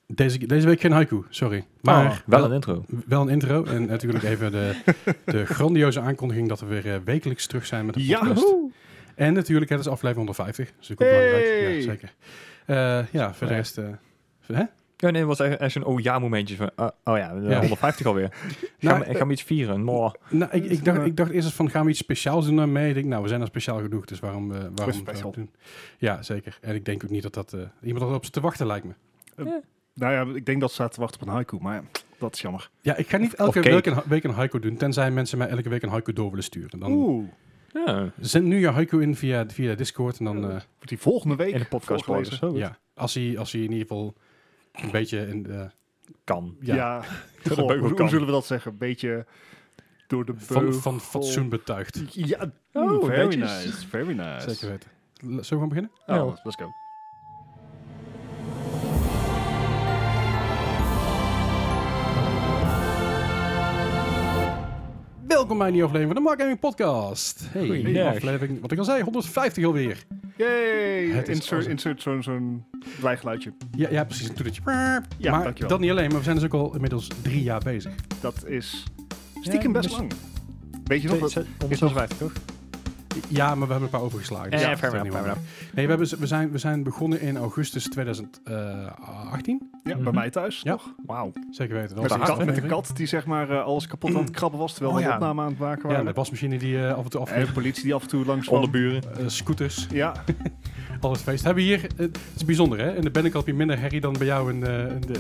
Deze week geen haiku, sorry. Maar wel een intro. Wel een intro. En natuurlijk even de grandioze aankondiging dat we weer wekelijks terug zijn met de podcast. Woehoe. En natuurlijk, het is aflevering 150. Dus dat is ook belangrijk. Ja, zeker. Voor de rest... hè? Ja, nee, het was echt zo'n momentje van, 150 alweer. Gaan we iets vieren? Nou, ik dacht eerst van, gaan we iets speciaals doen daarmee? Ik denk, we zijn er speciaal genoeg, dus waarom special doen? Ja, zeker. En ik denk ook niet dat iemand erop zit te wachten, lijkt me. Nou ja, ik denk dat ze staat te wachten op een haiku, maar ja, dat is jammer. Ja, ik ga niet elke week een haiku doen, tenzij mensen mij elke week een haiku door willen sturen. Dan zend nu je haiku in via Discord en dan... Wordt die volgende week in de podcast voorgelezen? Ja, als hij in ieder geval een beetje... kan. Ja, hoe zullen we dat zeggen? Een beetje door de van fatsoen betuigd. Ja, very nice. Zeker weten. Zullen we gaan beginnen? Ja, let's go. Welkom bij een nieuwe aflevering van de Mark Gaming Podcast. Goeiedag. Aflevering, wat ik al zei, 150 alweer. Yay! Het is Insert zo'n blijgeluidje. Ja, precies, een toetertje. Ja, maar dankjewel. dat niet alleen, maar we zijn dus ook al inmiddels 3 jaar bezig. Dat is stiekem best lang. Weet je nog dat? 150, toch? Ja, maar we hebben een paar overgeslagen. Dus fair enough. Nee, we zijn begonnen in augustus 2018. Ja, bij mij thuis, Ja. toch? Wauw. Zeker weten. Met de kat die zeg maar alles kapot aan het krabben was, terwijl we opname aan het maken waren. Ja, de wasmachine die af en toe En de politie die af en toe langs kwam. Onderburen. Scooters. Ja. Al het feest. Hebben hier, het is bijzonder hè, in de Bennekel heb je minder herrie dan bij jou in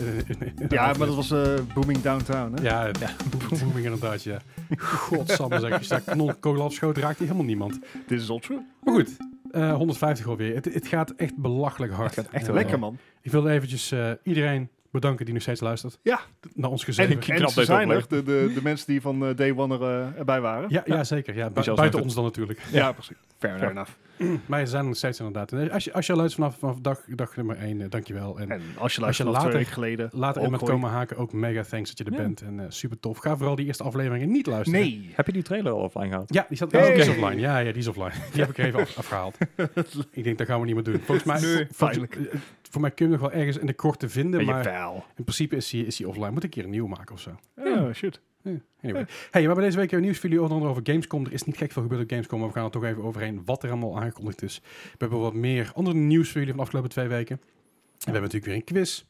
Ja, maar dat was booming downtown hè? Ja, booming inderdaad, ja. Godsamme zeg, als je daar kogel afschoot, raakt hij helemaal niemand. This is all true. Maar goed, 150 alweer. Het gaat echt belachelijk hard. Het gaat echt Lekker man. Ik wilde eventjes iedereen bedanken die nog steeds luistert. Ja. Naar ons gezellig. En ze zijn er, de mensen die van Day One erbij waren. Ja, zeker. Ja, Dus buiten ons dan natuurlijk. Ja, precies. Fair enough. Maar ze zijn er nog steeds inderdaad. En als je luistert vanaf dag nummer 1, dankjewel. En als je luistert vanaf 2 weken geleden. Later in met komen haken, ook mega thanks dat je er bent. En super tof. Ga vooral die eerste afleveringen niet luisteren. Nee. Heb je die trailer al offline gehaald? Ja, die staat die is offline. Ja, die is offline. Die heb ik er even afgehaald. Ik denk, dat gaan we niet meer doen. Volgens mij, voor mij kun je hem nog wel ergens in de kort te vinden. Maar in principe is hij offline. Moet ik een keer een nieuw maken of zo. Oh, shit. Anyway. Hey, we hebben deze week nieuws voor jullie onder andere over Gamescom. Er is niet gek veel gebeurd op Gamescom, maar we gaan er toch even overheen wat er allemaal aangekondigd is. We hebben wat meer andere nieuws voor jullie van de afgelopen 2 weken. En we hebben natuurlijk weer een quiz.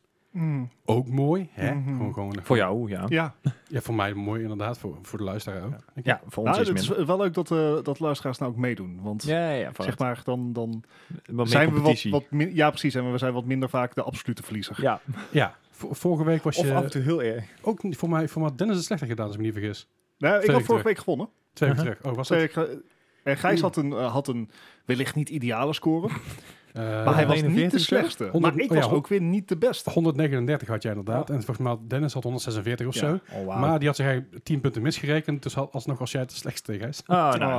Ook mooi, hè? Gewoon voor jou, ja. Ja, voor mij mooi inderdaad, voor de luisteraar ook. Ja, voor ons het is wel leuk dat luisteraars nou ook meedoen. Want zeg maar, dan zijn we ja, precies. En we zijn wat minder vaak de absolute verliezer. Ja. Vorige week was je... Of af en toe heel erg. Ook voor mij Dennis het slechter gedaan, als ik me niet vergis. Nou, ik had vorige week gewonnen. 2 weken terug. Oh, was dat? En Gijs had een wellicht niet ideale score. Maar hij was 49 niet de slechtste. Maar ik was ook weer niet de beste. 139 had jij inderdaad. En volgens mij Dennis had 146 of zo. Oh, wow. Maar die had zich 10 punten misgerekend. Dus alsnog als jij het slechtste tegen is.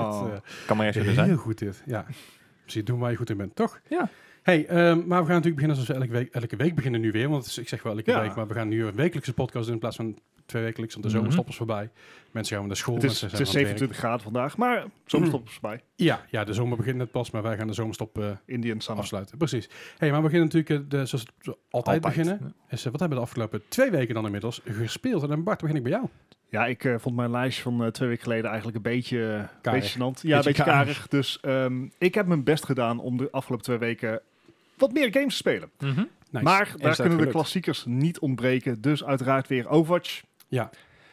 Kan maar eens zijn. Heel goed dit, ja. Precies, doen waar je goed in bent, toch? Ja. Hey, maar we gaan natuurlijk beginnen zoals we elke week beginnen nu weer. Want ik zeg wel elke week, maar we gaan nu een wekelijkse podcast doen in plaats van 2 wekelijks. Want de zomerstop is voorbij. Mensen gaan naar school. Het is 27 graden vandaag, maar zomerstop is voorbij. Ja, de zomer begint net pas, maar wij gaan de zomerstop Indian summer afsluiten. Precies. Hey, maar we beginnen natuurlijk zoals we altijd beginnen. Is, wat hebben we de afgelopen 2 weken dan inmiddels gespeeld? En dan Bart, begin ik bij jou. Ja, ik vond mijn lijstje van 2 weken geleden eigenlijk een beetje gênant. Ja, een beetje karig. Dus ik heb mijn best gedaan om de afgelopen 2 weken wat meer games te spelen. Nice. Maar daar kunnen de klassiekers niet ontbreken. Dus uiteraard weer Overwatch. Ja.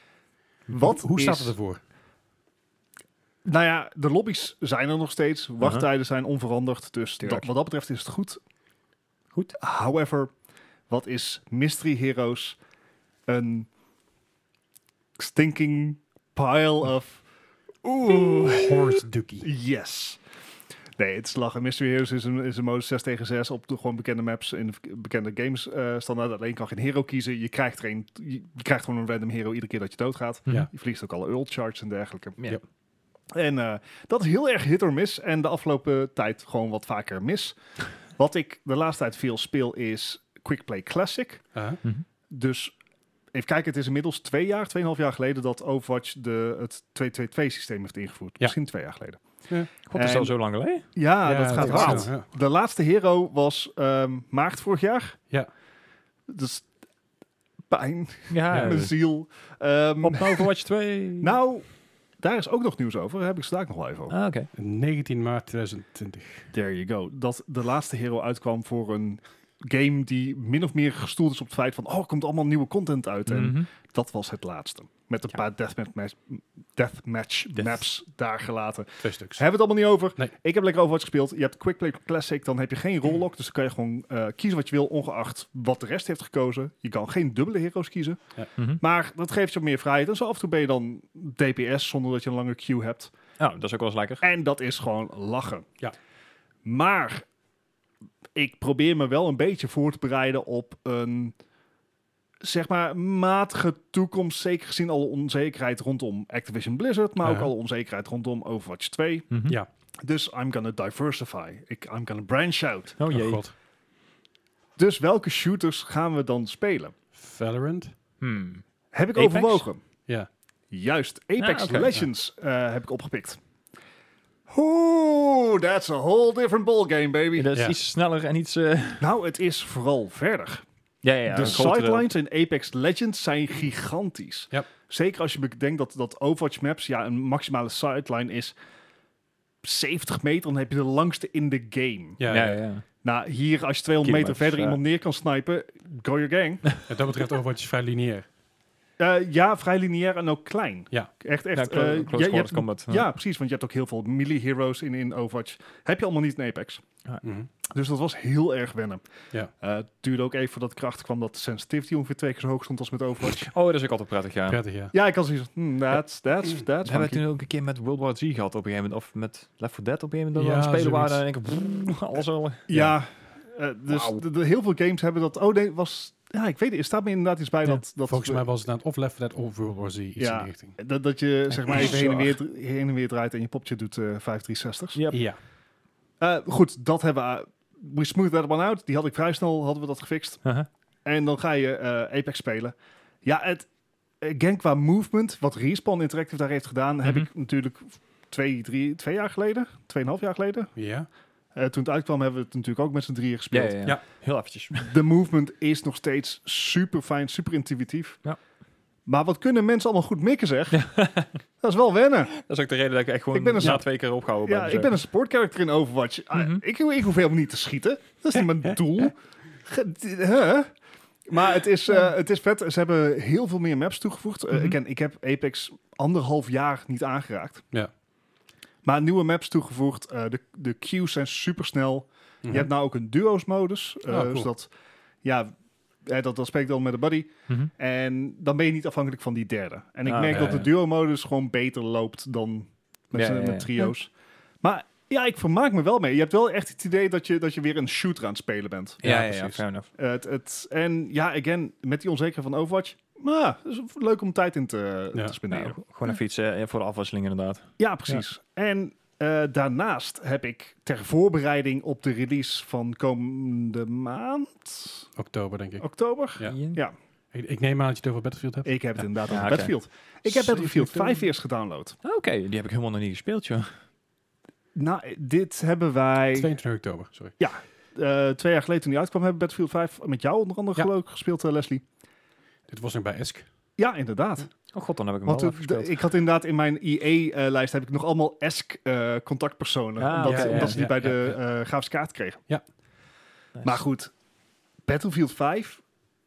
Hoe staat het ervoor? Nou ja, de lobby's zijn er nog steeds. Wachttijden zijn onveranderd. Dus wat dat betreft is het goed. However, wat is Mystery Heroes een stinking pile of... Horse dookie. Yes. Nee, het is lachen. Mystery Heroes is een modus 6 tegen 6 op de gewoon bekende maps in de bekende games standaard. Alleen kan geen hero kiezen. Je krijgt gewoon een random hero iedere keer dat je doodgaat. Ja. Je verliest ook alle ult charges en dergelijke. Ja. En dat is heel erg hit or miss. En de afgelopen tijd gewoon wat vaker mis. Wat ik de laatste tijd veel speel is Quick Play Classic. Dus even kijken, het is inmiddels 2,5 jaar geleden dat Overwatch het 2-2-2 systeem heeft ingevoerd. Ja. Misschien 2 jaar geleden. Ja. God, is al zo lang geleden? Ja, dat gaat hard. Ja. De laatste hero was maart vorig jaar. Ja. Dus pijn. Ja, Mijn ziel. op Overwatch 2. Nou, daar is ook nog nieuws over. Daar heb ik straks nog wel even over. Ah, oké. 19 maart 2020. There you go. Dat de laatste Hero uitkwam voor een game die min of meer gestoeld is op het feit van... er komt allemaal nieuwe content uit. En Mhm. dat was het laatste. Met een paar deathmatch maps daar gelaten. 2 stuks. Hebben we het allemaal niet over. Nee. Ik heb lekker Overwatch gespeeld. Je hebt Quick Play Classic, dan heb je geen roll-lock. Dus dan kan je gewoon kiezen wat je wil, ongeacht wat de rest heeft gekozen. Je kan geen dubbele heroes kiezen. Mhm. Maar dat geeft je meer vrijheid. En zo af en toe ben je dan DPS, zonder dat je een lange queue hebt. Oh, dat is ook wel eens lekker. En dat is gewoon lachen. Ja. Maar ik probeer me wel een beetje voor te bereiden op een, zeg maar, matige toekomst. Zeker gezien alle onzekerheid rondom Activision Blizzard, maar ook Ja. alle onzekerheid rondom Overwatch 2. Mhm. Ja. Dus I'm gonna diversify. I'm gonna branch out. Oh Oh jee. god. Dus welke shooters gaan we dan spelen? Valorant. Heb ik Apex? overwogen. Ja. Juist, Apex Ah, oké. Legends heb ik opgepikt. Oeh, that's a whole different ballgame, baby. Dat is Ja. iets sneller en iets... Nou, het is vooral verder. ja, De een grotere- sidelines in Apex Legends zijn gigantisch. Ja. Zeker als je bedenkt dat Overwatch maps, ja, een maximale sideline is 70 meter, dan heb je de langste in de game. Ja, Ja, ja. ja. Nou, hier als je 200 meter Kilometers, verder ja. iemand neer kan snipen, go your gang. Wat dat betreft Overwatch is vrij lineair. Ja, vrij lineair en ook klein. Ja. Echt. Ja, je close hebt, combat. ja, precies, want je hebt ook heel veel melee heroes in Overwatch. Heb je allemaal niet in Apex. Mhm. Dus dat was heel erg wennen. Ja. Het duurde ook even voordat ik erachter kwam dat de sensitivity ongeveer 2 keer zo hoog stond als met Overwatch. Oh, dat is ook altijd prettig, ja. Prettig, ja. Ja, ik had zoiets van, that's We hebben het funky. toen ook een keer met World War Z gehad op een gegeven moment. Of met Left 4 Dead op een gegeven moment. Dat Ja, we aan het spelen zoiets. waren en ik alles al... Ja, dus Wauw. heel veel games hebben dat. Oh nee, was. Ja, ik weet het. Er staat me inderdaad iets bij Ja, dat. Volgens mij was het dan of Left 4 Dead of World War Z. Iets in Ja. die richting. Dat je zeg maar even Bizar. heen en weer draait en je popje doet 5360's. Yep. Ja. Goed, dat hebben we. We smooth that one out. Die had ik vrij snel, hadden we dat gefixt. Uh-huh. En dan ga je Apex spelen. Ja, again, qua movement, wat Respawn Interactive daar heeft gedaan, heb Mhm. ik natuurlijk 2 jaar geleden, 2,5 jaar geleden. Ja. Toen het uitkwam, hebben we het natuurlijk ook met z'n drieën gespeeld. Ja. Heel eventjes. De movement is nog steeds super fijn, super intuïtief. Ja. Maar wat kunnen mensen allemaal goed mikken, zeg? Dat is wel wennen. Dat is ook de reden dat ik echt gewoon Ik ben een na soort- 2 keer opgehouden Ja, ben. ik ben een support character in Overwatch. Mhm. Ik hoef helemaal niet te schieten. Dat is niet mijn doel. Huh? Maar het is vet. Ze hebben heel veel meer maps toegevoegd. Mhm. Again, ik heb Apex 1,5 jaar niet aangeraakt. Ja. Maar nieuwe maps toegevoegd. De queues zijn super snel. Mhm. Je hebt nou ook een duo's modus. Cool. Zodat, ja, dat spreek ik dan met een buddy. Mhm. En dan ben je niet afhankelijk van die derde. En ik Ah, merk ja, dat de ja. duo-modus gewoon beter loopt dan met, Ja, ja, ja. met trio's. Maar ja, ik vermaak me wel mee. Je hebt wel echt het idee dat je weer een shooter aan het spelen bent. Ja, precies. fair enough. En ja, again, met die onzekerheid van Overwatch. Maar het is leuk om tijd in te spenderen. Nou, gewoon even iets voor de afwisseling inderdaad. Ja, precies. En daarnaast heb ik ter voorbereiding op de release van komende maand, Oktober, denk ik. oktober. Ja. Ja. Ik neem aan dat je het over Battlefield hebt. Ik heb het inderdaad Ja, over oké. Battlefield. Ik heb Battlefield 7 5 eerst gedownload. Oké, die heb ik helemaal nog niet gespeeld, joh. Nou, dit hebben wij 22 oktober, sorry. 2 jaar geleden toen die uitkwam, hebben we Battlefield 5 met jou onder andere Ja. geloof ik gespeeld, Leslie. Dit was nog bij Esk. Ja, inderdaad. Oh god, dan heb ik hem Want wel even gespeeld. ik had inderdaad in mijn EA-lijst heb ik nog allemaal ESC-contactpersonen. Ah, omdat oké, omdat ze die ja, bij ja, de grafische kaart kregen. Nice. Maar goed, Battlefield 5.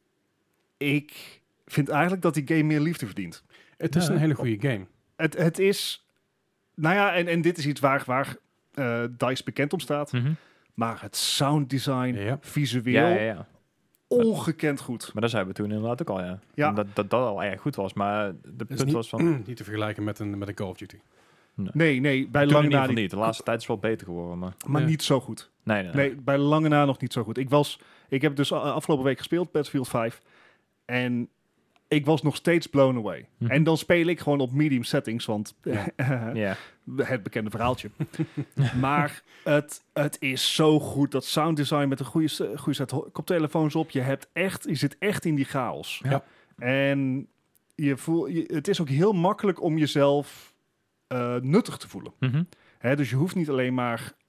Ik vind eigenlijk dat die game meer liefde verdient. Het is Ja. een hele goede game. Het is... Nou ja, en dit is iets waar DICE bekend om staat. Mhm. Maar het sounddesign, Ja. visueel, Ja. ongekend goed. Maar dat zeiden we toen inderdaad ook al, ja. Ja. En dat al erg goed was, maar de Het is punt niet, was van... niet te vergelijken met een Call of Duty. Nee, bij Toen in lange ieder na geval niet. niet. De laatste tijd is wel beter geworden, maar... Maar Ja. niet zo goed. Nee. Nee, bij lange na nog niet zo goed. Ik heb dus afgelopen week gespeeld, Battlefield 5. En ik was nog steeds blown away. Mhm. En dan speel ik gewoon op medium settings, want Ja. het bekende verhaaltje. Maar het is zo goed. Dat sounddesign met een goede set koptelefoons op. Je zit echt in die chaos. Ja. En het is ook heel makkelijk om jezelf nuttig te voelen. Mhm. Hè, dus je hoeft niet alleen maar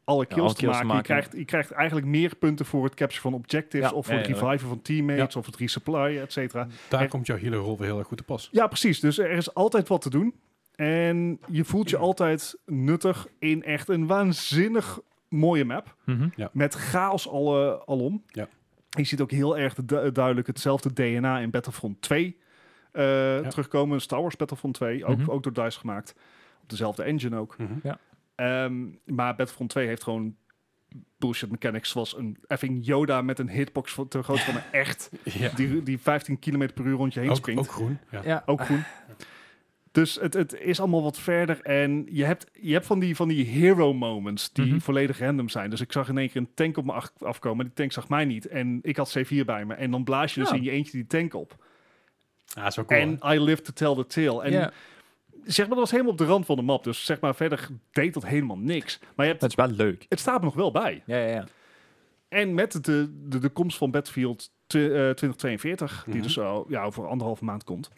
alle kills alle te kills te maken. maken. Je krijgt eigenlijk meer punten voor het capture van objectives Ja, of voor het ja. reviven van teammates of het resupply, et cetera. Daar komt jouw healerrol weer heel erg goed te pas. Ja, precies. Dus er is altijd wat te doen. En je voelt je altijd nuttig in echt een waanzinnig mooie map. Mhm. Met chaos alom. Ja. Je ziet ook heel erg duidelijk hetzelfde DNA in Battlefront 2 terugkomen. Star Wars Battlefront 2, ook door DICE gemaakt. Op dezelfde engine ook. Maar Battlefront 2 heeft gewoon bullshit mechanics, zoals een effing Yoda met een hitbox te groot van een echt. Ja. Die 15 km per uur rond je heen springt. Ook groen. Ja. Ook groen. Dus het is allemaal wat verder. En je hebt van die hero moments die volledig random zijn. Dus ik zag in één keer een tank op me afkomen. Die tank zag mij niet. En ik had C4 bij me. En dan blaas je dus in je eentje die tank op. Ah, zo cool. En I live to tell the tale. En zeg maar, dat was helemaal op de rand van de map. Dus zeg maar, verder deed dat helemaal niks. Maar Dat is wel leuk. het staat er nog wel bij. Ja. En met de komst van Battlefield 2042, die dus over 1,5 maand komt.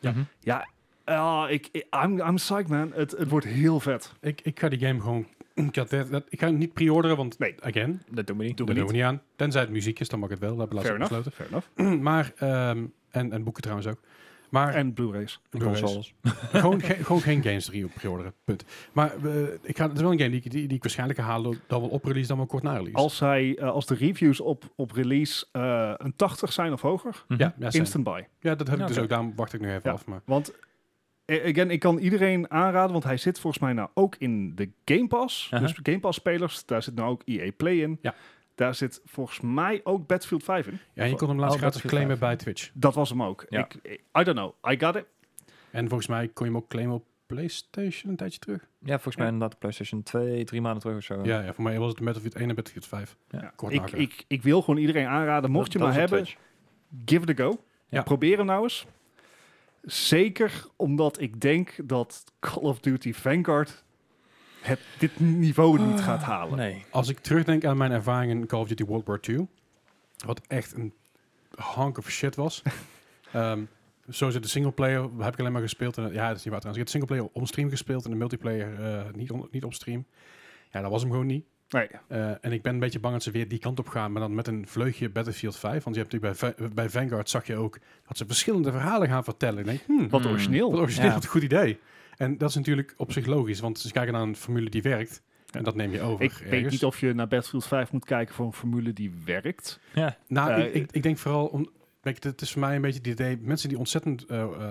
I'm psyched, man. Het wordt heel vet. Ik ga die game gewoon... Ik ga hem niet pre-orderen, want again, Dat doen we niet. dat doen we niet aan. Tenzij het muziek is, dan mag het wel. Dat hebben we laatst besloten. Fair enough. Maar, en boeken trouwens ook. Maar, En Blu-rays. Consoles. gewoon geen games pre-orderen, punt. Maar het is wel een game die ik waarschijnlijk ga halen, dan wel op release, dan wel kort na release. Als de reviews op release een 80 zijn of hoger, Ja, instant buy. Ja, dat heb ik dus oké. ook. Daarom wacht ik nu even af. Maar. Want, again, ik kan iedereen aanraden, want hij zit volgens mij nou ook in de Game Pass. Dus Game Pass spelers, daar zit nou ook EA Play in. Ja. Daar zit volgens mij ook Battlefield 5 in. Ja, en je kon hem laatst gratis Battlefield claimen 5. bij Twitch. Dat was hem ook. Ja. I don't know. I got it. En volgens mij kon je hem ook claimen op PlayStation een tijdje terug. Ja, volgens mij inderdaad de PlayStation 2-3 maanden terug of zo. Ja, voor mij was het Battlefield 1 en Battlefield 5. Ja. Kort na elkaar. Ik wil gewoon iedereen aanraden, mocht je Dat maar is op hebben, Twitch. give it a go. Ja. Probeer hem nou eens. Zeker omdat ik denk dat Call of Duty Vanguard dit niveau niet gaat halen. Nee. Als ik terugdenk aan mijn ervaring in Call of Duty World War II, wat echt een hunk of shit was. Zo zit de singleplayer, heb ik alleen maar gespeeld. En, ja, dat is niet waar trouwens. Ik heb de singleplayer onstream gespeeld en de multiplayer niet opstream. Ja, dat was hem gewoon niet. Nee. En ik ben een beetje bang dat ze weer die kant op gaan, maar dan met een vleugje Battlefield 5. Want je hebt natuurlijk bij Vanguard zag je ook dat ze verschillende verhalen gaan vertellen. Ik denk, Wat origineel. wat origineel, Ja. wat een goed idee. En dat is natuurlijk op zich logisch, want ze kijken naar een formule die werkt. En dat neem je over. Ik weet niet of je naar Battlefield 5 moet kijken voor een formule die werkt. Ja. Nou, ik denk vooral het is voor mij een beetje het idee, mensen die ontzettend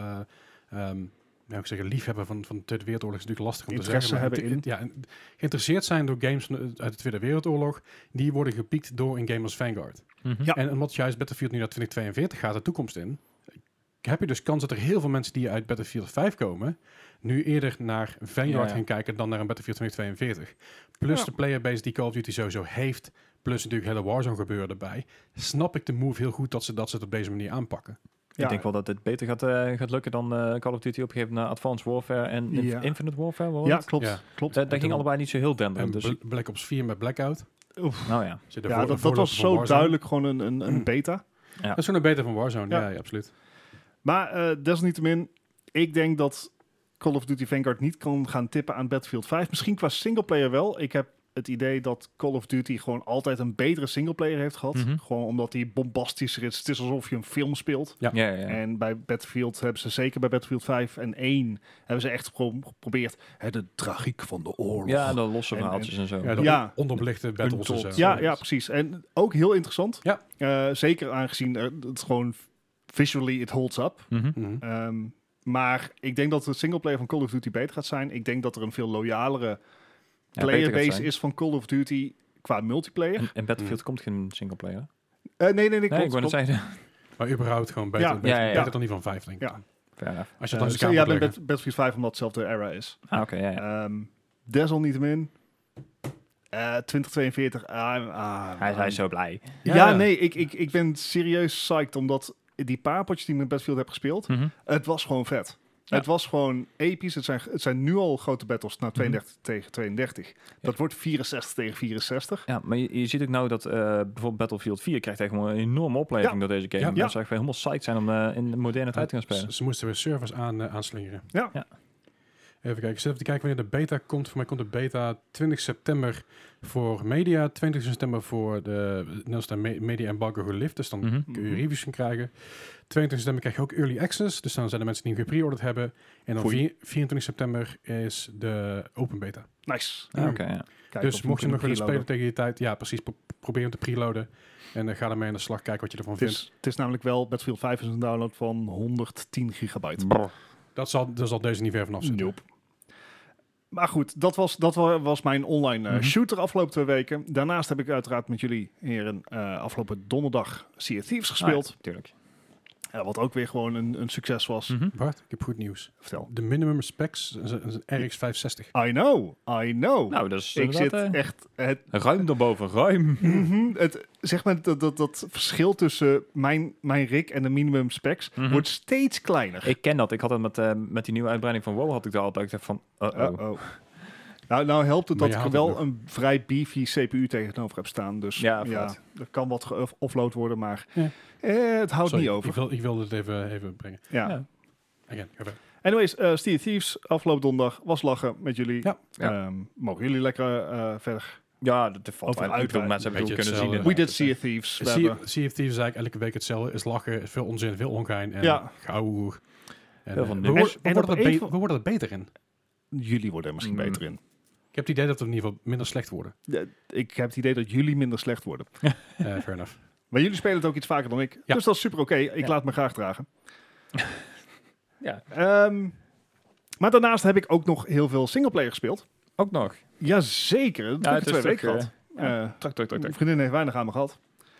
liefhebben van de Tweede Wereldoorlog is natuurlijk lastig om Interesse te zeggen. hebben in. Ja, geïnteresseerd zijn door games uit de Tweede Wereldoorlog, die worden gepiekt door een game als Vanguard. Ja. En omdat juist Battlefield nu naar 2042 gaat, de toekomst in, heb je dus kans dat er heel veel mensen die uit Battlefield 5 komen, nu eerder naar Vanguard gaan kijken dan naar een Battlefield 2042. Plus de playerbase die Call of Duty sowieso heeft, plus natuurlijk hele Warzone gebeuren erbij, snap ik de move heel goed dat ze het op deze manier aanpakken. Ik denk wel dat het beter gaat lukken dan Call of Duty op een gegeven moment naar Advanced Warfare en Infinite Warfare. Wat was Ja, het? klopt. Ja. klopt. Dat ging allebei niet zo heel denderend. En Dus, Black Ops 4 met Blackout. nou ja. Ja, dat was zo duidelijk gewoon een beta. Dat is gewoon een beter van Warzone, ja, absoluut. Maar desalniettemin, ik denk dat Call of Duty Vanguard niet kan gaan tippen aan Battlefield 5. Misschien qua singleplayer wel. Ik heb het idee dat Call of Duty gewoon altijd een betere singleplayer heeft gehad. Gewoon omdat die bombastischer is. Het is alsof je een film speelt. Ja. En bij Battlefield hebben ze, zeker bij Battlefield 5 en 1, hebben ze echt gewoon geprobeerd de tragiek van de oorlog. Ja, de losse verhaaltjes en zo. Ja, de onderbelichte battles en zo. Ja, precies. En ook heel interessant. Ja. Zeker aangezien het gewoon visually it holds up. Maar ik denk dat de singleplayer van Call of Duty beter gaat zijn. Ik denk dat er een veel loyalere playerbase is van Call of Duty qua multiplayer. En Battlefield komt geen singleplayer. Nee, Ik wou net klopt. zeggen. Maar überhaupt gewoon beter, Ja. beter dan die van 5, denk ik. Ja. Fair enough. Als je het dan Ja, bij Battlefield 5 omdat het dezelfde era is. Oké, ja. Desalniettemin, 2042. Hij is zo blij. Nee, ik ben serieus psyched, omdat die paar potjes die ik met Battlefield heb gespeeld, het was gewoon vet. Ja. Het was gewoon episch. Het zijn nu al grote battles, 32 tegen 32. Dat wordt 64 tegen 64. Ja, maar je ziet ook nou dat bijvoorbeeld Battlefield 4 krijgt echt gewoon een enorme opleving door deze game. Ja. Dat ze echt wel helemaal psyched zijn om in de moderne tijd te gaan spelen. Ze moesten weer servers aanslingeren. Ja. Even kijken. Ik zit even te kijken wanneer de beta komt. Voor mij komt de beta 20 september voor media. 20 september voor de Nederlandse media embargo gelift. Dus dan kun je reviews gaan krijgen. 22 september krijg je ook early access. Dus dan zijn de mensen die gepreorderd hebben. En dan 24 september is de open beta. Nice. Oké, ja. Kijk, Dus of mocht je nog willen preloaden. spelen tegen die tijd, ja precies, probeer hem te preloaden. En ga ermee aan de slag, kijken wat je ervan vindt. Het is namelijk wel, Battlefield 5 is een download van 110 gigabyte. Brr. Dat zal deze niet ver vanaf zitten. Nope. Maar goed, dat was mijn online shooter afgelopen 2 weken. Daarnaast heb ik uiteraard met jullie heren afgelopen donderdag Sea of Thieves gespeeld. Tuurlijk. Wat ook weer gewoon een succes was. Bart, ik heb goed nieuws. Vertel. De minimum specs is een RX 560. I know. Nou, dat is Ik zit inderdaad, echt... ruim daarboven, ruim. Zeg maar, dat verschil tussen mijn rig en de minimum specs wordt steeds kleiner. Ik ken dat. Ik had het met die nieuwe uitbreiding van WoW had ik daar altijd gezegd van, Nou helpt het Maar dat je ik haalt er wel het nog. een vrij beefy CPU tegenover heb staan. Dus Ja, ja, vet. er kan wat offload worden, maar Ja. het houdt Sorry, niet over. Ik wilde het even brengen. Ja. Ja. Again, ga verder. Anyways, Sea of Thieves, afgelopen donderdag was lachen met jullie. Ja. Mogen jullie lekker verder? Ja, dat valt Over wel. Ik bedoel, uitweiden. mensen hebben het ook Beetje kunnen zien. hetzelfde. We did Sea of Thieves. We Sea hebben- of Thieves is eigenlijk elke week hetzelfde. Is lachen, is veel onzin, veel ongein en Ja. geouwehoer. En, Heel veel we, niks. worden, En we, op worden een er van- we worden er beter in. Jullie worden er misschien beter in. Ik heb het idee dat we in ieder geval minder slecht worden. Ik heb het idee dat jullie minder slecht worden. Fair enough. Maar jullie spelen het ook iets vaker dan ik. Ja. Dus dat is super oké. Ik Ja. laat me graag dragen. Ja, Maar daarnaast heb ik ook nog heel veel singleplayer gespeeld. ook nog. Jazeker, dat heb ik 2 weken gehad. Tak. Mijn vriendin heeft weinig aan me gehad.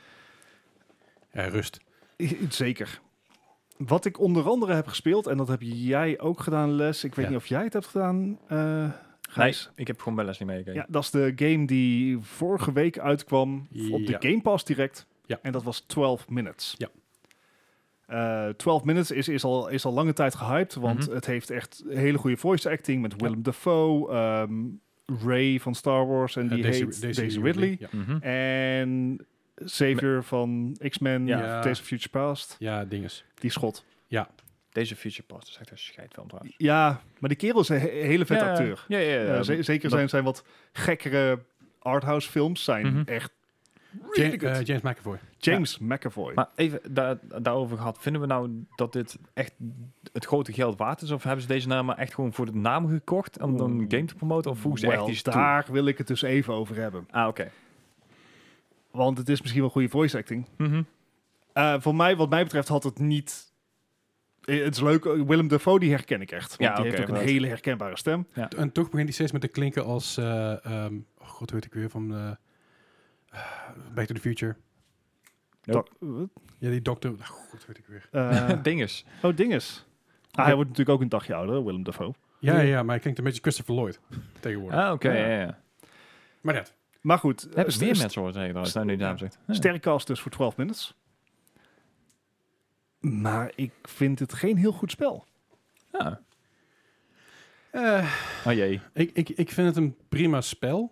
Rust. Zeker. Wat ik onder andere heb gespeeld, en dat heb jij ook gedaan, Les. Ik weet Ja. niet of jij het hebt gedaan, Nee, Gijs. ik heb gewoon bij Leslie meegekeken. Ja, dat is de game die vorige week uitkwam op de Ja. Game Pass direct. Ja. En dat was 12 Minutes. Ja. 12 Minutes is al lange tijd gehyped, want het heeft echt hele goede voice acting met Willem Dafoe, Ray van Star Wars en die heet Daisy Ridley. Ja. En Xavier van X-Men, Ja. Days of Future Past, Ja, dinges. die schot. Deze Future Past is echt een scheidfilm trouwens. Ja, maar die kerel is een hele vet acteur. Ja. Zeker zijn wat gekkere arthouse films zijn echt really good. James McAvoy. James McAvoy. Maar even daarover gehad. Vinden we nou dat dit echt het grote geld waard is? Of hebben ze deze naam maar echt gewoon voor de naam gekocht om dan een game te promoten? Of voegen ze echt iets toe? daar wil ik het dus even over hebben. Ah, oké. Want het is misschien wel goede voice acting. Voor mij, wat mij betreft, had het niet... Het is leuk, Willem Dafoe, die herken ik echt. Want Ja, die oké, heeft ook een right. hele herkenbare stem. En toch begint hij steeds met te klinken als... god, weet ik weer van... Back to the Future. Nope. Wat? Ja, die dokter... God, weet ik weer. Dinges. Dinges. Hij wordt natuurlijk ook een dagje ouder, Willem Dafoe. Ja, maar hij klinkt een beetje Christopher Lloyd tegenwoordig. Ah, oké. Ja. Ja. Maar net. Maar goed. Heb ik meer mensen horen zeggen trouwens. Nou, nu de naam zegt. Ja. Sterrencast dus voor 12 minutes. Maar ik vind het geen heel goed spel. Ja. Oh jee. Ik vind het een prima spel.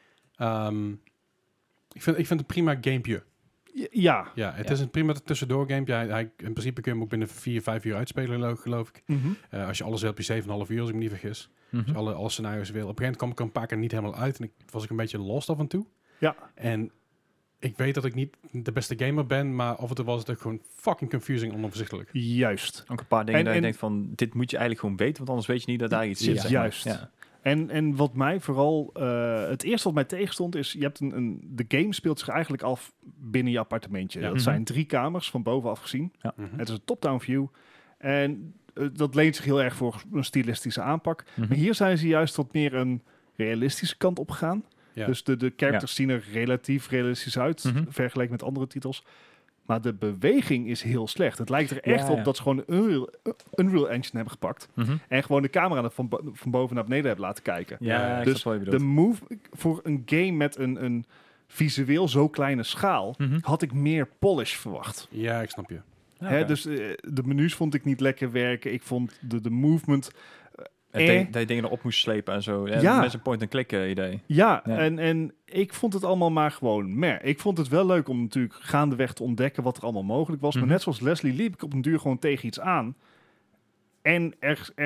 Ik vind het een prima gamepje. Ja. Ja, het is een prima tussendoor gamepje. In principe kun je hem ook binnen 4-5 uur uitspelen, geloof ik. Als je alles wil, heb je 7,5 uur, als ik me niet vergis. Dus alle scenario's wil. Op een gegeven moment kwam ik er een paar keer niet helemaal uit. En was ik een beetje lost af en toe. Ja. En ik weet dat ik niet de beste gamer ben, maar af en toe was het ook gewoon fucking confusing en onoverzichtelijk. Juist. Ook een paar dingen dat je en- denkt van, dit moet je eigenlijk gewoon weten, want anders weet je niet dat daar iets zit. Ja. zeg maar. Juist. Ja. En wat mij vooral... het eerste wat mij tegenstond is... Je hebt de game speelt zich eigenlijk af binnen je appartementje. Ja. Dat zijn 3 kamers van bovenaf gezien. Mhm. Het is een top-down view. En dat leent zich heel erg voor een stilistische aanpak. Mhm. Maar hier zijn ze juist wat meer een realistische kant op gegaan. Ja. Dus de characters zien er relatief realistisch uit, Mhm. vergeleken met andere titels. Maar de beweging is heel slecht. Het lijkt er echt Ja, op ja. dat ze gewoon een Unreal Engine hebben gepakt. Mhm. En gewoon de camera van boven naar beneden hebben laten kijken. Ja, ik Dus snap wat je De bedoelt. move voor een game met een visueel zo kleine schaal... Mhm. had ik meer polish verwacht. Ja, ik snap je. Hè, Oké. dus de menus vond ik niet lekker werken. Ik vond de movement... Dat je dingen erop moest slepen en zo. Ja, Ja. Met een point-and-click idee. Ja, Ja. En ik vond het allemaal maar gewoon meh. Ik vond het wel leuk om natuurlijk gaandeweg te ontdekken wat er allemaal mogelijk was. Mhm. Maar net zoals Leslie liep ik op een duur gewoon tegen iets aan. En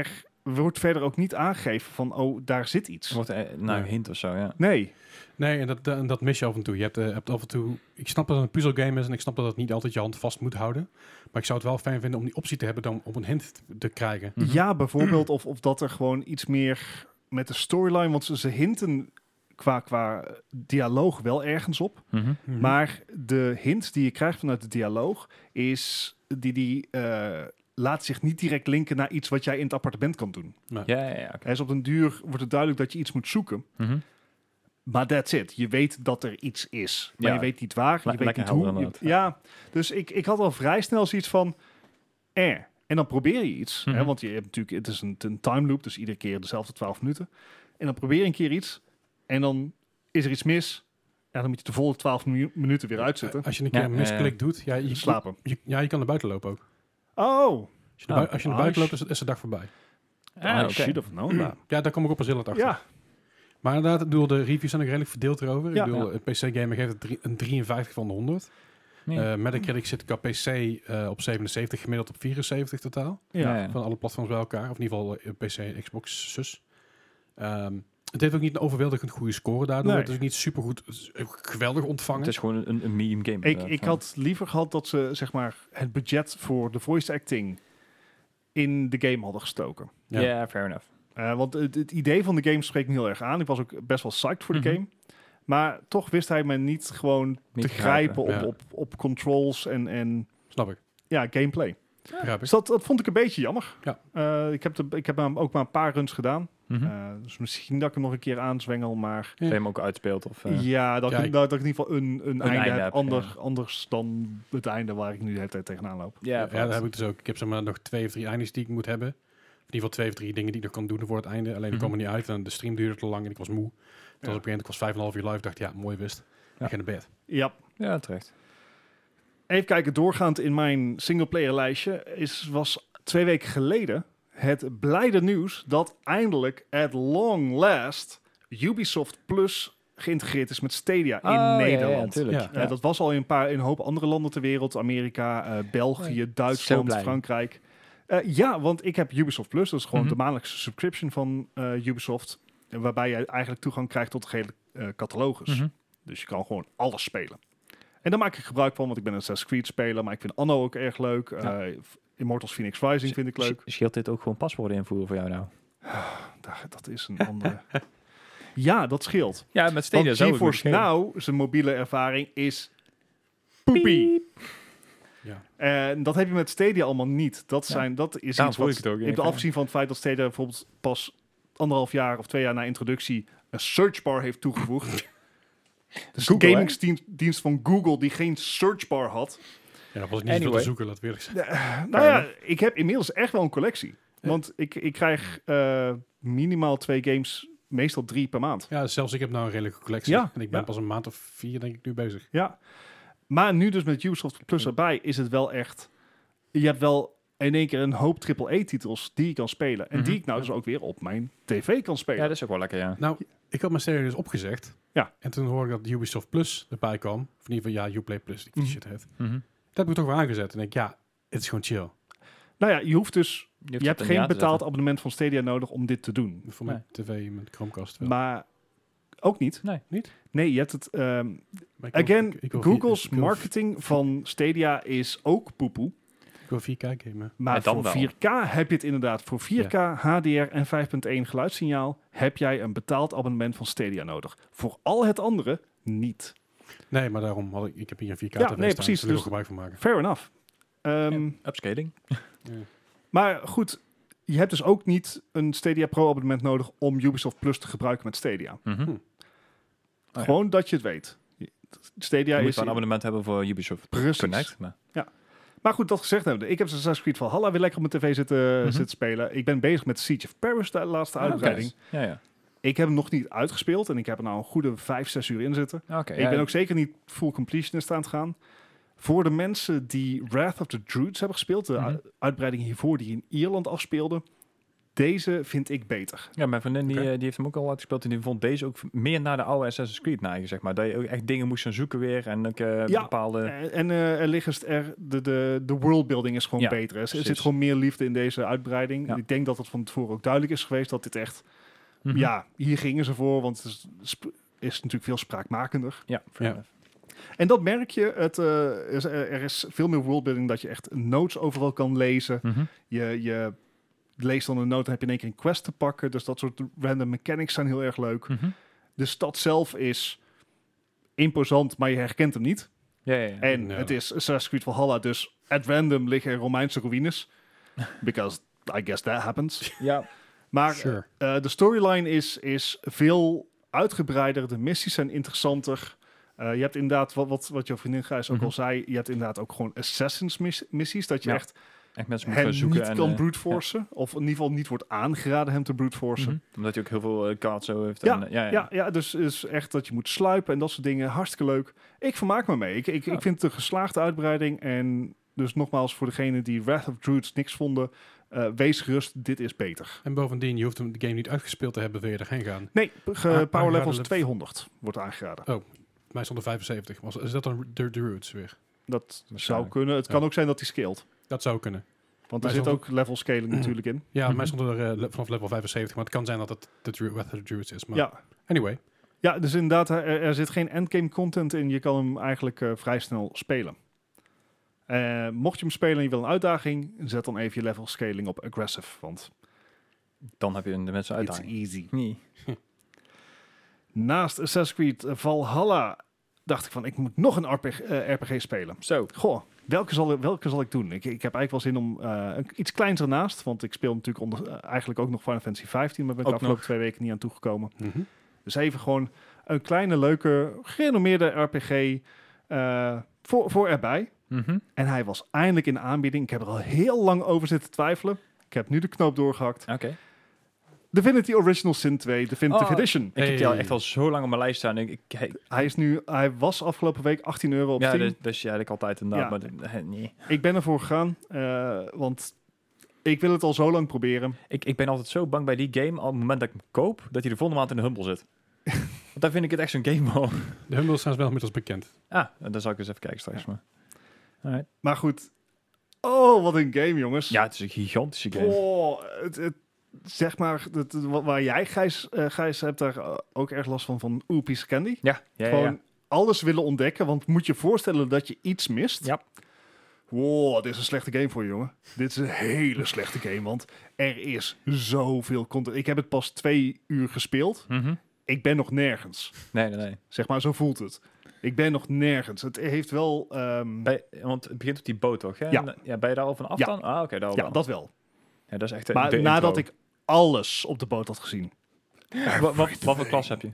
wordt verder ook niet aangegeven van, daar zit iets. Wordt een hint of zo, ja. Nee. Nee, en dat mis je af en toe. Je hebt af en toe... Ik snap dat het een puzzelgame is en ik snap dat het niet altijd je hand vast moet houden. Maar ik zou het wel fijn vinden om die optie te hebben dan op een hint te krijgen. Ja, bijvoorbeeld of dat er gewoon iets meer met de storyline, want ze hinten qua dialoog wel ergens op. Maar de hint die je krijgt vanuit de dialoog is die laat zich niet direct linken naar iets wat jij in het appartement kan doen. Nee. Ja. Okay. Dus op den duur wordt het duidelijk dat je iets moet zoeken. Maar that's it. Je weet dat er iets is. Maar je weet niet waar. Je weet niet hoe. Dus ik had al vrij snel zoiets van... En dan probeer je iets. Hè, want je hebt natuurlijk, het is een time loop. Dus iedere keer dezelfde 12 minuten. En dan probeer je een keer iets. En dan is er iets mis. Ja, dan moet je de volle 12 minuten weer uitzetten. Als je een keer een misklik doet... je slapen. Je kan naar buiten lopen ook. Oh. Als je naar buiten loopt, is de dag voorbij. I should have known that. Ja, daar kom ik op als heel het achter. Ja. Maar inderdaad, ik bedoel, de reviews zijn ook redelijk verdeeld erover. Ja. Ik bedoel, PC-gamer geeft het een 53 van de 100. Metacritic zit qua PC op 77, gemiddeld op 74 totaal. Ja. Van alle platforms bij elkaar. Of in ieder geval PC en Xbox sus. Het heeft ook niet een overweldigend goede score daardoor. Nee. Het is ook niet super goed, geweldig ontvangen. Het is gewoon een medium game. Ik had liever gehad dat ze zeg maar het budget voor de voice acting in de game hadden gestoken. Ja, fair enough. Want het idee van de game spreekt me heel erg aan. Ik was ook best wel psyched voor de game. Maar toch wist hij me niet gewoon te grijpen op controls en Snap ik. Ja, gameplay. Ja. Dus dat vond ik een beetje jammer. Ja. Ik heb hem ook maar een paar runs gedaan. Dus misschien dat ik hem nog een keer aanzwengel, maar... Dat je hem ook uitspeelt? Of, dat ik in ieder geval een einde heb, anders dan het einde waar ik nu de hele tijd tegenaan loop. Ja, dat heb ik dus ook. Ik heb zeg maar nog 2 of 3 eindes die ik moet hebben. In ieder geval 2 of 3 dingen die ik nog kan doen voor het einde. Alleen die komen niet uit en de stream duurde te lang en ik was moe. Toen was op een gegeven moment, ik was 5,5 uur live, dacht ja, mooi wist. Ik ga naar bed. Ja, terecht. Even kijken, doorgaand in mijn singleplayer lijstje was 2 weken geleden het blijde nieuws dat eindelijk at long last Ubisoft Plus geïntegreerd is met Stadia in Nederland. Ja, dat was al in een hoop andere landen ter wereld. Amerika, België, Duitsland, Frankrijk. Want ik heb Ubisoft Plus. Dat is gewoon de maandelijkse subscription van Ubisoft. Waarbij je eigenlijk toegang krijgt tot de hele catalogus. Dus je kan gewoon alles spelen. En daar maak ik gebruik van, want ik ben een Assassin's Creed speler. Maar ik vind Anno ook erg leuk. Immortals Phoenix Rising vind ik leuk. Scheelt dit ook gewoon paswoorden invoeren voor jou nou? Dat is een andere... Ja, dat scheelt. Ja, met Stadia want GeForce Now, zijn mobiele ervaring is poepie. Ja. En dat heb je met Stadia allemaal niet. Dat is iets wat... Ik heb afgezien van het feit dat Stadia bijvoorbeeld pas 1,5 jaar of 2 jaar na introductie een searchbar heeft toegevoegd. Dus de gamingsdienst van Google die geen searchbar had. Ja, dat was niet zoveel te zoeken, laat weer zeggen. Ik heb inmiddels echt wel een collectie. Ja. Want ik krijg minimaal 2 games, meestal 3 per maand. Ja, zelfs ik heb nou een redelijke collectie. Ja. En ik ben pas een maand of 4 denk ik nu bezig. Ja, maar nu dus met Ubisoft Plus erbij is het wel echt... Je hebt wel in één keer een hoop AAA-titels die je kan spelen. En die ik nou dus ook weer op mijn tv kan spelen. Ja, dat is ook wel lekker, ja. Nou, ik had mijn Stadia dus opgezegd. Ja. En toen hoorde ik dat Ubisoft Plus erbij kwam. Of in ieder geval, Uplay Plus, die shit heet. Dat heb ik toch weer aangezet. En denk het is gewoon chill. Nou ja, je hoeft dus... Je hebt geen betaald abonnement van Stadia nodig om dit te doen. Voor mijn tv, met Chromecast wel. Maar ook niet. Nee, niet? Nee, je hebt het... Google's marketing van Stadia is ook poepoe. Ik wil 4K gamen. Maar voor 4K heb je het inderdaad. Voor 4K, HDR en 5.1 geluidssignaal heb jij een betaald abonnement van Stadia nodig. Voor al het andere niet. Nee, maar daarom had ik heb hier een 4K TV nee, precies. Dus gebruik van maken. Fair enough. Upscaling. Maar goed, je hebt dus ook niet een Stadia Pro abonnement nodig om Ubisoft Plus te gebruiken met Stadia. Gewoon dat je het weet. Stadia je moet een abonnement hebben voor Ubisoft Connect. Maar goed, dat gezegd hebben. Ik heb Assassin's Creed Valhalla weer lekker op mijn tv zitten spelen. Ik ben bezig met Siege of Paris, de laatste uitbreiding. Ja. Ik heb hem nog niet uitgespeeld en ik heb er nou een goede 5-6 uur in zitten. Ik ben ook zeker niet full completionist aan het gaan. Voor de mensen die Wrath of the Druids hebben gespeeld, de uitbreiding hiervoor die in Ierland afspeelde, Deze vind ik beter. Ja, mijn vriendin die, Oké. die heeft hem ook al uitgespeeld en die vond deze ook meer naar de oude Assassin's Creed neigen, zeg maar. Dat je ook echt dingen moest gaan zoeken weer en ook bepaalde... En er liggen de worldbuilding is gewoon Ja, beter. Er precies. zit gewoon meer liefde in deze uitbreiding. Ja. Ik denk dat het van tevoren ook duidelijk is geweest dat dit echt... Mhm. Ja, hier gingen ze voor, want het is natuurlijk veel spraakmakender. Ja, fair Ja. enough. En dat merk je. Er is veel meer worldbuilding dat je echt notes overal kan lezen. Mhm. Je leest dan een note en heb je in één keer een quest te pakken. Dus dat soort random mechanics zijn heel erg leuk. Mhm. De stad zelf is imposant, maar je herkent hem niet. Ja, ja, ja. En Ja. het is Assassin's Creed Valhalla, dus at random liggen er Romeinse ruïnes. Because I guess that happens. Ja. Maar Sure. de storyline is veel uitgebreider. De missies zijn interessanter. Je hebt inderdaad, wat jouw vriendin Gijs ook Mhm. al zei, je hebt inderdaad ook gewoon Assassins missies. Dat je Ja. echt Echt mensen moeten hem gaan zoeken. niet en, kan brute forcen. Of in ieder geval niet wordt aangeraden hem te brute forcen. mhm. Omdat hij ook heel veel cards zo heeft. Ja, En, ja, dus is echt dat je moet sluipen en dat soort dingen. Hartstikke leuk. Ik vermaak me mee. Ik vind het een geslaagde uitbreiding. En dus nogmaals, voor degene die Wrath of Druids niks vonden, wees gerust, dit is beter. En bovendien, je hoeft de game niet uitgespeeld te hebben, wil je erheen gaan. Nee, power aangeraden levels level. 200 wordt aangeraden. Mij stond er 75. Is dat dan de roots weer? Dat zou Waarschijnlijk. kunnen. Het Ja. kan ook zijn dat hij scaled. Dat zou kunnen. Want er Mij zit stond- ook level scaling natuurlijk in. Ja, Mhm. mij stond er vanaf level 75, maar het kan zijn dat het Wrath of the Druids is. Maar Ja. anyway. Ja, dus inderdaad, er zit geen endgame content in. Je kan hem eigenlijk vrij snel spelen. Mocht je hem spelen en je wil een uitdaging, zet dan even je level scaling op aggressive. Want Dan heb je de mensen it's uitdaging. easy. Nee. Naast Assassin's Creed Valhalla dacht ik van, ik moet nog een RPG spelen. Zo. Goh, welke zal ik doen? Ik heb eigenlijk wel zin om iets kleins ernaast. Want ik speel natuurlijk eigenlijk ook nog Final Fantasy 15. Maar ben ik de Ook afgelopen nog. 2 weken niet aan toegekomen. Mhm. Dus even gewoon een kleine, leuke, gerenommeerde RPG voor erbij. Mhm. En hij was eindelijk in de aanbieding. Ik heb er al heel lang over zitten twijfelen. Ik heb nu de knoop doorgehakt. Oké. Divinity Original Sin 2 Definitive Oh. Edition. Ik heb die al Hey. echt al zo lang op mijn lijst staan. Hij was afgelopen week €18 op Ja, Steam. dat is ja, dat ik altijd inderdaad. Ja. Maar nee. Ik ben ervoor gegaan, want ik wil het al zo lang proberen. Ik ben altijd zo bang bij die game, op het moment dat ik hem koop, dat hij de volgende maand in de Humble zit. Want daar vind ik het echt zo'n game van. De Humbles zijn wel inmiddels bekend. Dan zal ik eens even kijken straks. Maar. Alright. Maar goed. Oh, wat een game, jongens. Ja, het is een gigantische game. Oh, zeg maar, waar jij, Gijs, hebt daar ook erg last van Piece Candy. Ja, ja, Gewoon ja. alles willen ontdekken, want moet je voorstellen dat je iets mist. Ja. Wow, dit is een slechte game voor je, jongen. Dit is een hele slechte game, want er is zoveel content. Ik heb het pas 2 uur gespeeld. Mhm. Ik ben nog nergens. Nee. Zeg maar, zo voelt het. Ik ben nog nergens. Het heeft wel... Want het begint op die boot, toch? Hè? Ja. En, ben je daar al van af Ja. dan? Ah, oké, daar al ja, van. dat wel. Ja, dat is echt Maar de nadat intro. ik alles op de boot had gezien. Wat voor klas heb je?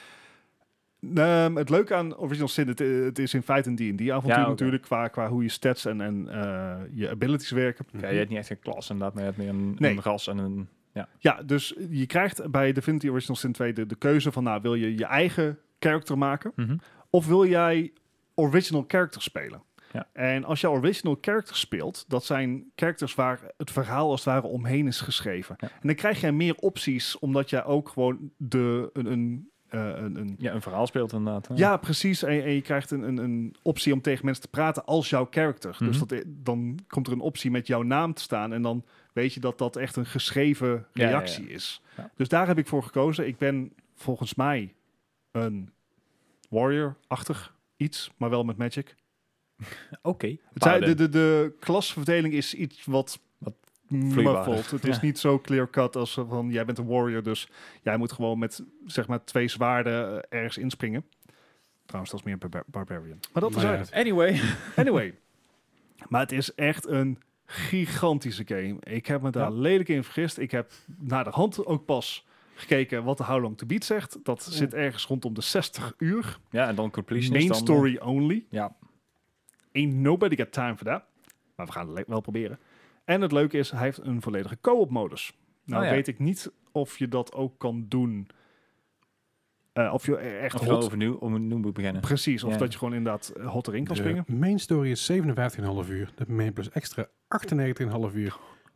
Het leuke aan Original Sin, het is in feite een D&D-avontuur Ja, oké. natuurlijk, qua hoe je stats en je abilities werken. Ja, je hebt niet echt een klas inderdaad, maar je hebt meer een, Nee. een ras en een... Ja, dus je krijgt bij Divinity Original Sin 2 de keuze van, nou, wil je je eigen character maken? Mhm. Of wil jij original characters spelen? Ja. En als je original characters speelt, dat zijn characters waar het verhaal als het ware omheen is geschreven. Ja. En dan krijg je meer opties, omdat jij ook gewoon een Ja, een verhaal speelt inderdaad. hè? ja, precies. En je krijgt een optie om tegen mensen te praten als jouw character. Dus Mhm. dan komt er een optie met jouw naam te staan. En dan weet je dat dat echt een geschreven Ja, reactie ja. is. Ja. Dus daar heb ik voor gekozen. Ik ben volgens mij een warrior-achtig iets, maar wel met magic. Oké. De klasverdeling is iets wat vloeibaarder. muffled. Het is Ja. niet zo clear-cut als van jij bent een warrior, dus jij moet gewoon met zeg maar 2 zwaarden ergens inspringen. Trouwens, dat is meer een barbarian. Maar dat is Maar uit. Anyway. Anyway. Maar het is echt een gigantische game. Ik heb me daar lelijk in vergist. Ik heb naar de hand ook pas gekeken wat de How Long to Beat zegt. Dat zit ergens rondom de 60 uur. Ja, en dan completion Main is dan, story only. Ja. Ain't nobody got time for that. Maar we gaan het wel proberen. En het leuke is, hij heeft een volledige co-op modus. Nou Oh ja. weet ik niet of je dat ook kan doen. Of je echt Of je dan hot... overnieuw moet beginnen. Precies, of Ja. dat je gewoon inderdaad hot erin kan springen. De main story is 57,5 uur. De main plus extra 98,5 uur.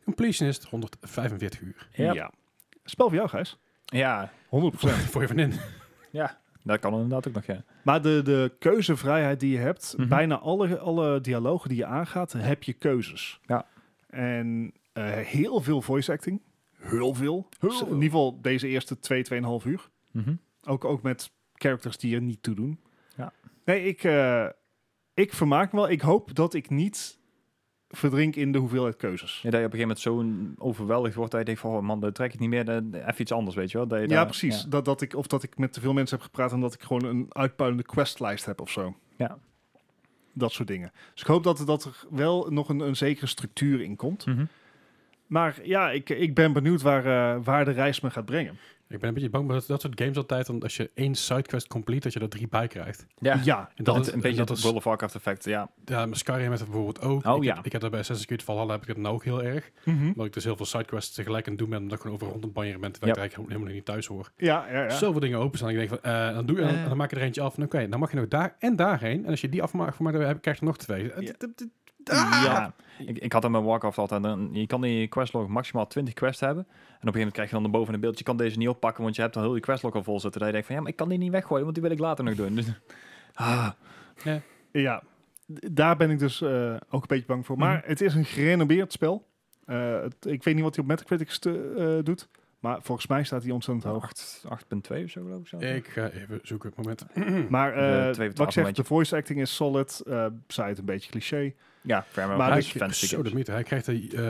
Completionist, 145 uur. Ja. Ja. Spel voor jou, Gijs. 100%. Ja, Voor je vriendin. ja, dat kan inderdaad ook nog, ja. Maar de keuzevrijheid die je hebt, Mhm. bijna alle dialogen die je aangaat, heb je keuzes. Ja. En heel veel voice acting. Heel veel. Heel In veel. ieder geval deze eerste 2,5 uur. Mhm. Ook met characters die er niet toe doen. Ja. Nee, ik vermaak me wel. Ik hoop dat ik niet verdrink in de hoeveelheid keuzes. Ja, dat je op een gegeven moment zo overweldigd wordt dat je denkt van, oh man, dat trek ik niet meer, even iets anders, weet je wel. Dat je Ja, daar- precies. Ja. Dat ik met te veel mensen heb gepraat en dat ik gewoon een uitpuilende questlijst heb of zo. Ja. Dat soort dingen. Dus ik hoop dat er wel nog een zekere structuur in komt. Mhm. Maar ja, ik ben benieuwd waar de reis me gaat brengen. Ik ben een beetje bang met dat soort games altijd, dan als je 1 sidequest complete, dat je er 3 bij krijgt. Ja, Ja, En dat is- is een beetje dat het is- World of Warcraft effect, ja. Ja, met Skyrim heeft het bijvoorbeeld ook. Oh, ik ja. ik heb dat bij Assassin's Creed Valhalla heb ik het nou ook heel erg. Mhm. Dat ik dus heel veel sidequests tegelijk aan het doen ben, omdat ik gewoon over rond een banjeren ben, terwijl Ja. ik eigenlijk helemaal niet thuis hoor. Ja. Zoveel dingen openstaan. Ik denk van, dan doe je en dan maak je er eentje af. En oké, dan mag je nog daar en daarheen. En als je die afmaakt, krijg je er nog 2. Ja. Ja, ik had hem met Warcraft altijd. Je kan in je questlog maximaal 20 quests hebben. En op een gegeven moment krijg je dan erboven een beeld. Je kan deze niet oppakken, want je hebt al heel je questlog al vol zitten. Dat je denkt van, ja, maar ik kan die niet weggooien, want die wil ik later nog doen. Dus, Ja, daar ben ik dus ook een beetje bang voor. Maar het is een gerenommeerd spel. Ik weet niet wat hij op Metacritic doet. Maar volgens mij staat hij ontzettend hoog. 8,2 of zo, geloof ik. Zo. Ik ga even zoeken, moment. Maar 2 wat ik zeg, de voice acting is solid. Zei het een beetje cliché. Ja, fair, Maar maar hij is is fantasy Zo, de games. mythe. Hij krijgt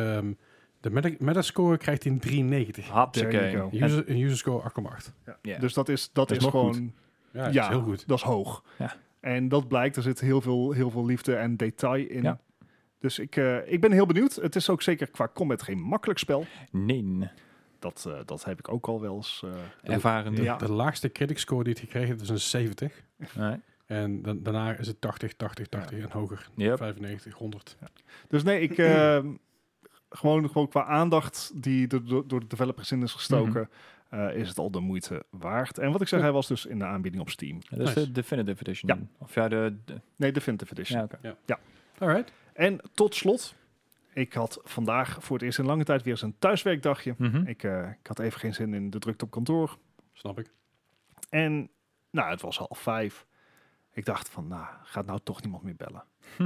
de Metascore krijgt hij een 93. There Hapsakee. you go. Een user score 8,8. Ja. Dus dat is nog gewoon... goed. Ja, dat is heel goed. dat is hoog. Ja. En dat blijkt, er zit heel veel liefde en detail in. Ja. Dus ik ben heel benieuwd. Het is ook zeker qua combat geen makkelijk spel. Nee. Dat heb ik ook al wel eens... Ervaren. Ja. De laagste critic score die het gekregen heeft is een 70. Nee. En daarna is het 80 en hoger. Yep. 95, 100. Dus nee, ik... gewoon qua aandacht die door de developers in is gestoken... is het al de moeite waard. En wat ik zeg, hij was dus in de aanbieding op Steam. Dat is Nice. de Definitive Edition. Ja. Of ja, de Nee, Definitive Edition. ja, oké. Alright. En tot slot, ik had vandaag voor het eerst in lange tijd weer eens een thuiswerkdagje. Mhm. Ik had even geen zin in de drukte op kantoor. Snap ik. En nou, het was 4:30. Ik dacht van, nou, gaat nou toch niemand meer bellen.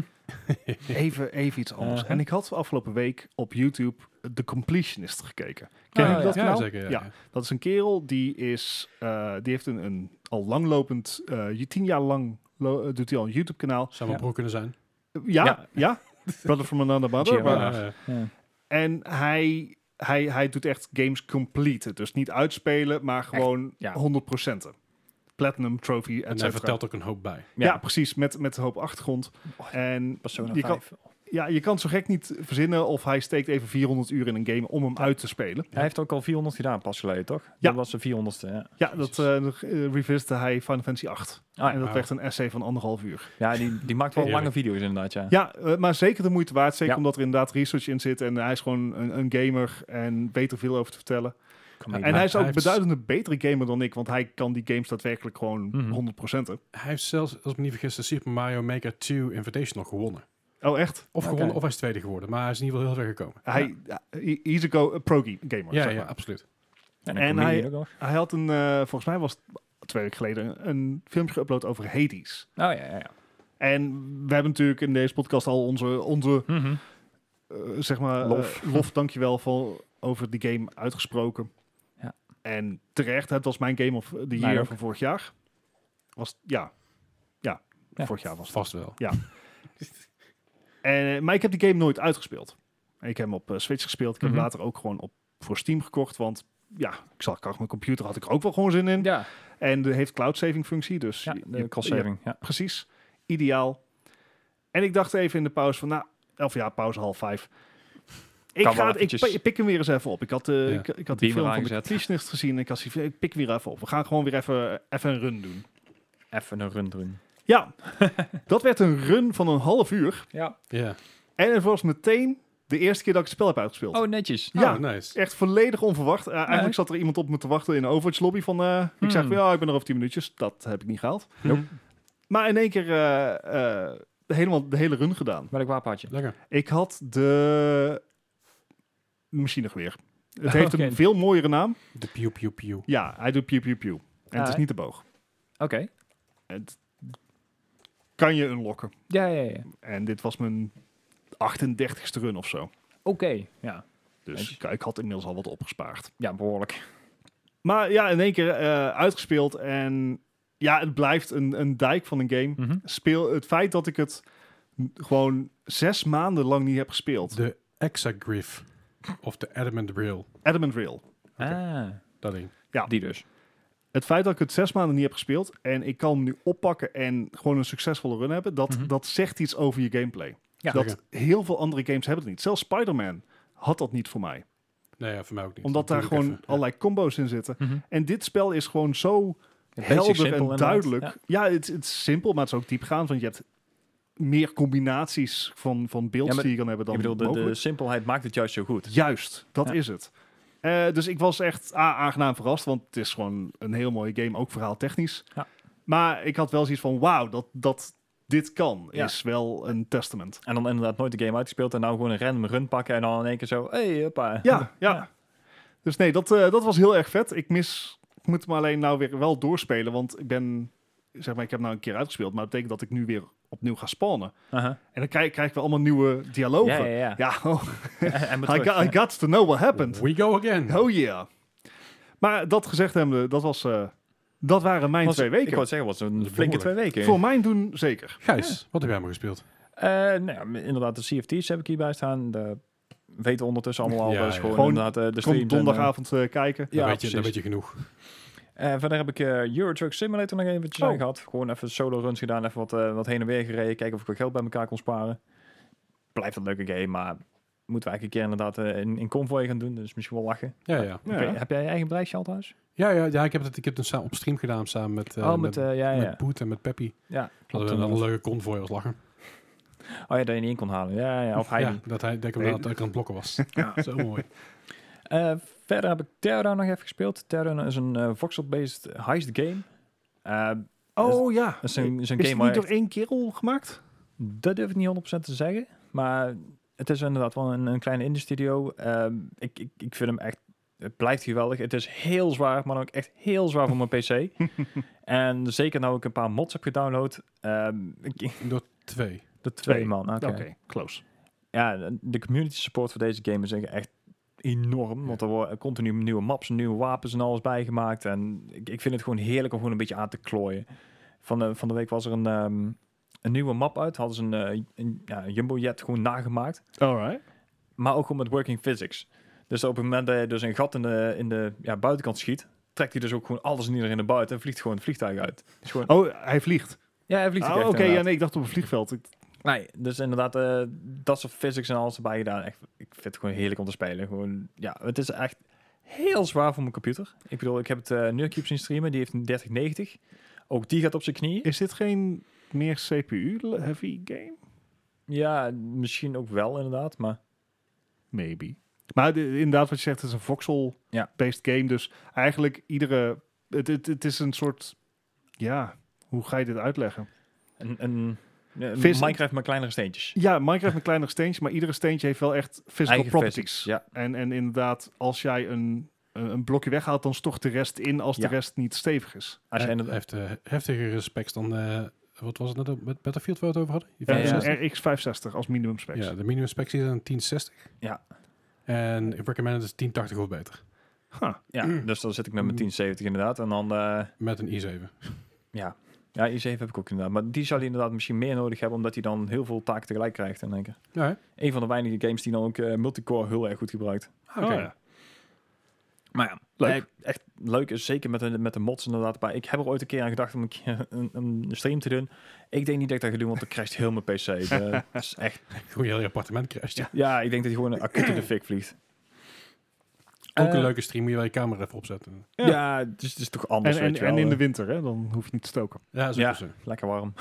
Even iets anders. Uh-huh. En ik had afgelopen week op YouTube The Completionist gekeken. Ken je ja. dat kanaal? zeker. Ja. Dat is een kerel die heeft een al langlopend, 10 jaar lang doet hij al een YouTube kanaal. Zou mijn broer kunnen zijn. Ja. Brother from another mother. Cheer, maar- ja. Ja. En hij doet echt games complete. Dus niet uitspelen, maar gewoon ja. 100%. Platinum, trophy, En et hij cetera. vertelt ook een hoop bij. Ja, precies. Met een hoop achtergrond. Oh, En Persona je kan, 5. je kan zo gek niet verzinnen of hij steekt even 400 uur in een game om hem uit te spelen. Hij heeft ook al 400 gedaan pas geleden, toch? Ja. Dat was de 400ste, ja. Ja, dat revisitte hij Final Fantasy 8. Ah, en dat ja. werd een essay van 1,5 uur. Ja, die maakt wel Heerlijk. lange video's inderdaad, ja. Ja, maar zeker de moeite waard. Zeker Ja. omdat er inderdaad research in zit. En hij is gewoon een gamer en weet er veel over te vertellen. Kom En hij is hij ook heeft- beduidende betere gamer dan ik. Want hij kan die games daadwerkelijk gewoon Mhm. 100%. Hij heeft zelfs, als ik me niet vergis, de Super Mario Maker 2 Invitational gewonnen. Oh, echt? Of Oké. gewonnen, of hij is tweede geworden. Maar hij is in ieder geval heel ver gekomen. He's a pro-gamer. Ja, zeg ja, maar. absoluut. En, En hij... hij- Ook nog. Hij had volgens mij was het 2 weken geleden, een filmpje geüpload over Hades. Oh, ja. En we hebben natuurlijk in deze podcast al onze Mhm. zeg maar, lof, dankjewel, over die game uitgesproken. Ja. En terecht, het was mijn game of the Mij year ook. van vorig jaar. Vorig jaar was het. Vast wel. Maar ik heb die game nooit uitgespeeld. Ik heb hem op Switch gespeeld. Ik heb hem Mhm. later ook gewoon voor Steam gekocht, want ja, ik zag mijn computer, had ik er ook wel gewoon zin in. Ja, En er heeft cloud saving functie, dus de cross-saving, ja. precies, ideaal. En ik dacht even in de pauze van, pauze 4:30. Ik pik hem weer eens even op. Ik had die Beamer film van de aangezet. Completionist gezien. Ik pik weer even op. We gaan gewoon weer even een run doen. Even een run doen. Ja, dat werd een run van een half uur. Ja. Ja. En het was meteen de eerste keer dat ik het spel heb uitgespeeld. Oh, netjes. Ja. Oh, nice. Echt volledig onverwacht. Eigenlijk zat er iemand op me te wachten in de Overwatch lobby van... Ik zeg van, ja, ik ben er over 10 minuutjes. Dat heb ik niet gehaald. Nope. Maar in één keer de hele run gedaan. Welk wapenhaatje? Lekker. Ik had de machinegeweer. Het heeft Oké. een veel mooiere naam. De pew pew pew. Ja, hij doet pew pew pew. En het is niet de boog. Oké. Het kan je unlocken. Ja. En dit was mijn 38ste run of zo. Oké, ja. Dus ik had inmiddels al wat opgespaard. Ja, behoorlijk. Maar ja, in één keer uitgespeeld. En ja, het blijft een dijk van een game. Mhm. Het feit dat ik het gewoon 6 maanden lang niet heb gespeeld. De Exagriff. Of de Adamant Rail. Adamant Rail. Ah, Dat ding. Ja. die dus. Het feit dat ik het 6 maanden niet heb gespeeld en ik kan hem nu oppakken en gewoon een succesvolle run hebben, dat zegt iets over je gameplay. Ja. Dat heel veel andere games hebben het niet. Zelfs Spider-Man had dat niet voor mij. Nee, ja, voor mij ook niet. Omdat daar Natuurlijk gewoon even, allerlei combo's in zitten. Mhm. En dit spel is gewoon zo Basic, helder simpel en inderdaad. duidelijk. Ja. Ja, het is simpel, maar het is ook diepgaand. Want je hebt meer combinaties van builds Ja, maar die je kan hebben dan Ik bedoel, de mogelijk. simpelheid maakt het juist zo goed. Juist, dat Ja. is het. Dus ik was echt aangenaam verrast, want het is gewoon een heel mooie game, ook verhaaltechnisch. Ja. Maar ik had wel zoiets van, wauw, dat dit kan, Ja. is wel een testament. En dan inderdaad nooit de game uitgespeeld en nou gewoon een random run pakken en dan in één keer zo, hey, hoppa. Ja. Dus nee, dat was heel erg vet. Ik moet hem alleen nou weer wel doorspelen, want ik heb nou een keer uitgespeeld, maar dat betekent dat ik nu weer opnieuw ga spawnen. Uh-huh. En dan krijg ik wel allemaal nieuwe dialogen. Ja. Ja, oh, En I terug. got, I got to know what happened. We go again. Oh yeah. Maar dat gezegd hebbende, dat waren mijn 2 Ik weken. wou het zeggen, was een flinke 2 weken. Voor mijn doen zeker. Gijs, wat heb jij maar gespeeld? Nou ja, inderdaad, de CFT's heb ik hierbij staan. De weten ondertussen allemaal al. Ja, Dus ja. gewoon Gewoon inderdaad de Kom streams. donderdagavond kijken. Ja, dan precies. weet je genoeg. Verder heb ik Euro Truck Simulator nog eventjes Oh. aan gehad. Gewoon even solo runs gedaan, even wat heen en weer gereden. Kijken of ik wat geld bij elkaar kon sparen. Blijft een leuke game, maar moeten we eigenlijk een keer inderdaad in Convoy gaan doen. Dus misschien wel lachen. Ja. Ja. Oké, heb jij je eigen bedrijfje al thuis? Ja, ik heb het samen op stream gedaan samen met met Boet en met Peppy. Ja, Dat we een leuke convoy als lachen. Oh ja, dat je niet in kon halen. Ja, of hij Ja, niet. dat ik hem aan het blokken was. Ja, zo mooi. Verder heb ik Teardown nog even gespeeld. Teardown is een voxel-based heist game. Oh ja. Dat is een Is game het waar niet door echt- 1 kerel gemaakt? Dat durf ik niet 100% te zeggen. Maar het is inderdaad wel een kleine indie studio. Ik vind hem echt... Het blijft geweldig. Het is heel zwaar, maar ook echt heel zwaar voor mijn PC. En zeker nou ik een paar mods heb gedownload. Door 2. De 2 man. Oké, close. Ja, de community support voor deze game is echt enorm. Want er worden continu nieuwe maps, nieuwe wapens en alles bijgemaakt. En ik vind het gewoon heerlijk om gewoon een beetje aan te klooien. Van de week was er een nieuwe map uit. Hadden ze een Jumbo Jet gewoon nagemaakt. Alright. Maar ook gewoon met working physics. Dus op het moment dat je dus een gat in de buitenkant schiet, trekt hij dus ook gewoon alles en iedereen naar buiten en vliegt gewoon het vliegtuig uit. Dus gewoon, Oh, hij vliegt. ja, hij vliegt ook Oh, echt oké, ja, inderdaad. nee, ik dacht op een vliegveld. Nee, dus inderdaad, dat soort physics en alles erbij gedaan. Echt, ik vind het gewoon heerlijk om te spelen. Gewoon, ja, het is echt heel zwaar voor mijn computer. Ik bedoel, ik heb het Nerdcube zien streamen, die heeft een 3090. Ook die gaat op zijn knieën. Is dit geen meer CPU-heavy game? Ja, misschien ook wel inderdaad, maar... Maybe. Maar inderdaad, wat je zegt, het is een voxel-based game. Dus eigenlijk het is een soort... Ja, hoe ga je dit uitleggen? Een Vis- Minecraft met kleinere steentjes. Ja, Minecraft met kleinere steentjes, maar iedere steentje heeft wel echt physical Eigen properties. physics, ja. En inderdaad, als jij een blokje weghaalt, dan stort de rest in als Ja. de rest niet stevig is. Als je Hij inderdaad- heeft heftigere specs dan... wat was het net met Battlefield waar we het over hadden? Die Ja, ja. 65? RX 560 als minimum specs. Ja, de minimum specs is een 1060. Ja. En ik recommend het 1080 of beter. Huh. Ja, dus dan zit ik met mijn 1070 inderdaad. En dan, Met een i7. ja, i7 heb ik ook inderdaad. Maar die zal hij inderdaad misschien meer nodig hebben, omdat hij dan heel veel taken tegelijk krijgt in één keer. Ja, hè? Een van de weinige games die dan ook multicore heel erg goed gebruikt. Ah, oké. Oh, ja. Maar ja, Leuk. echt leuk is zeker met de mods inderdaad. Maar ik heb er ooit een keer aan gedacht om een keer een stream te doen. Ik denk niet dat ik dat ga doen, want dan crasht heel mijn PC. Dat is echt... Gewoon je hele appartement crasht. Ja. Ja, ik denk dat hij gewoon acuut in de fik vliegt. Ook een leuke stream, moet je wel je camera even opzetten. Ja, het is toch anders, weet je wel. En in de winter, hè? Dan hoef je niet te stoken. Ja, zo. Ja, Zo. lekker warm.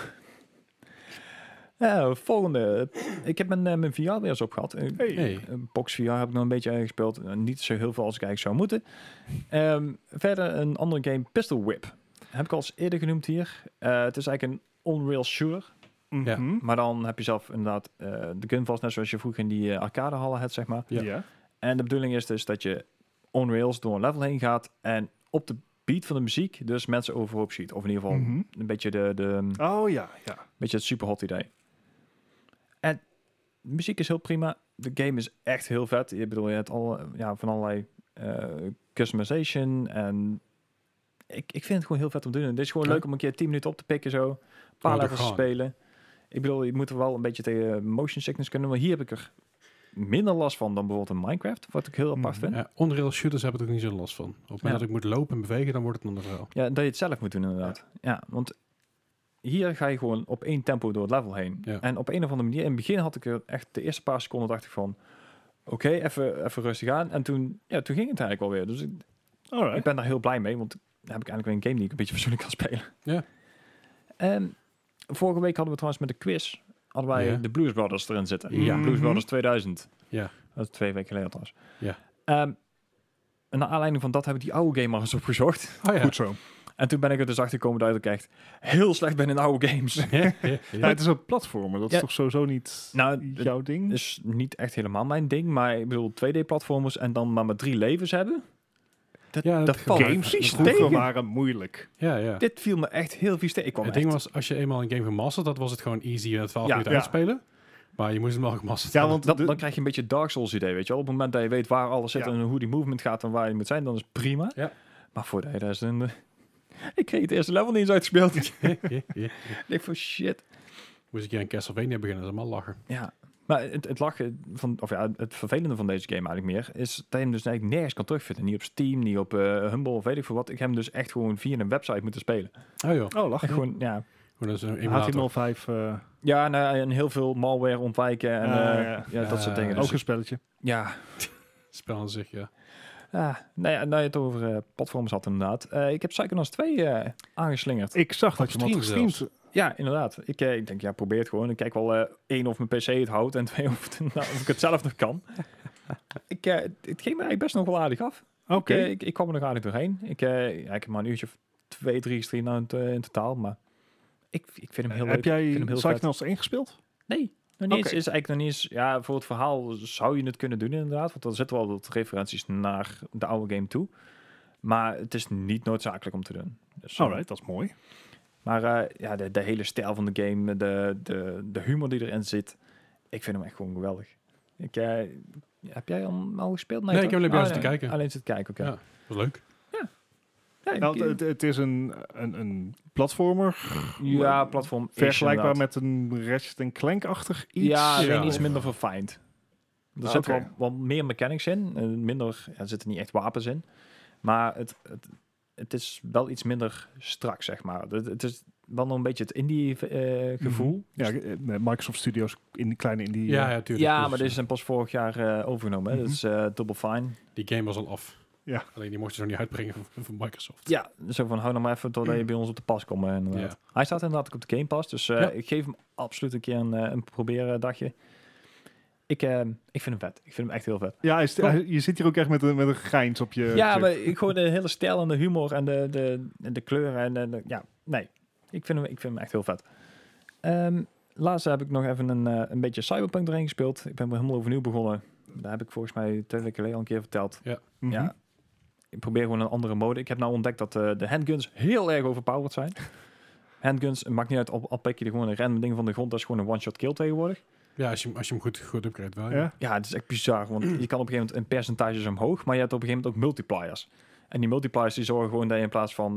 Ja, volgende. Ik heb mijn VR weer eens opgehad. Hey. Box VR heb ik nog een beetje gespeeld. Niet zo heel veel als ik eigenlijk zou moeten. Verder een andere game, Pistol Whip. Heb ik al eens eerder genoemd hier. Het is eigenlijk een on-rail shooter. Ja. Mhm. Maar dan heb je zelf inderdaad de gun vast, net zoals je vroeger in die arcadehallen had, zeg maar. Ja. Ja. En de bedoeling is dus dat je on rails door een level heen gaat en op de beat van de muziek dus mensen overhoop ziet. Of in ieder geval een beetje Oh ja. beetje het super hot idee. En de muziek is heel prima. De game is echt heel vet. Je hebt van allerlei customization en ik vind het gewoon heel vet om te doen. Het is gewoon leuk om een keer 10 minuten op te pikken zo. Een paar levels te spelen. Ik bedoel, je moet er wel een beetje tegen motion sickness kunnen. Maar hier heb ik er minder last van dan bijvoorbeeld in Minecraft. Wat ik heel apart vind. Ja, on-rail shooters hebben er ook niet zo last van. Op het moment dat ik moet lopen en bewegen, dan wordt het een verhaal. Ja, dat je het zelf moet doen inderdaad. Ja, want hier ga je gewoon op één tempo door het level heen. Ja. En op een of andere manier, in het begin had ik er echt de eerste paar seconden dacht ik van, oké, even rustig aan. En toen ging het eigenlijk wel weer. Dus ik ben daar heel blij mee, want dan heb ik eigenlijk weer een game die ik een beetje fatsoenlijk kan spelen. Ja. En vorige week hadden we trouwens met de quiz, hadden wij de Blues Brothers erin zitten. Ja. Blues Brothers 2000. Ja. Dat is 2 weken geleden trouwens. Ja. En naar aanleiding van dat heb ik die oude game maar eens opgezocht. Oh ja. Goed zo. En toen ben ik er dus achter gekomen dat ik echt heel slecht ben in oude games. Ja. Ja, het is een platformer. Dat is toch sowieso niet jouw ding? Is niet echt helemaal mijn ding, maar ik bedoel 2D-platformers en dan maar 3 levens hebben. Dat valt games vies vroeger tegen. waren moeilijk. Ja. Dit viel me echt heel vies tegen. Het ding was, als je eenmaal een game gemasterd had, was het gewoon easy en 12 minuten uitspelen. Maar je moest hem wel gemasterd Ja, hebben. want dan krijg je een beetje Dark Souls idee, weet je wel. Op het moment dat je weet waar alles zit en hoe die movement gaat en waar je moet zijn, dan is het prima. Ja. Maar voordat je daar is ik kreeg het eerste level niet eens uitgespeeld. Ik denk van shit. Moest ik hier in Castlevania beginnen, dat is allemaal lachen. Ja, maar het lachen van, het vervelende van deze game eigenlijk meer, is dat je hem dus eigenlijk nergens kan terugvinden. Niet op Steam, niet op Humble of weet ik veel wat. Ik heb hem dus echt gewoon via een website moeten spelen. Oh joh. Oh, lachen. Gewoon, ja. Gewoon dat is een emulator. HTML5. Ja, nou, en heel veel malware ontwijken en dat soort dingen. Ook Dus een spelletje. ja. Spel aan zich, ja. Nou je het over platforms had inderdaad. Ik heb Psychonauts 2 aangeslingerd. Ik zag dat Op je hem had stream gestreamd. Ja, inderdaad. Ik denk, ja, probeer het gewoon. Ik kijk wel 1 of mijn PC het houdt en 2 of ik het zelf nog kan. Het ging me eigenlijk best nog wel aardig af. Oké. Ik kwam er nog aardig doorheen. Ik heb maar een uurtje of 2, 3 gestreamd in totaal, maar ik vind hem heel leuk. Heb jij Ik vind hem heel vet. Psychonauts 1 gespeeld? Nee, nog niet eens. Oké. Is eigenlijk nog niet eens. Ja, voor het verhaal zou je het kunnen doen inderdaad, want er zitten wel wat referenties naar de oude game toe. Maar het is niet noodzakelijk om te doen. Dus, Alright, dat is mooi. Maar de hele stijl van de game, de humor die erin zit, ik vind hem echt gewoon geweldig. Heb jij al gespeeld? Nee, ik heb alleen bij jou zitten kijken. Alleen zitten kijken, oké. Ja, dat was leuk. Ja, Nou, het is een platformer. ja, platform. Vergelijkbaar met een Ratchet Clank-achtig iets. Ja, alleen Ja. iets minder verfijnd. Er Ah, zitten oké. wel meer mechanics in. Er zitten niet echt wapens in. Maar het is wel iets minder strak, zeg maar. Het is wel nog een beetje het indie gevoel. Ja, Microsoft Studios in die kleine indie. Ja, tuurlijk. Ja, Dus, maar deze zijn pas vorig jaar overgenomen. Hè. Dat is Double Fine. die game was al af. Ja. Alleen die mocht je zo niet uitbrengen van Microsoft. Ja, zo van hou nou maar even totdat je bij ons op de pas komt. Inderdaad. Ja. Hij staat inderdaad ook op de Game Pass. Dus ik geef hem absoluut een keer een proberen dagje. Ik vind hem vet. Ik vind hem echt heel vet. Ja, je zit hier ook echt met een grijns op je... Ja, clip. maar gewoon de hele stijl en de humor en de kleuren. Ik vind hem echt heel vet. Laatst heb ik nog even een beetje Cyberpunk erin gespeeld. Ik ben weer helemaal overnieuw begonnen. Daar heb ik volgens mij 2 weken geleden al een keer verteld. Mhm. Ja, ik probeer gewoon een andere mode. Ik heb nou ontdekt dat de handguns heel erg overpowered zijn. Handguns, het maakt niet uit, al pik je er gewoon een random ding van de grond. Dat is gewoon een one-shot kill tegenwoordig. Ja, als je hem goed upgrade wel. Ja? Ja, het is echt bizar, want je kan op een gegeven moment in percentages omhoog, maar je hebt op een gegeven moment ook multipliers. En die multipliers die zorgen gewoon dat je in plaats van,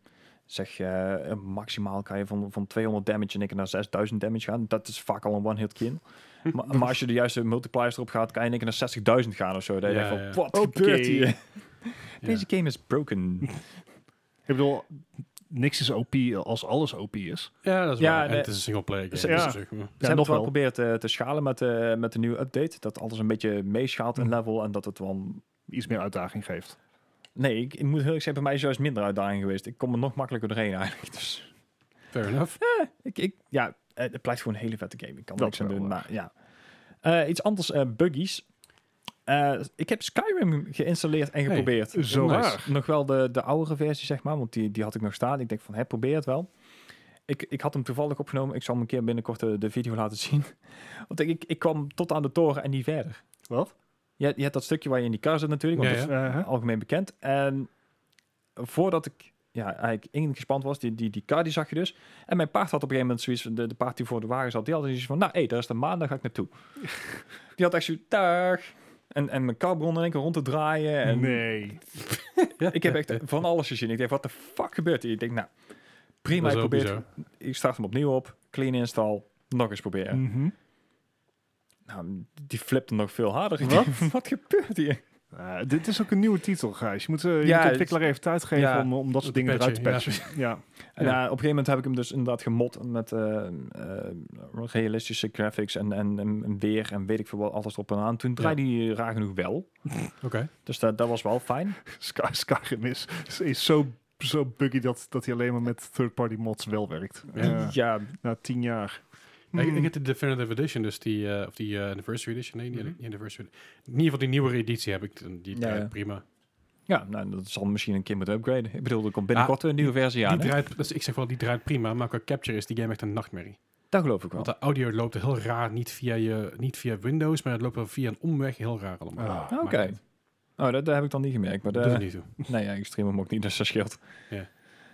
maximaal kan je van 200 damage en ik naar 6000 damage gaan. Dat is vaak al een one-hit kill. Maar als je de juiste multipliers erop gaat, kan je in één keer naar 60.000 gaan of zo. Dat je Ja, denkt ja. van, wat Oké. gebeurt hier? Ja. Deze game is broken. Ik bedoel, niks is OP als alles OP is. Ja, dat is Ja, waar. En nee. het is een single player game. Ja. dus op zich, Ze Ja, hebben het nog wel wel. geprobeerd te schalen met de nieuwe update. Dat alles een beetje meeschaalt in level en dat het wel... Iets meer uitdaging geeft. Nee, ik moet heel erg zeggen, bij mij is juist minder uitdaging geweest. Ik kom er nog makkelijker doorheen eigenlijk. Dus Fair enough. het blijft gewoon een hele vette game. Ik kan er Dat niks aan wel, doen, maar ja. Iets anders, buggies. Ik heb Skyrim geïnstalleerd en geprobeerd. Zo Nice. raar. Nog wel de oudere versie, zeg maar, want die had ik nog staan. Ik denk van, probeer het wel. Ik had hem toevallig opgenomen. Ik zal hem een keer binnenkort de video laten zien. Want ik kwam tot aan de toren en niet verder. Wat? je hebt dat stukje waar je in die kar zit natuurlijk, want Ja, dat is algemeen bekend. En voordat ik eigenlijk ingespannen was, die kar die zag je dus. En mijn paard had op een gegeven moment zoiets, de paard die voor de wagen zat, die had zoiets van, nou, daar is de maan, daar ga ik naartoe. Die had echt zo, dag. En mijn kar begon in één keer rond te draaien. En Nee. ik heb echt van alles gezien. Ik dacht, wat de fuck gebeurt hier? Ik denk, nou, prima, Dat ik is ook probeer bizar. het. Ik start hem opnieuw op, clean install, nog eens proberen. Mhm. Nou, die flipte nog veel harder. Ik Wat? denk, wat gebeurt hier? Dit is ook een nieuwe titel, Gijs. Je moet je Ja, moet de ontwikkelaar even tijd geven ja, om dat soort dingen eruit te patchen. Ja. En op een gegeven moment heb ik hem dus inderdaad gemod met realistische graphics en weer en weet ik veel wat, alles erop en aan. Toen draaide hij raar genoeg wel. Oké. Dus dat was wel fijn. Skyrim is zo buggy dat hij alleen maar met third-party mods wel werkt. Ja, Na 10 jaar. Ik heb de Definitive Edition, dus die Anniversary Edition. Nee, niet Anniversary. In ieder geval die nieuwere editie heb ik. Die draait prima. ja, nou, dat zal misschien een keer moeten upgraden. Ik bedoel, er komt binnenkort een nieuwe versie aan. Die hè? draait, dus ik zeg wel, die draait prima, maar qua capture is die game echt een nachtmerrie. Dat geloof ik wel. Want de audio loopt heel raar, niet via Windows, maar het loopt wel via een omweg heel raar allemaal. Oké. Maakt niet. Oh, dat heb ik dan niet gemerkt. Maar Doet er niet toe. nee, ja, ik stream hem ook niet, dus dat scheelt. Ja.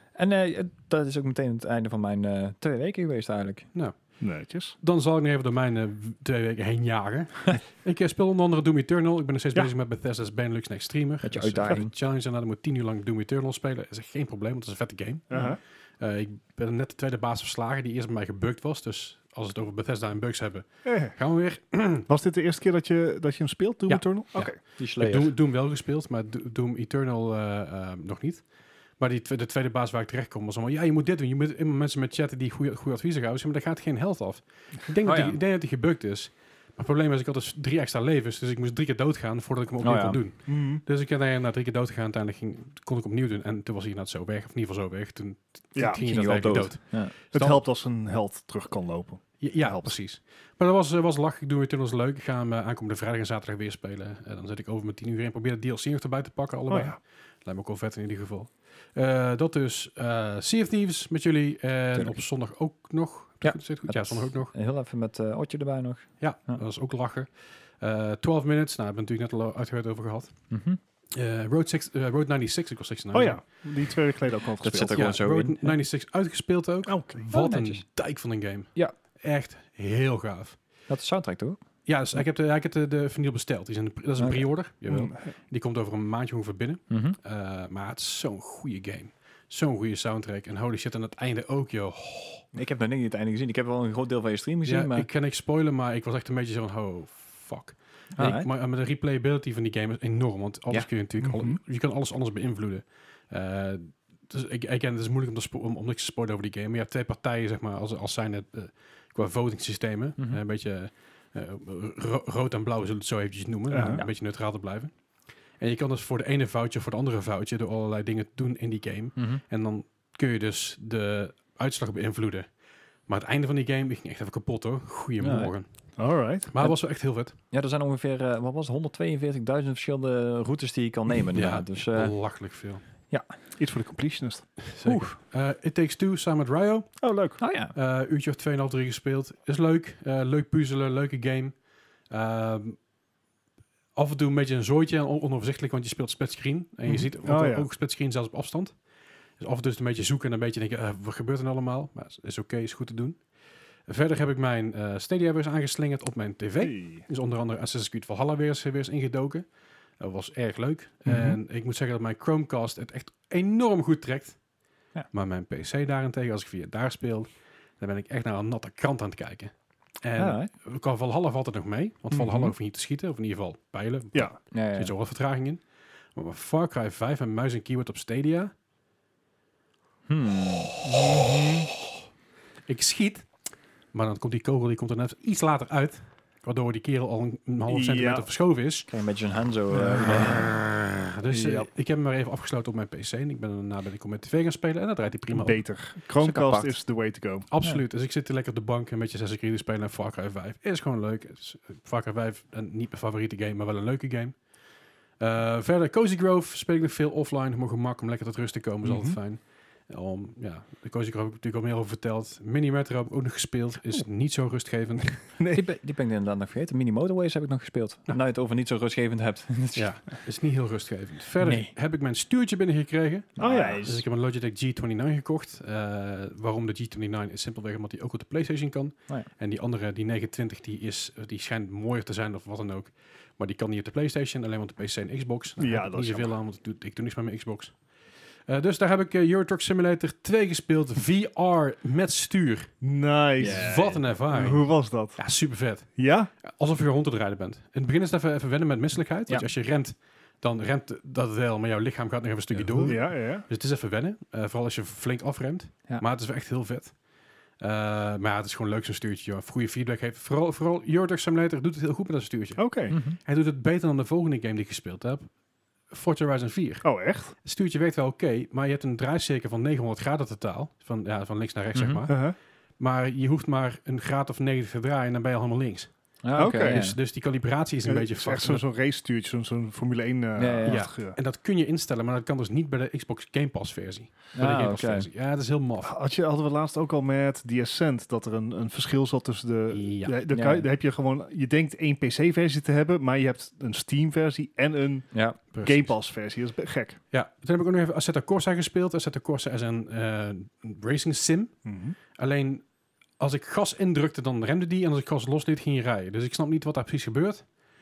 En dat is ook meteen het einde van mijn 2 weken geweest eigenlijk. Nou, Netjes. dan zal ik nog even door mijn 2 weken heen jagen. Ik speel onder andere Doom Eternal. Ik ben nog steeds bezig met Bethesda's Benelux Next Streamer. Met je Dus, uitdaging. challenge en dan moet 10 uur lang Doom Eternal spelen. Dat is echt geen probleem, want dat is een vette game. Ik ben net de tweede baas verslagen die eerst bij mij gebugged was. Dus als we het over Bethesda en bugs hebben, gaan we weer. Was dit de eerste keer dat je hem speelt, Doom Ja. Eternal? Ja. Oké. Die Ik Slayer. heb Doom wel gespeeld, maar Doom Eternal nog niet. Maar de tweede baas waar ik terecht kom was allemaal, ja, je moet dit doen. Je moet immer mensen met chatten die goede adviezen geven. Maar daar gaat geen held af. Ik denk dat hij gebugged is. Maar het probleem is, ik had dus 3 extra levens. Dus ik moest 3 keer doodgaan voordat ik hem opnieuw kon doen. Dus ik ben na 3 keer dood gegaan. Uiteindelijk kon ik opnieuw doen. En toen was hij net zo weg. Of in ieder geval zo weg. Toen ging ging hij hij wel daadwerkelijk dood. Ja. Het Dan- helpt als een held terug kan lopen. Ja, Helpt. precies. Maar dat was lach. Ik doe het was leuk. Ik ga hem aankomende vrijdag en zaterdag weer spelen. Dan zit ik over met 10 uur in. Probeer de DLC nog erbij te pakken, allebei. Oh ja. Lijkt me ook wel vet in ieder geval. Dat dus. Sea of Thieves met jullie. En Tuurlijk. op zondag ook nog. Ja. Goed, zit goed? Ja, zondag ook nog. Heel even met Otje erbij nog. Ja, dat was ook lachen. 12 minutes. Nou, hebben we natuurlijk net al uitgebreid over gehad. Road 96. Ik was 69. Oh ja, die 2 weken geleden ook al Dat gespeeld. zit er gewoon zo Road in. 96 uitgespeeld ook. Oké. Wat een netjes. dijk van een game. Ja. Echt heel gaaf. Dat is de soundtrack toch? Ja, dus ik heb de vinyl besteld. Die zijn dat is een Oké. pre-order. Jawel. Mm. Die komt over een maandje ongeveer binnen. Maar het is zo'n goede game. Zo'n goede soundtrack. En holy shit, aan het einde ook, joh. Ik heb nog niet het einde gezien. Ik heb wel een groot deel van je stream gezien. Ja, maar... ik kan niks spoilen, maar ik was echt een beetje zo van, oh, fuck. Alright. Maar de replayability van die game is enorm. Want alles Ja. kun je natuurlijk, Mhm. je kan alles anders beïnvloeden. Dus het is moeilijk om niks te spoilen over die game. Maar je hebt 2 partijen, zeg maar, als zijn het qua voting systemen. Mhm. Een beetje rood en blauw, zullen we het zo eventjes noemen. Ja. Een beetje neutraal te blijven. En je kan dus voor de ene foutje, voor de andere foutje, door allerlei dingen te doen in die game. En dan kun je dus de uitslag beïnvloeden. Maar het einde van die game, ik ging echt even kapot hoor. Goedemorgen. Alright. Maar het was wel echt heel vet. Ja, er zijn ongeveer, wat was het, 142.000 verschillende routes die je kan nemen. Ja, Dus, belachelijk veel. Iets voor de completionist. Zeker. It Takes Two, samen met Ryo. Oh, leuk. oh ja. Uurtje of 2,5, 3 gespeeld. Is leuk. Leuk puzzelen, leuke game. Af en toe een beetje een zooitje en onoverzichtelijk, want je speelt splitscreen. En je Mhm. ziet Oh, ja. ook splitscreen zelfs op afstand. Dus af en toe is het een beetje zoeken en een beetje denken, wat gebeurt er nou allemaal? Maar is oké, is goed te doen. Verder heb ik mijn Stadia weer eens aangeslingerd op mijn tv. Hey. Dus onder andere Assassin's Creed Valhalla weer eens ingedoken. Dat was erg leuk. Mhm. En ik moet zeggen dat mijn Chromecast het echt enorm goed trekt. Ja. Maar mijn PC daarentegen, als ik via daar speel, dan ben ik echt naar een natte krant aan het kijken. En qua Valhalla valt het nog mee. Want Valhalla hoef je niet te schieten, of in ieder geval pijlen. Ja. Er zit zo wat vertraging in. Maar met Far Cry 5 en muis en keyboard op Stadia. Ik schiet, maar dan komt die kogel die komt er net iets later uit. Waardoor die kerel al een half centimeter verschoven is. Krijg je een beetje een Hanzo. Dus Ja. ik heb hem maar even afgesloten op mijn PC. En daarna ben ik op mijn tv gaan spelen. En dat draait hij prima op. Beter. Chromecast apart. is the way to go. Absoluut. Dus ik zit hier lekker op de bank een beetje Assassin's Creed te spelen en Far Cry 5. Is gewoon leuk. Far Cry 5, niet mijn favoriete game, maar wel een leuke game. Verder, Cozy Grove speel ik nog veel offline. Op mijn gemak om lekker tot rust te komen. Is altijd fijn. De Koos ik er ook natuurlijk al meer over verteld. Mini Metro heb ik ook nog gespeeld. Is niet zo rustgevend. Nee. Die ben ik inderdaad nog vergeten. Mini Motorways heb ik nog gespeeld. Nou, je het over niet zo rustgevend hebt. Ja, is niet heel rustgevend. Verder Nee. heb ik mijn stuurtje binnengekregen. Oh ja. Dus ik heb een Logitech G29 gekocht. Waarom de G29 is simpelweg omdat die ook op de PlayStation kan. Oh ja. En die andere, die 29, die schijnt mooier te zijn of wat dan ook. Maar die kan niet op de PlayStation, alleen op de PC en Xbox. Daar Ja, heb ik dat niet is zoveel jammer. aan, want ik doe niks met mijn Xbox. Dus daar heb ik Euro Truck Simulator 2 gespeeld. VR met stuur. Nice. Yeah. Wat een ervaring. Hoe was dat? Ja, super vet. Ja? Alsof je rond te rijden bent. In het begin is het even wennen met misselijkheid. Ja. Want als je rent, dan remt dat wel, maar jouw lichaam gaat nog even een stukje door. Ja. Dus het is even wennen. Vooral als je flink afremt. Ja. Maar het is wel echt heel vet. Maar ja, het is gewoon leuk zo'n stuurtje. Joh. Goede feedback heeft. Vooral Euro Truck Simulator doet het heel goed met dat stuurtje. Oké. Mhm. Hij doet het beter dan de volgende game die ik gespeeld heb. Forza Horizon 4. Oh, echt? Het stuurtje werkt wel oké, maar je hebt een draaicirkel van 900 graden totaal. Van links naar rechts, Mhm. zeg maar. Uh-huh. Maar je hoeft maar een graad of 90 te draaien en dan ben je al helemaal links. Ja, Oké. ja. Dus die calibratie is een beetje Het is echt fucked. zo'n race stuurtje, zo'n Formule 1 ja. achtige. En dat kun je instellen, maar dat kan dus niet bij de Xbox Game Pass versie. Bij de Ah, Game Pass oké. versie. Ja, dat is heel maf. Hadden we laatst ook al met The Ascent, dat er een verschil zat tussen de... Ja. Daar heb je gewoon... Je denkt één PC-versie te hebben, maar je hebt een Steam-versie en een Ja. Precies. Game Pass-versie. Dat is gek. Ja, toen heb ik ook nog even Assetto Corsa gespeeld. Assetto Corsa is een racing sim. Alleen, als ik gas indrukte, dan remde die. En als ik gas losliet, ging je rijden. Dus ik snap niet wat daar precies gebeurt.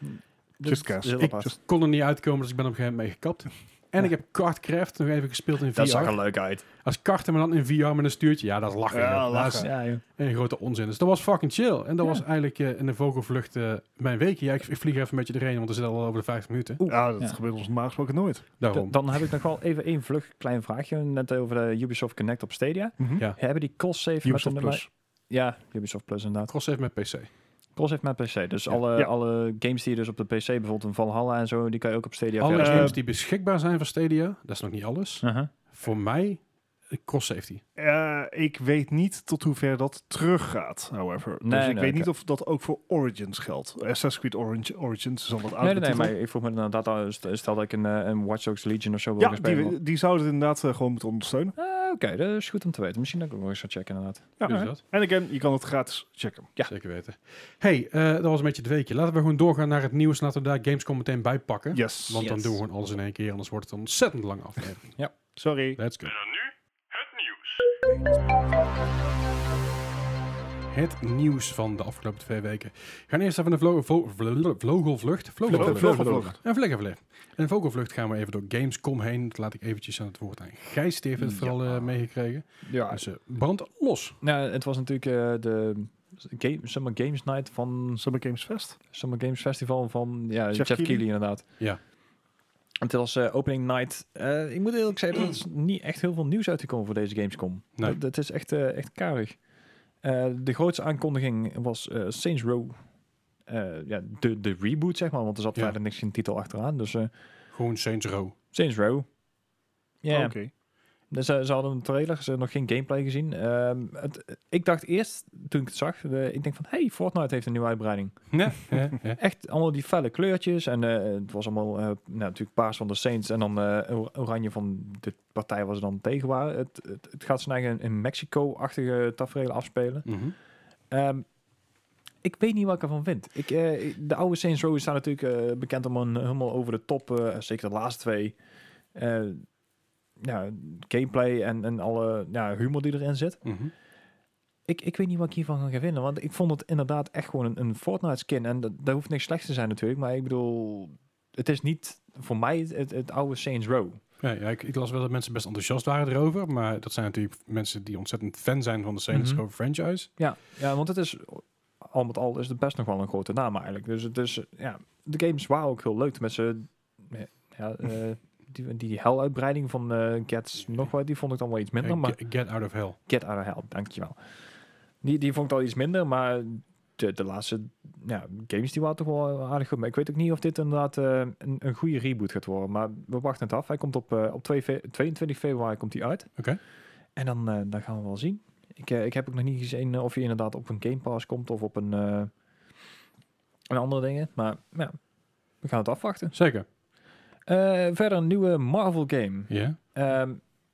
Just gas. Heel Ik apart. kon er niet uitkomen, dus ik ben op een gegeven moment mee gekapt. En ik heb Kartcraft nog even gespeeld in VR. Dat zag er leuk uit. Als karten, maar dan in VR met een stuurtje. Ja, dat is lachen. Ja, joh. Dat lachen. is Ja, joh. een grote onzin. Dus dat was fucking chill. En dat Ja. was eigenlijk in de vogelvlucht mijn weekje. Ja, ik vlieg er even een beetje erheen, want we zitten al over de 50 minuten. Ja, dat Ja. gebeurt ons normaal gesproken nooit. Daarom. Dan heb ik nog wel even één vlug klein vraagje. Net over de Ubisoft Connect op Stadia. Ja. Hebben die cross-save Ubisoft met een... Plus. Ja, Ubisoft Plus inderdaad. Cross-save met PC. Cross-save met PC. Dus Ja. alle games die je dus op de PC, bijvoorbeeld een Valhalla en zo, die kan je ook op Stadia Alle verder games spelen. die beschikbaar zijn voor Stadia, dat is nog niet alles. Uh-huh. Voor mij, cross-safety. Ik weet niet tot hoever dat teruggaat, however. Nee, dus ik nee, weet oké. niet of dat ook voor Origins geldt. Assassin's Creed Origins is al wat Nee, ouder. nee, maar ik vroeg me inderdaad al, stel dat ik een Watch Dogs Legion of zo wil Ja, gaan spelen. die zouden het inderdaad gewoon moeten ondersteunen. Oké, dat is goed om te weten. Misschien dat ik ook nog eens ga checken inderdaad. Ja, Dus dat. en again, je kan het gratis checken. Ja. Zeker weten. Hey, dat was een beetje het weekje. Laten we gewoon doorgaan naar het nieuws. Laten we daar Gamescom meteen bij pakken. Yes. Want dan Yes. doen we gewoon alles in één keer. Anders wordt het een ontzettend lange aflevering. Sorry. Let's go. En dan nu het nieuws. Het nieuws van de afgelopen 2 weken. We gaan eerst even een vogelvlucht. Vlogelvlucht. Een vliegenvlucht. Een vogelvlucht gaan we even door Gamescom heen. Dat laat ik eventjes aan het woord aan Gijs. Die heeft het vooral meegekregen. Ja, Dus brand los. nou, het was natuurlijk de Summer Games Night van Summer Games Fest. Summer Games Festival van Jeff Jeff Keighley? Keighley inderdaad. Ja. Het was opening night. Ik moet eerlijk zeggen, er is niet echt heel veel nieuws uitgekomen voor deze Gamescom. Nee. Dat is echt karig. De grootste aankondiging was Saints Row. De reboot, zeg maar. Want er zat Ja. verder niks in de titel achteraan. Dus Gewoon Saints Row. Saints Row. Ja, Oké. dus, ze hadden een trailer. Ze hebben nog geen gameplay gezien. Ik dacht eerst, toen ik het zag, ik denk van, hey, Fortnite heeft een nieuwe uitbreiding. Nee. Echt allemaal die felle kleurtjes. En het was allemaal natuurlijk paars van de Saints. En dan oranje van de partij waar ze dan tegen waren. Het gaat zijn eigen in Mexico-achtige tafereel afspelen. Ik weet niet wat ik ervan vind. De oude Saints Row staan natuurlijk bekend om een helemaal over de top. Zeker de laatste 2. Gameplay en alle humor die erin zit. Ik weet niet wat ik hiervan ga vinden. Want ik vond het inderdaad echt gewoon een Fortnite skin. En dat hoeft niks slechts te zijn natuurlijk. Maar ik bedoel, het is niet voor mij het oude Saints Row. Ja, ik las wel dat mensen best enthousiast waren erover. Maar dat zijn natuurlijk mensen die ontzettend fan zijn van de Saints Row franchise. Ja, want het is al met al is het best nog wel een grote naam eigenlijk. Dus het is, de games waren ook heel leuk. Met ze, die hell-uitbreiding van Gets nog wat, die vond ik dan wel iets minder. Maar Get Out of Hell. Get Out of Hell, dankjewel. Die vond ik al iets minder, maar de laatste games die waren toch wel aardig goed. Maar ik weet ook niet of dit inderdaad een goede reboot gaat worden. Maar we wachten het af. Hij komt op 22 februari komt hij uit. Oké. En dan gaan we wel zien. Ik heb ook nog niet gezien of hij inderdaad op een Game Pass komt of op een andere dingen. Maar ja, we gaan het afwachten. Zeker. Verder een nieuwe Marvel game. Ja.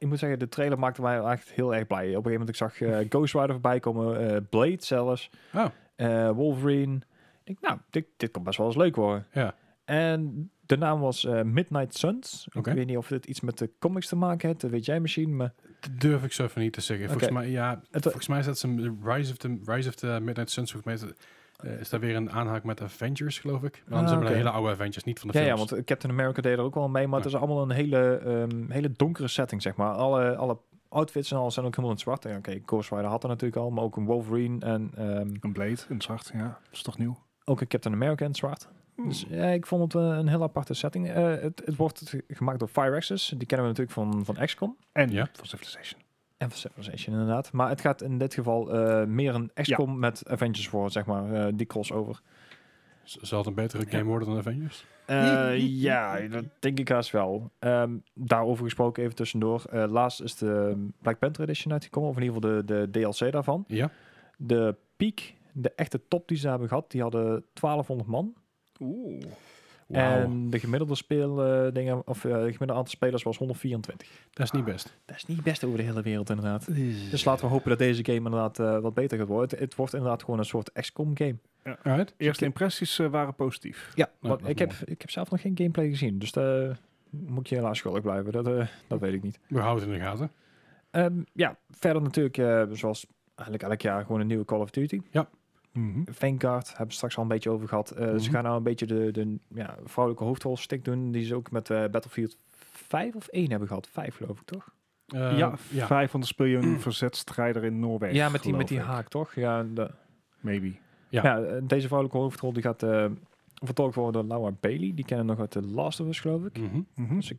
ik moet zeggen, de trailer maakte mij echt heel erg blij. Op een gegeven moment ik zag Ghost Rider voorbij komen, Blade zelfs, Wolverine. Ik denk, nou, dit kan best wel eens leuk worden. Ja. En de naam was Midnight Suns. Oké. Ik weet niet of dit iets met de comics te maken heeft, dat weet jij misschien, maar... Dat durf ik zo even niet te zeggen. Oké. Volgens mij is dat een Rise of the Midnight Suns. Volgens mij is daar weer een aanhaak met Avengers, geloof ik. Maar dan zijn we de hele oude Avengers, niet van de Ja, films. want Captain America deed er ook wel mee, maar Ja. het is allemaal een hele donkere setting, zeg maar. Alle outfits en alles zijn ook helemaal in het zwart. En Oké, Ghost Rider had er natuurlijk al, maar ook een Wolverine en Een Blade in het zwart, ja. Dat is toch nieuw? ook een Captain America in het zwart. Dus ja, ik vond het een heel aparte setting. Het wordt gemaakt door Firaxis. Die kennen we natuurlijk van XCOM. En Ja. van Civilization. En van Civilization inderdaad. Maar het gaat in dit geval meer een XCOM met Avengers voor, zeg maar. Die crossover. Zal het een betere game worden dan Avengers? Ja, dat denk ik haast wel. Daarover gesproken even tussendoor. Laatst is de Black Panther Edition uitgekomen. Of in ieder geval de DLC daarvan. Ja. De peak, de echte top die ze hebben gehad, die hadden 1200 man. Oeh. Wauw. En de gemiddelde speeldingen, of het gemiddelde aantal spelers was 124. Dat is niet best. Dat is niet best over de hele wereld inderdaad. Dus laten we hopen dat deze game inderdaad wat beter gaat worden. Het wordt inderdaad gewoon een soort XCOM game. Alright. Eerste impressies waren positief. Ja, Nou, want dat ik heb zelf nog geen gameplay gezien. Dus moet ik je helaas schuldig blijven. Dat weet ik niet. We houden het in de gaten. Ja, verder natuurlijk zoals eigenlijk elk jaar gewoon een nieuwe Call of Duty. Vanguard hebben we straks al een beetje over gehad. Ze gaan nou een beetje de vrouwelijke hoofdrolstick doen. Die ze ook met Battlefield 5 of 1 hebben gehad. 5 geloof ik, toch? Ja, 500 speel je een verzetstrijder in Noorwegen. Ja, met die geloof ik. haak, toch? Ja, Maybe. Ja. deze vrouwelijke hoofdrol die gaat vertolkt worden door Laura Bailey. Die kennen nog uit The Last of Us, geloof ik. Mhm. Dus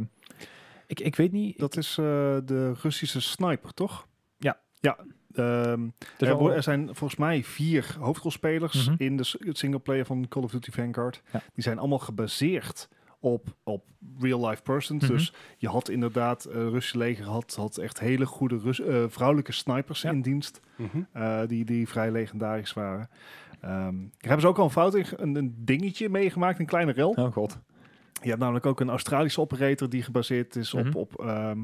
ik weet niet. Dat is de Russische sniper, toch? Ja. Ja. Dus Er zijn volgens mij 4 hoofdrolspelers Mhm. in de singleplayer van Call of Duty Vanguard. Ja. Die zijn allemaal gebaseerd op real-life persons. Mhm. Dus je had inderdaad, Russische leger had echt hele goede vrouwelijke snipers Ja. in dienst. Mhm. Die vrij legendarisch waren. Daar hebben ze ook al een fout in, een dingetje meegemaakt, een kleine rel. Oh god. Je hebt namelijk ook een Australische operator die gebaseerd is Mhm. op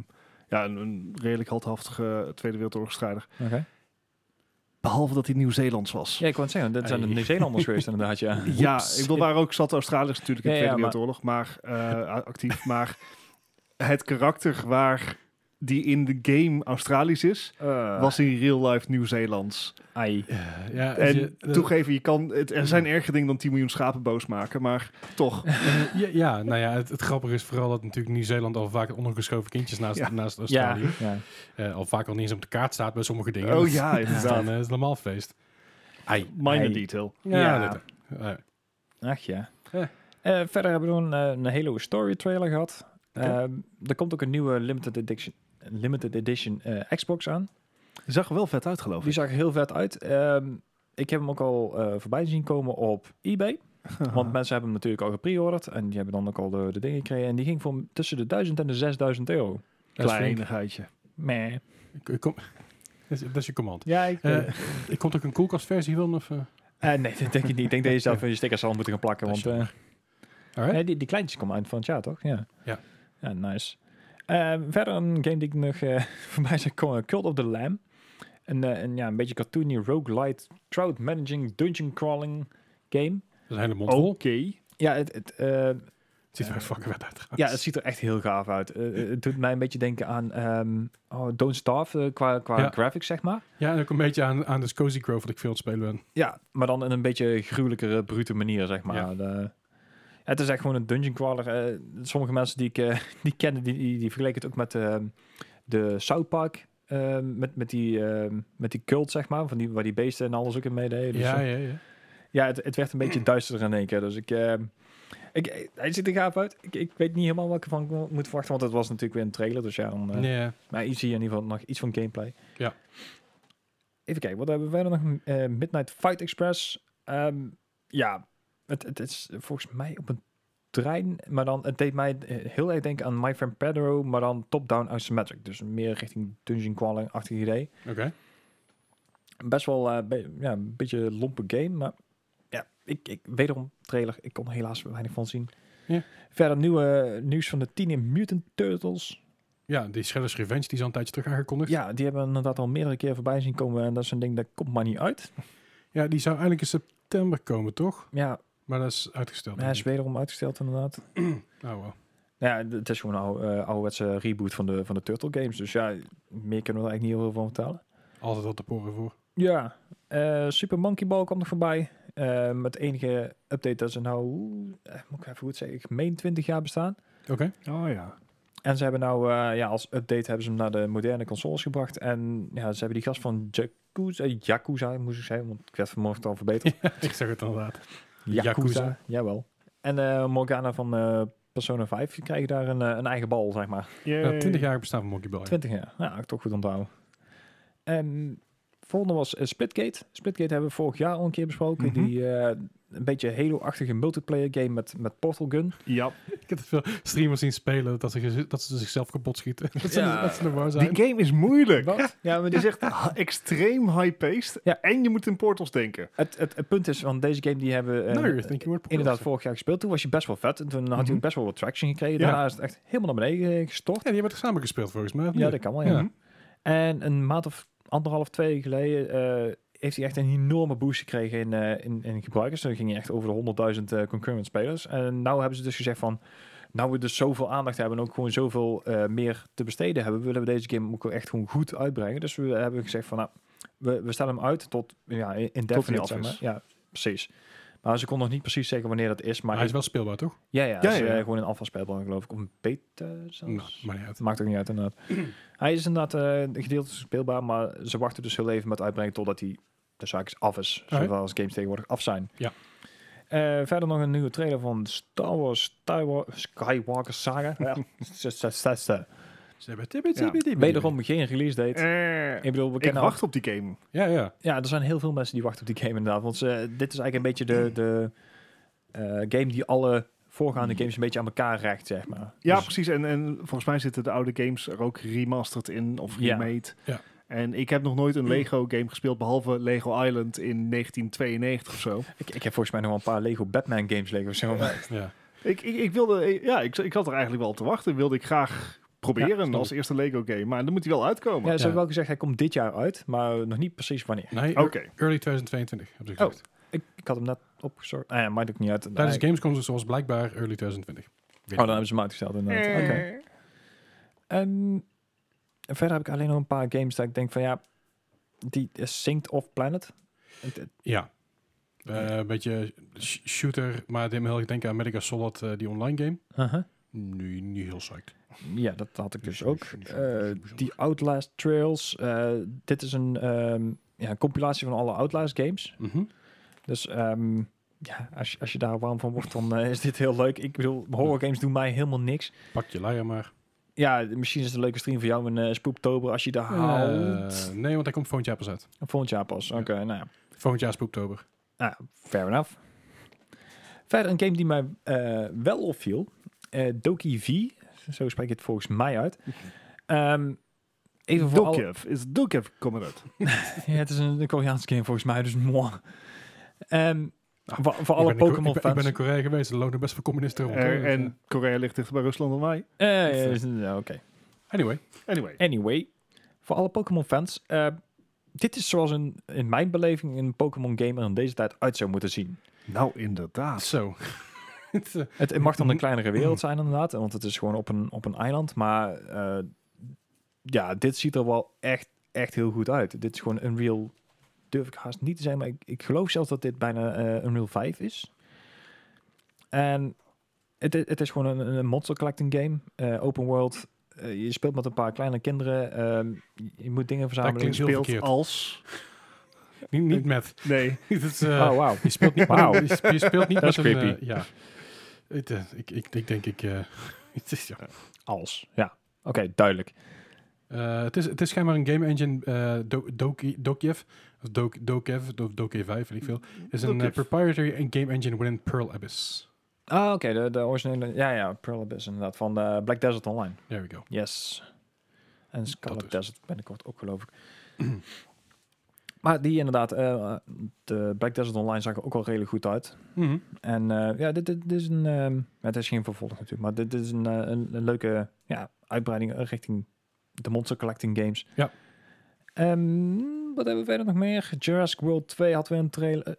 een redelijk heldhaftige Tweede Wereldoorlogstrijder. Oké. Behalve dat hij Nieuw-Zeelands was. Ja, ik wou het zeggen. Dat zijn de Hey. Nieuw-Zeelanders geweest inderdaad, ja. Ja, Oeps. ik wil daar ook zat Australiërs natuurlijk in de Ja, Tweede ja, Wereldoorlog, maar actief. Maar het karakter waar die in de game Australisch is, was in real life Nieuw-Zeelands. Ai. Ja, En toegeven, er zijn erger dingen dan 10 miljoen schapen boos maken, maar toch. nou ja, het grappige is vooral dat natuurlijk Nieuw-Zeeland al vaak ondergeschoven kindjes naast Ja, Australië. ja. Al vaak al niet eens op de kaart staat bij sommige dingen. Oh ja, Dus inderdaad. dan is het normaal feest. Minor Hey. detail. Ja, Ja. dat- Ach ja. Ja. Verder hebben we een Halo Story trailer gehad. Oké. Er komt ook een nieuwe limited edition Xbox aan. Die zag er wel vet uit, geloof Die ik. zag er heel vet uit. Ik heb hem ook al voorbij zien komen op eBay. Want mensen hebben hem natuurlijk al gepreorderd. En die hebben dan ook al de dingen gekregen. En die ging voor tussen de 1000 en de 6000 euro. dat is flink. Kleinigheidje. Meh. Dat is je command. Ja, Er komt ook een koelkastversie van? Of, nee, dat denk ik niet. Ik denk dat je zelf je stickers al moeten gaan plakken. Dat is Want alright. nee, die kleintjes komen eind van het jaar, toch? Ja. Ja. Ja, nice. Verder een game die ik nog voorbij zag komen. Cult of the Lamb. Een beetje cartoony roguelite trout managing dungeon crawling game. Dat is een hele mond vol. Oké. Ja, Het ziet er echt fucking vet uit trouwens. ja, het ziet er echt heel gaaf uit. Het doet mij een beetje denken aan Don't Starve qua Ja. graphics, zeg maar. Ja, en ook een beetje aan de Cozy Grove wat ik veel aan het spelen ben. Ja, maar dan in een beetje gruwelijkere, brute manier, zeg maar. Ja. Het is echt gewoon een dungeon crawler. Sommige mensen die ik die kennen, die vergeleken het ook met de South Park. Met die cult, zeg maar. Waar die beesten en alles ook in meededen. Dus, Ja. ja, het werd een beetje duisterder in één keer. Dus hij ziet er gaaf uit. Ik weet niet helemaal wat ik ervan moet verwachten. Want het was natuurlijk weer een trailer. Dus ja, dan... Ja. Maar je ziet in ieder geval nog iets van gameplay. Ja. Even kijken, wat hebben we verder nog? Midnight Fight Express. Ja, het is volgens mij op een trein. Maar dan, het deed mij heel erg denken aan My Friend Pedro. Maar dan top-down isometric. Dus meer richting dungeon crawling-achtig idee. Oké. Best wel een beetje lompe game. Maar ja, ik wederom trailer. Ik kon er helaas weinig van zien. Ja. Verder nieuws van de Teenage Mutant Turtles. Ja, die Shredder's Revenge, die is al een tijdje terug aangekondigd. Ja, die hebben we inderdaad al meerdere keer voorbij zien komen. En dat is een ding dat komt maar niet uit. Ja, die zou eigenlijk in september komen, toch? Ja, Maar dat is uitgesteld. hij is wederom uitgesteld inderdaad. Oh, wow. Ja, het is gewoon een ouderwetse reboot van de Turtle Games. Dus ja, meer kunnen we er eigenlijk niet heel veel van vertellen. Altijd wat te poren voor. Ja, Super Monkey Ball kwam nog voorbij. Met enige update dat ze nou, moet ik even goed zeggen, ik meen 20 jaar bestaan. Oké. Oh ja. En ze hebben nou, als update hebben ze hem naar de moderne consoles gebracht. En ja, ze hebben die gast van Yakuza moest ik zeggen, want ik werd vanmorgen al verbeterd. Ik zeg het inderdaad. Yakuza, jawel. En Morgana van Persona 5 krijgen daar een eigen bal, zeg maar. Ja, 20 jaar bestaan van Monkey Ball. 20 jaar, ja, ik toch goed onthouden. En volgende was Splitgate. Splitgate hebben we vorig jaar al een keer besproken. Mhm. Die een beetje Halo-achtige multiplayer game met Portal Gun. Ja. Ik heb het veel streamers zien spelen dat ze zichzelf kapot schieten. Dat ze Ja. dat ze er waar zijn. Die game is moeilijk. Wat? Ja, maar Het die is echt extreem high-paced. Ja. En je moet in portals denken. Het punt is, van deze game die hebben No, you're thinking word inderdaad vorig jaar gespeeld. Toen was je best wel vet. En toen had hij Mhm. best wel wat traction gekregen. Ja. Daarna is het echt helemaal naar beneden gestort. Ja, die hebben het samen gespeeld volgens mij. of Ja, niet? dat kan wel, ja. Ja. En een maand of 1,5, 2 geleden heeft hij echt een enorme boost gekregen in gebruikers. Dan ging hij echt over de 100.000 concurrent spelers. En nou hebben ze dus gezegd van, nou we dus zoveel aandacht hebben en ook gewoon zoveel meer te besteden hebben, willen we deze game ook wel echt gewoon goed uitbrengen. Dus we hebben gezegd van, nou, we stellen hem uit tot indefinite, af zeg maar. is. Ja, precies. Maar ze kon nog niet precies zeggen wanneer dat is. Maar Maar hij is wel speelbaar, toch? ja, Ja, is, ja. gewoon een alpha speelbaar, geloof ik. Of een beta zelfs. Nou, maar niet uit. Maakt ook niet uit, inderdaad. Hij is inderdaad gedeeltelijk speelbaar, maar ze wachten dus heel even met uitbrengen totdat hij de zaak af is. Alright. Zoals games tegenwoordig af zijn. Ja. Verder nog een nieuwe trailer van Star Wars Skywalker Saga. Wederom geen release date. Ik bedoel, we Ik kennen wacht op die game. Ja. ja, er zijn heel veel mensen die wachten op die game inderdaad. Want dit is eigenlijk een beetje de game die alle voorgaande games een beetje aan elkaar recht, zeg maar. Ja, Dus- precies. En volgens mij zitten de oude games er ook remastered in of Ja. remade. Ja. En ik heb nog nooit een Lego game gespeeld, behalve Lego Island in 1992 of zo. Ik heb volgens mij nog wel een paar Lego Batman games liggen of zo. Ja. Ik wilde, ja, ik had er eigenlijk wel op te wachten. Wilde ik graag proberen snap als eerste Lego game. Maar dan moet hij wel uitkomen. Ja, ze Ja. hebben wel gezegd, hij komt dit jaar uit, maar nog niet precies wanneer. Nee, Oké. early 2022 hebben ze gezegd. Ik had hem net opgezocht. Ah ja, maakt ook niet uit. Tijdens de Gamescom dus zoals blijkbaar early 2020. Oh, dan hebben ze hem uitgesteld inderdaad. Oké. En verder heb ik alleen nog een paar games dat ik denk van ja, die is Synced Off Planet. Ja. Een beetje shooter, maar dit me heel erg denken aan Metal Solid, die online game. Uh-huh. Nu niet heel psyched. Ja, dat had ik dus Niet ook. zo- Die Outlast Trails. Dit is een compilatie van alle Outlast games. Mhm. Dus ja, als je daar warm van wordt, dan is dit heel leuk. Ik bedoel, horror games doen mij helemaal niks. Pak je leier maar. Ja, misschien is het een leuke stream voor jou in Spooktober als je daar haalt. Nee, want hij komt volgend jaar pas uit. Volgend jaar pas. Oké, nou ja. Volgend jaar is Spooktober. Fair enough. Verder een game die mij wel opviel. Doki V. Zo spreek je het volgens mij uit. Even voor alle... Dokev. Is Dokev komen uit? Ja, het is een Koreaanse game volgens mij, dus moi. Voor alle Ik ben in Pokémon Ik fans. ben in Korea geweest. Er lopen best veel communisten rond. hoor. Dus, En Korea ligt dichter bij Rusland dan wij. Oké. Anyway. Anyway, voor alle Pokémon fans. Dit is zoals in mijn beleving een Pokémon game er in deze tijd uit zou moeten zien. Nou, inderdaad. Zo. Het mag dan een kleinere wereld zijn inderdaad, want het is gewoon op een eiland. Maar ja, dit ziet er wel echt heel goed uit. Dit is gewoon Unreal, durf ik haast niet te zijn, maar ik geloof zelfs dat dit bijna Unreal 5 is. En het is gewoon een monster collecting game, open world. Je speelt met een paar kleine kinderen. Je moet dingen verzamelen. klinkt heel Speelt verkeerd. als... Niet met. Nee. Het is, Oh, wauw. Je speelt niet, Wauw. je speelt niet Dat met is een... creepy. ja. Ik denk het is, ja. Als. Ja. Oké, duidelijk. Het is schijnbaar een game engine, Dokiev, of Dokev 5, weet ik veel. Is een Dokev. proprietary game engine within Pearl Abyss. Ah, oké. De originele... Ja, Pearl Abyss inderdaad. Van Black Desert Online. There we go. Yes. En Scarlet dus. Desert binnenkort ook, geloof ik. Maar die inderdaad, de Black Desert Online zag er ook wel redelijk goed uit. Mhm. En dit is een... het is geen vervolg natuurlijk, maar dit is een leuke uitbreiding richting de Monster Collecting Games. Ja. Wat hebben we verder nog meer? Jurassic World 2 had weer een trailer.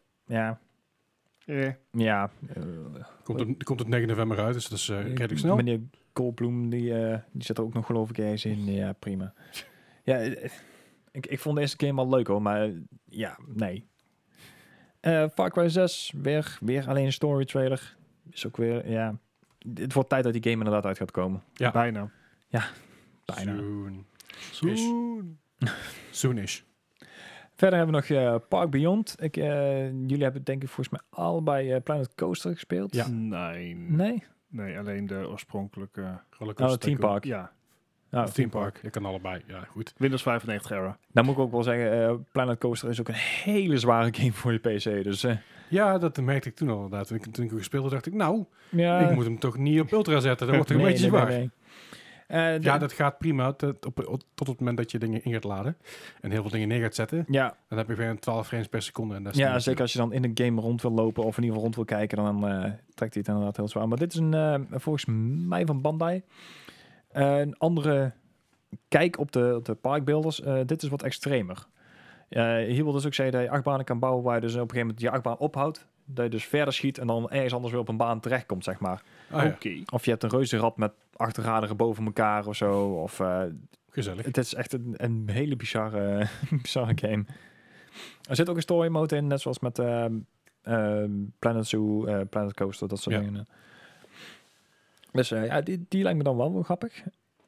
Komt het 9 november uit, dus dat is redelijk snel. Meneer Goldblum, die zit er ook nog geloof ik eens in. Ja, prima. Ja, ik vond de eerste game al leuk hoor, maar nee. Far Cry 6, weer alleen een story trailer. Is ook weer, het wordt tijd dat die game inderdaad uit gaat komen. Ja. Bijna. Bijna. Soon. Soonish. Verder hebben we nog Park Beyond. Jullie hebben denk ik volgens mij allebei Planet Coaster gespeeld. Ja. Nee. Nee, alleen de oorspronkelijke... Theme Park. Ja, Theme Park. Je kan allebei. Ja, goed. Windows 95 era. Dan moet ik ook wel zeggen, Planet Coaster is ook een hele zware game voor je PC. Dus Ja, dat merkte ik toen al inderdaad. Toen ik hem speelde, dacht ik, nou, ja, ik moet hem toch niet op ultra zetten. Dat wordt toch een beetje zwaar. nee. Ja, dat gaat prima tot het moment dat je dingen in gaat laden. En heel veel dingen neer gaat zetten. Ja, Dan heb je weer 12 frames per seconde. En dat is ja, niet zeker als je dan in een game rond wil lopen of in ieder geval rond wil kijken, dan trekt hij het inderdaad heel zwaar. Maar dit is volgens mij van Bandai. Een andere kijk op de parkbuilders. Dit is wat extremer. Hier wil dus ook zeggen dat je achtbanen kan bouwen waar je dus op een gegeven moment je achtbaan ophoudt. Dat je dus verder schiet en dan ergens anders weer op een baan terechtkomt, zeg maar. Ah, ja. Oké. Of je hebt een reuzenrad met 8 raderen boven elkaar of zo. Of Gezellig. het is echt een hele bizarre game. Er zit ook een story mode in, net zoals met Planet Zoo, Planet Coaster, dat soort Ja. dingen. Dus die lijkt me dan wel grappig.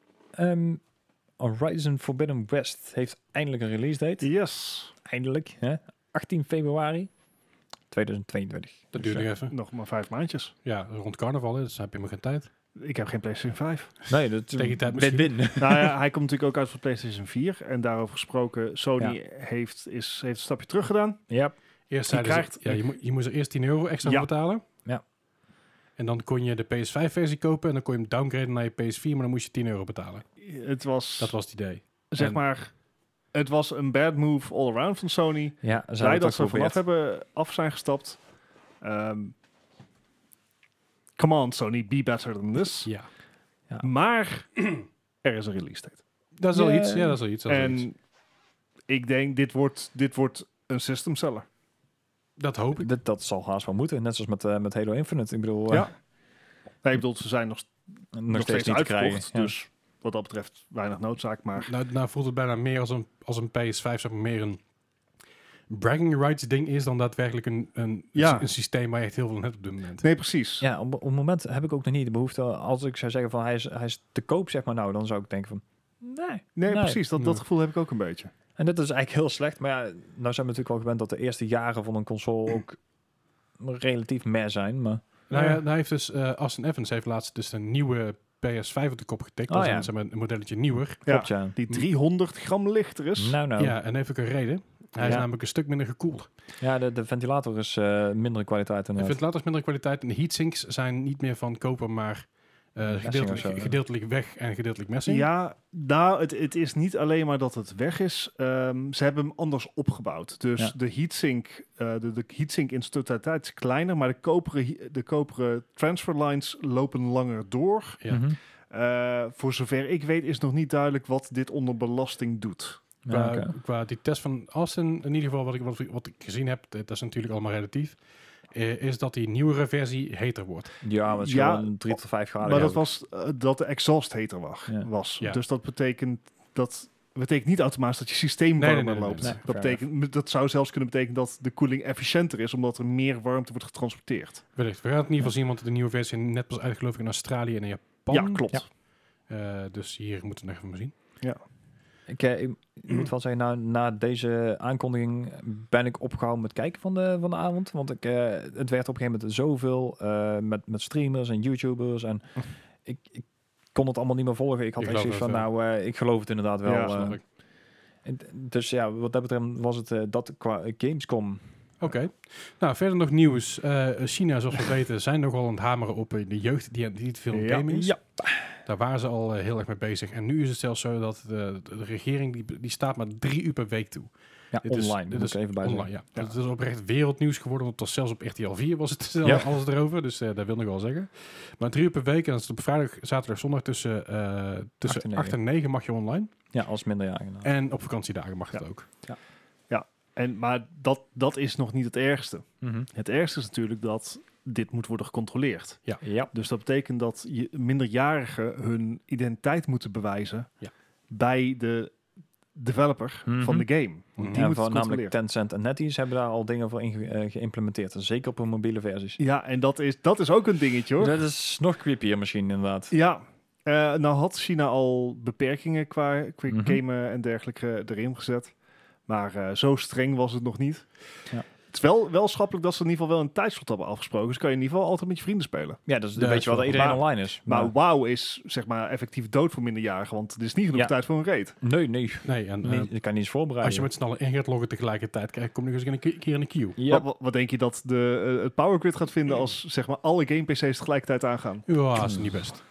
Horizon Forbidden West heeft eindelijk een release date. Yes. Eindelijk, hè? 18 februari 2022. Dat duurt nog even. Nog maar 5 maandjes. Ja, rond carnaval, hè, dus dan heb je maar geen tijd. Ik heb geen PlayStation 5. Nee, dat Tegen die tijd win-win. Nou ja, hij komt natuurlijk ook uit voor PlayStation 4. En daarover gesproken, Sony heeft een stapje terug gedaan. Ja. Eerst Je zeiden ze, krijgt- je moest er eerst 10 euro extra Ja. voor betalen. Ja. En dan kon je de PS5-versie kopen en dan kon je hem downgraden naar je PS4, maar dan moest je 10 euro betalen. Het was, Dat was het idee. zeg en- maar, het was een bad move all around van Sony. Ja, Blij dat ze er vanaf hebben. af zijn gestapt. Come on, Sony, be better than this. Ja. Maar er is een release date. Dat is al Ja. iets. Ja, dat is al iets. Dat, is al iets. En ik denk, dit wordt een system seller. Dat hoop ik. Dat zal haast wel moeten. Net zoals met Halo Infinite. Ik bedoel, Ja. Nee, ik bedoel, ze zijn nog steeds niet te krijgen. uitverkocht. Ja. Dus wat dat betreft weinig noodzaak. Maar Nou voelt het bijna meer als een PS5, zeg maar, meer een bragging rights ding is dan daadwerkelijk een systeem waar je echt heel veel van hebt op dit moment. nee, precies. Ja, op het moment heb ik ook nog niet de behoefte. Als ik zou zeggen van hij is te koop, zeg maar nou, dan zou ik denken van nee. Nee, precies. Dat Nee. gevoel heb ik ook een beetje. En dit is eigenlijk heel slecht. Maar ja, nou zijn we natuurlijk al gewend dat de eerste jaren van een console ook relatief meh zijn. Maar Nou ja, nou heeft dus Austin Evans heeft laatst dus een nieuwe PS5 op de kop getikt. Oh, Dat is ja. een, zeg maar, een modelletje nieuwer. klopt ja. Die 300 gram lichter is. Nou. Ja, en heeft ook een reden. Hij is Ja. namelijk een stuk minder gekoeld. Ja, de ventilator is mindere kwaliteit De inderdaad. ventilator is minder kwaliteit en de heatsinks zijn niet meer van koper, maar Messing of zo, ja. gedeeltelijk weg en gedeeltelijk messing. Ja, nou, het is niet alleen maar dat het weg is. Ze hebben hem anders opgebouwd. Dus Ja. de heatsink, de heatsink in totaliteit is kleiner, maar de koperen transfer lines lopen langer door. Ja. Mhm. Voor zover ik weet is nog niet duidelijk wat dit onder belasting doet. Ja, oké. Qua die test van Austin, in ieder geval wat ik gezien heb, dat is natuurlijk allemaal relatief, is dat die nieuwere versie heter wordt. Ja, maar het is Ja, gewoon 3 tot 5 graden. Maar dat geloof ik. was dat de exhaust heter was. Ja. Dus dat betekent niet automatisch dat je systeem Nee, warmer nee, loopt. nee. Dat zou zelfs kunnen betekenen dat de koeling efficiënter is, omdat er meer warmte wordt getransporteerd. Wellicht. We gaan het in ieder geval zien, want de nieuwe versie is net pas uit, geloof ik, in Australië en in Japan. Ja, klopt. Ja. Dus hier moeten we nog even maar zien. Ik moet wel zeggen, na deze aankondiging ben ik opgehouden met kijken van de avond. Want het werd op een gegeven moment zoveel met streamers en YouTubers. En ik kon het allemaal niet meer volgen. Ik had Ik echt geloof zoiets van, het ik geloof het inderdaad wel. Ja, Snap ik. Dus ja, wat dat betreft was het dat qua Gamescom. Oké. Nou, verder nog nieuws. China, zoals we weten, zijn nogal aan het hameren op de jeugd die niet veel Ja. gaming is. Ja. Daar waren ze al heel erg mee bezig. En nu is het zelfs zo dat de regering die staat maar 3 uur per week toe. Ja, Dit is- online. dit moet is ik even bij online, zeggen. ja. Het is oprecht wereldnieuws geworden, want het was zelfs op RTL 4 was het Ja. alles erover, dus dat wil ik wel zeggen. Maar 3 uur per week, en dat is op vrijdag, zaterdag, zondag tussen 8 en 9 mag je online. Ja, als minderjarige. En op vakantiedagen mag het ook. Maar dat is nog niet het ergste. Mhm. Het ergste is natuurlijk dat dit moet worden gecontroleerd. Ja. Dus dat betekent dat minderjarigen hun identiteit moeten bewijzen Ja. bij de developer Mhm. van de game. Mhm. Die En moet voor het namelijk controleren. Tencent en NetEase hebben daar al dingen voor geïmplementeerd. Zeker op hun mobiele versies. Ja, en dat is ook een dingetje hoor. Dat is nog creepier misschien inderdaad. Ja, nou had China al beperkingen qua Mhm. gamen en dergelijke erin gezet. Maar zo streng was het nog niet. Ja. Het is wel schappelijk dat ze in ieder geval wel een tijdslot hebben afgesproken. Dus kan je in ieder geval altijd met je vrienden spelen. Ja, dat is Ja, een beetje is wat wel- iedereen maar- online is. Maar WoW is zeg maar effectief dood voor minderjarigen. Want er is niet genoeg Ja. tijd voor een raid. Nee. Nee, en Nee, je kan niet eens voorbereiden. als je met z'n allen in gaat loggen tegelijkertijd, kom je nog eens een keer in de queue. Ja. Wat denk je dat het power grid gaat vinden als zeg maar alle game PC's tegelijkertijd aangaan? Ja, dat is niet best.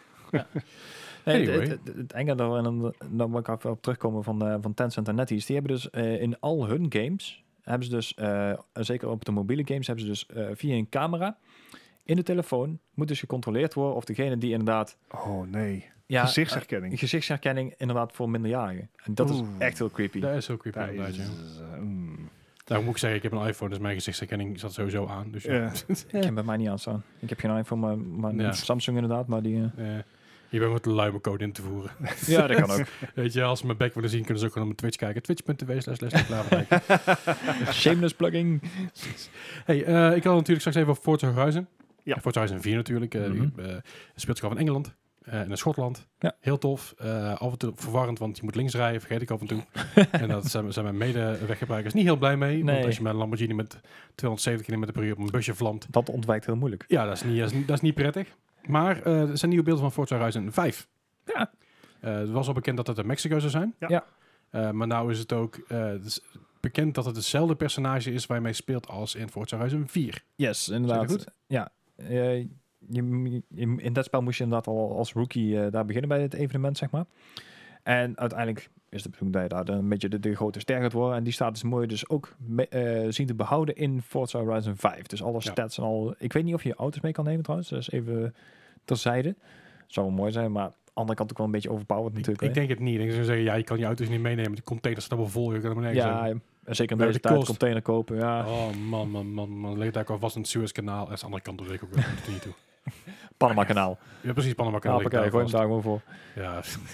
Nee, Anyway. het enge daar, en dan wil ik even op terugkomen van Tencent en NetEase. Die hebben dus in al hun games, hebben ze dus, zeker op de mobiele games, hebben ze dus via een camera in de telefoon, moet dus gecontroleerd worden of degene die inderdaad... Oh nee. Ja, Gezichtsherkenning. gezichtsherkenning inderdaad voor minderjarigen. En dat is Oeh. echt heel creepy. Dat is zo creepy Ja, inderdaad, ja. mm. Nou moet ik zeggen, ik heb een iPhone, dus mijn gezichtsherkenning zat sowieso aan. Dus ja. Ja. Ik heb bij mij niet aanstaan. Ik heb geen iPhone, maar Ja. een Samsung inderdaad, maar die... Je bent met de luime code in te voeren. ja, dat kan ook. Weet je, als ze mijn back willen zien, kunnen ze ook gewoon op mijn Twitch kijken. Twitch.tv//Klaverwijk. Shameless plugging. Hey, ik had natuurlijk straks even over Forza Horizon. Ja. Forza Horizon 4 natuurlijk. Mhm. Het speelt zich af in Engeland. En in Schotland. Ja. Heel tof. Af en toe verwarrend, want je moet links rijden, vergeet ik af en toe. En dat zijn mijn medeweggebruikers niet heel blij mee. Nee. Want als je met een Lamborghini met 270 km per uur op een busje vlamt, Dat ontwijkt heel moeilijk. ja, dat is niet prettig. Maar er zijn nieuwe beelden van Forza Horizon 5. Ja. Het was al bekend dat het in Mexico zou zijn. Ja. Maar nou is het ook bekend dat het hetzelfde personage is waar je mee speelt als in Forza Horizon 4. Yes, inderdaad. goed? Ja. In dat spel moest je inderdaad al als rookie daar beginnen bij het evenement, zeg maar. En uiteindelijk is de bedoeling dat je daar een beetje de grote ster gaat worden. En die status moet je dus ook zien te behouden in Forza Horizon 5. Dus alle Ja. stats en al... Ik weet niet of je auto's mee kan nemen trouwens. Dat is even terzijde. Zou wel mooi zijn, maar aan de andere kant ook wel een beetje overpowered natuurlijk. Ik denk het niet. Ik denk dat ze zeggen, ja, je kan je auto's niet meenemen. De containers staan allemaal vol. Je kan er maar nergens ja, hebben. en zeker in Maar deze de tijd kost- container kopen. Ja, Oh man. Ligt daar al vast in het Suezkanaal. Dat is de andere kant, dat weet ik ook wel. Dat doet er niet toe. Panama kanaal. Ja, precies, Panama Ja, kanaal. ligt oké, daar gooi hem vast. daar gewoon voor. Ja,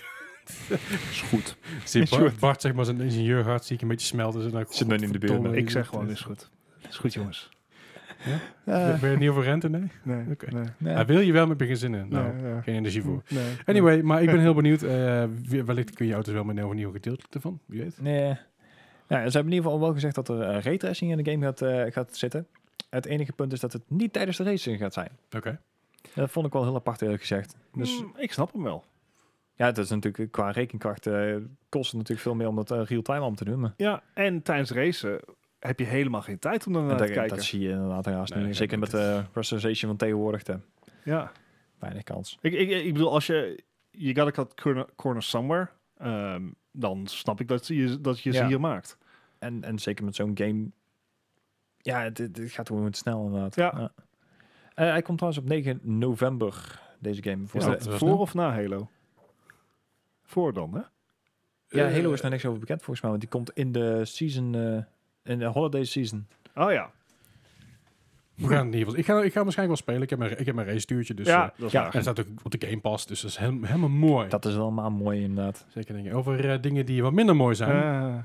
Is goed. zie Is Bart, goed. Bart zeg maar zijn ingenieurhart zie ik een beetje smelten. Dus dan, Zit nog niet in de buurt, godverdomme, maar Ik zeg gewoon, is goed. Is goed, jongens. Ben je er niet over rente? Nee? Nee, Oké. nee. Ja. Hij wil je wel met beginnen. Nou, Nee, ja. geen energie voor. Nee. Anyway, maar ik ben heel benieuwd. Wellicht kun je auto's wel meenemen een nieuw gedeelte ervan. Wie weet. Nee. Ja, ze hebben in ieder geval wel gezegd dat er raytracing in de game gaat zitten. Het enige punt is dat het niet tijdens de racing gaat zijn. Oké. Dat vond ik wel heel apart eerlijk gezegd. Dus Ik snap hem wel. ja, het is natuurlijk qua rekenkracht kost het natuurlijk veel meer om dat real-time om te doen. Maar Ja, en tijdens racen heb je helemaal geen tijd om naar te dat, kijken. dat zie je inderdaad helaas Nee, niet. Zeker met dat de rasterization van tegenwoordig. Ja. Weinig kans. Ik bedoel, als je gotta cut corner somewhere, dan snap ik dat je ze Ja. hier maakt. En zeker met zo'n game... Ja, het gaat gewoon snel inderdaad. Ja. Hij komt trouwens op 9 november, deze game. Voor Is Ja, dat dat was voor snel. of na Halo? Voor dan, hè? Ja, Halo is nog niks over bekend volgens mij. Want die komt in de season... in de holiday season. Oh ja. We gaan in ieder geval. Ik ga waarschijnlijk wel spelen. Ik heb mijn race stuurtje. Dus, Ja, dat is ja. waar. en het staat ook op de Game Pass. Dus dat is helemaal mooi. Dat is allemaal mooi inderdaad. Zeker dingen. Over dingen die wat minder mooi zijn.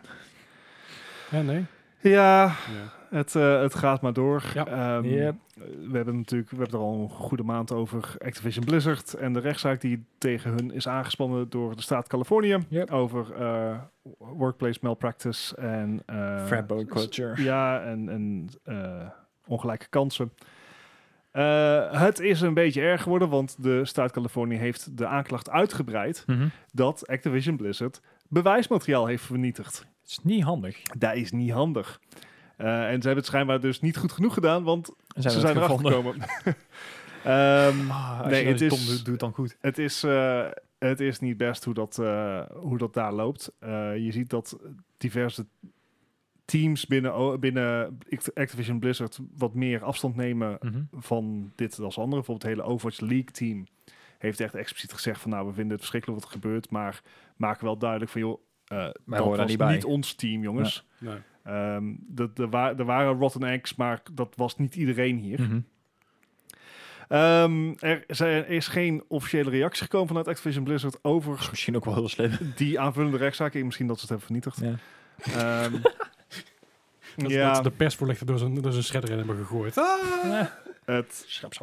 Ja, nee. Ja, Ja. het gaat maar door. Ja. Yep. We hebben er al een goede maand over Activision Blizzard en de rechtszaak die tegen hun is aangespannen door de staat Californië Yep. over workplace malpractice en Fratboy culture. Ja, en ongelijke kansen. Het is een beetje erg geworden, want de staat Californië heeft de aanklacht uitgebreid dat Activision Blizzard bewijsmateriaal heeft vernietigd. Het is niet handig. Dat is niet handig. En ze hebben het schijnbaar dus niet goed genoeg gedaan, want En ze zijn erachter gekomen. Als Nee, je het het is- doet het dan goed. Het is niet best hoe dat daar loopt. Je ziet dat diverse teams binnen Activision Blizzard wat meer afstand nemen van dit als andere. Bijvoorbeeld het hele Overwatch League team heeft echt expliciet gezegd van nou, we vinden het verschrikkelijk wat er gebeurt, maar maken wel duidelijk van joh, dat horen was niet bij. niet ons team, jongens. Nee. Er waren rotten eggs, maar dat was niet iedereen hier. Er is geen officiële reactie gekomen vanuit Activision Blizzard Dat is over misschien ook wel heel slim. die aanvullende rechtszaak. Misschien dat ze het hebben vernietigd. Ja. Dat ze de persvoorlichter door zijn shredder in hebben gegooid. Het, Schap.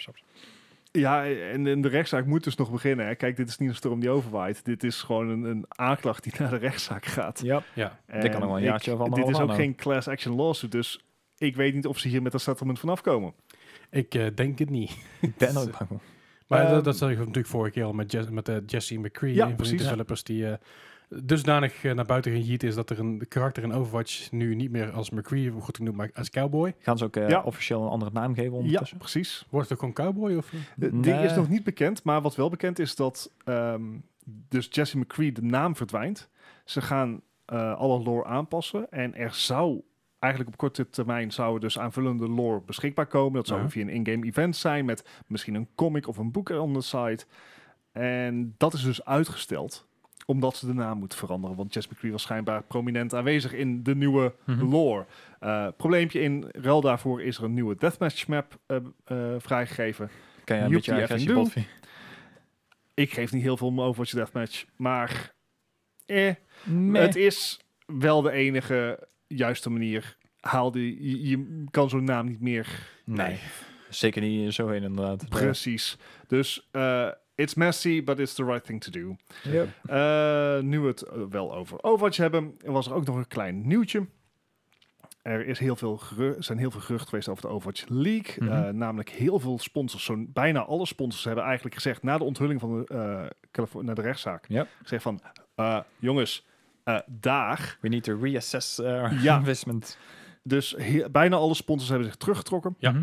ja, en de rechtszaak moet dus nog beginnen. Hè. Kijk, dit is niet een storm die overwaait. Dit is gewoon een aanklacht die naar de rechtszaak gaat. Ja. Ja. Dit kan nog wel een jaartje of Dit anderhalf is ook aanhouden. geen class action lawsuit, dus ik weet niet of ze hier met een settlement vanaf komen. Ik denk het niet. Ik ben ook bang voor. Maar dat zag ik natuurlijk vorige keer al met Jesse McCree, Ja, een van de precies. developers die dusdanig naar buiten gejiet is dat er een karakter in Overwatch nu niet meer als McCree wordt genoemd, maar als Cowboy. Gaan ze ook Ja. officieel een andere naam geven Ja, ondertussen? precies. Wordt het ook gewoon Cowboy? Of? Die Nee. is nog niet bekend, maar wat wel bekend is dat dus Jesse McCree, de naam verdwijnt. Ze gaan alle lore aanpassen en er zou eigenlijk op korte termijn zou dus aanvullende lore beschikbaar komen. Dat zou Ja. via een in-game event zijn met misschien een comic of een boek on the site. En dat is dus uitgesteld omdat ze de naam moeten veranderen. Want Jesse McCree was schijnbaar prominent aanwezig in de nieuwe lore. Probleempje in ruil daarvoor is er een nieuwe deathmatch map vrijgegeven. Kan je een Joep beetje die agressie even botven? Ik geef niet heel veel om Overwatch Deathmatch, maar Nee. het is wel de enige juiste manier. Je kan zo'n naam niet meer. Nee. Zeker niet zo heen inderdaad. Precies. Dus it's messy, but it's the right thing to do. Yep. Nu we het wel over Overwatch hebben, was er ook nog een klein nieuwtje. Er is zijn heel veel geruchten geweest over de Overwatch League. Namelijk heel veel sponsors, bijna alle sponsors hebben eigenlijk gezegd na de onthulling van naar de rechtszaak. Yep. Gezegd van, jongens, daar. We need to reassess our Ja. investment. Dus bijna alle sponsors hebben zich teruggetrokken. Ja.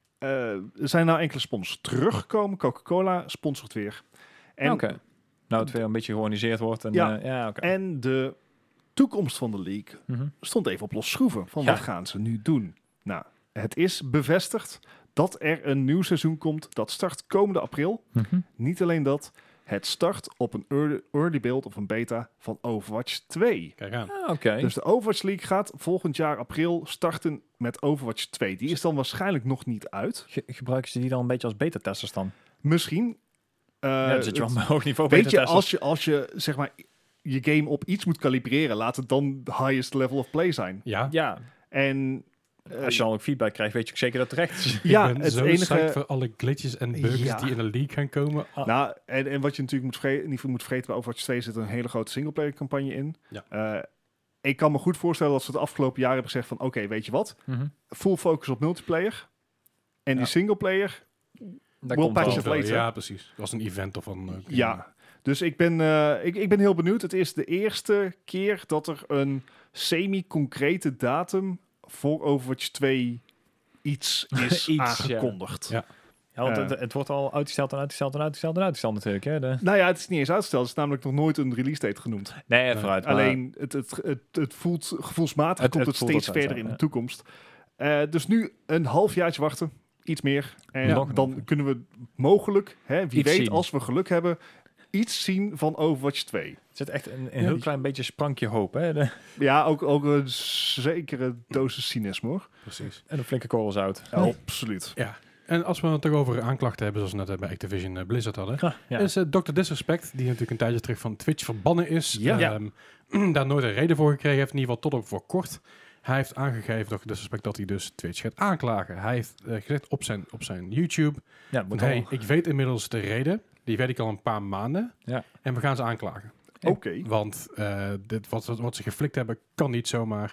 Er zijn nou enkele sponsors teruggekomen. Coca-Cola sponsort weer. En, Oké. Nou, het weer een beetje georganiseerd wordt. En, Ja. oké. en de toekomst van de league stond even op los schroeven. Van Ja. wat gaan ze nu doen? Nou, het is bevestigd dat er een nieuw seizoen komt. Dat start komende april. Niet alleen dat. Het start op een early build of een beta van Overwatch 2. Kijk aan. Oké. Dus de Overwatch League gaat volgend jaar april starten met Overwatch 2. Die is dan waarschijnlijk nog niet uit. Gebruiken ze die dan een beetje als beta-testers dan? Misschien. Ja, dan zit je wel op een hoog niveau Weet je, beta-testers. als je zeg maar je game op iets moet kalibreren, laat het dan de highest level of play zijn. Ja. Ja, En als je dan ook feedback krijgt, weet je ook zeker dat het terecht is. ja, Ik ben het zo enige. psyched voor alle glitches en bugs Ja. die in de league gaan komen. Nou, en wat je natuurlijk niet moet vergeten, bij Overwatch 2 zit een hele grote singleplayer campagne in. Ja. Ik kan me goed voorstellen dat ze het afgelopen jaar hebben gezegd van oké, weet je wat? Full focus op multiplayer. En die singleplayer, Daar Will komt patch wel. it later. Ja, precies. Het was een event of een... ja. Dus ik ben heel benieuwd. Het is de eerste keer dat er een semi-concrete datum voor Overwatch 2 iets is Iets, aangekondigd. ja. Ja, want het wordt al uitgesteld en uitgesteld en uitgesteld en uitgesteld natuurlijk. Hè? Nou ja, het is niet eens uitgesteld. Het is namelijk nog nooit een release date genoemd. Nee, vooruit. maar- Alleen, het voelt gevoelsmatig, Het komt het voelt steeds dat verder zo, in de ja. toekomst. Dus nu een halfjaartje wachten. Iets meer. En Ja. dan kunnen we mogelijk, wie Iets weet, zien. als we geluk hebben, iets zien van Overwatch 2. Er zit echt een heel klein beetje sprankje hoop. Hè? Ja, ook een zekere dosis cynisme, hoor. Precies. En een flinke korrel zout. Ja, absoluut. Ja. En als we het toch over aanklachten hebben, zoals we net bij Activision Blizzard hadden, Ja. is Dr. Disrespect, die natuurlijk een tijdje terug van Twitch verbannen is, Ja. daar nooit een reden voor gekregen heeft, in ieder geval tot op voor kort. Hij heeft aangegeven, Dr. Disrespect, dat hij dus Twitch gaat aanklagen. Hij heeft gezegd op zijn YouTube, Ja, van, moet hey, wel. ik weet inmiddels de reden, die weet ik al een paar maanden, Ja. en we gaan ze aanklagen. Oké. Want dit, wat ze geflikt hebben, kan niet zomaar.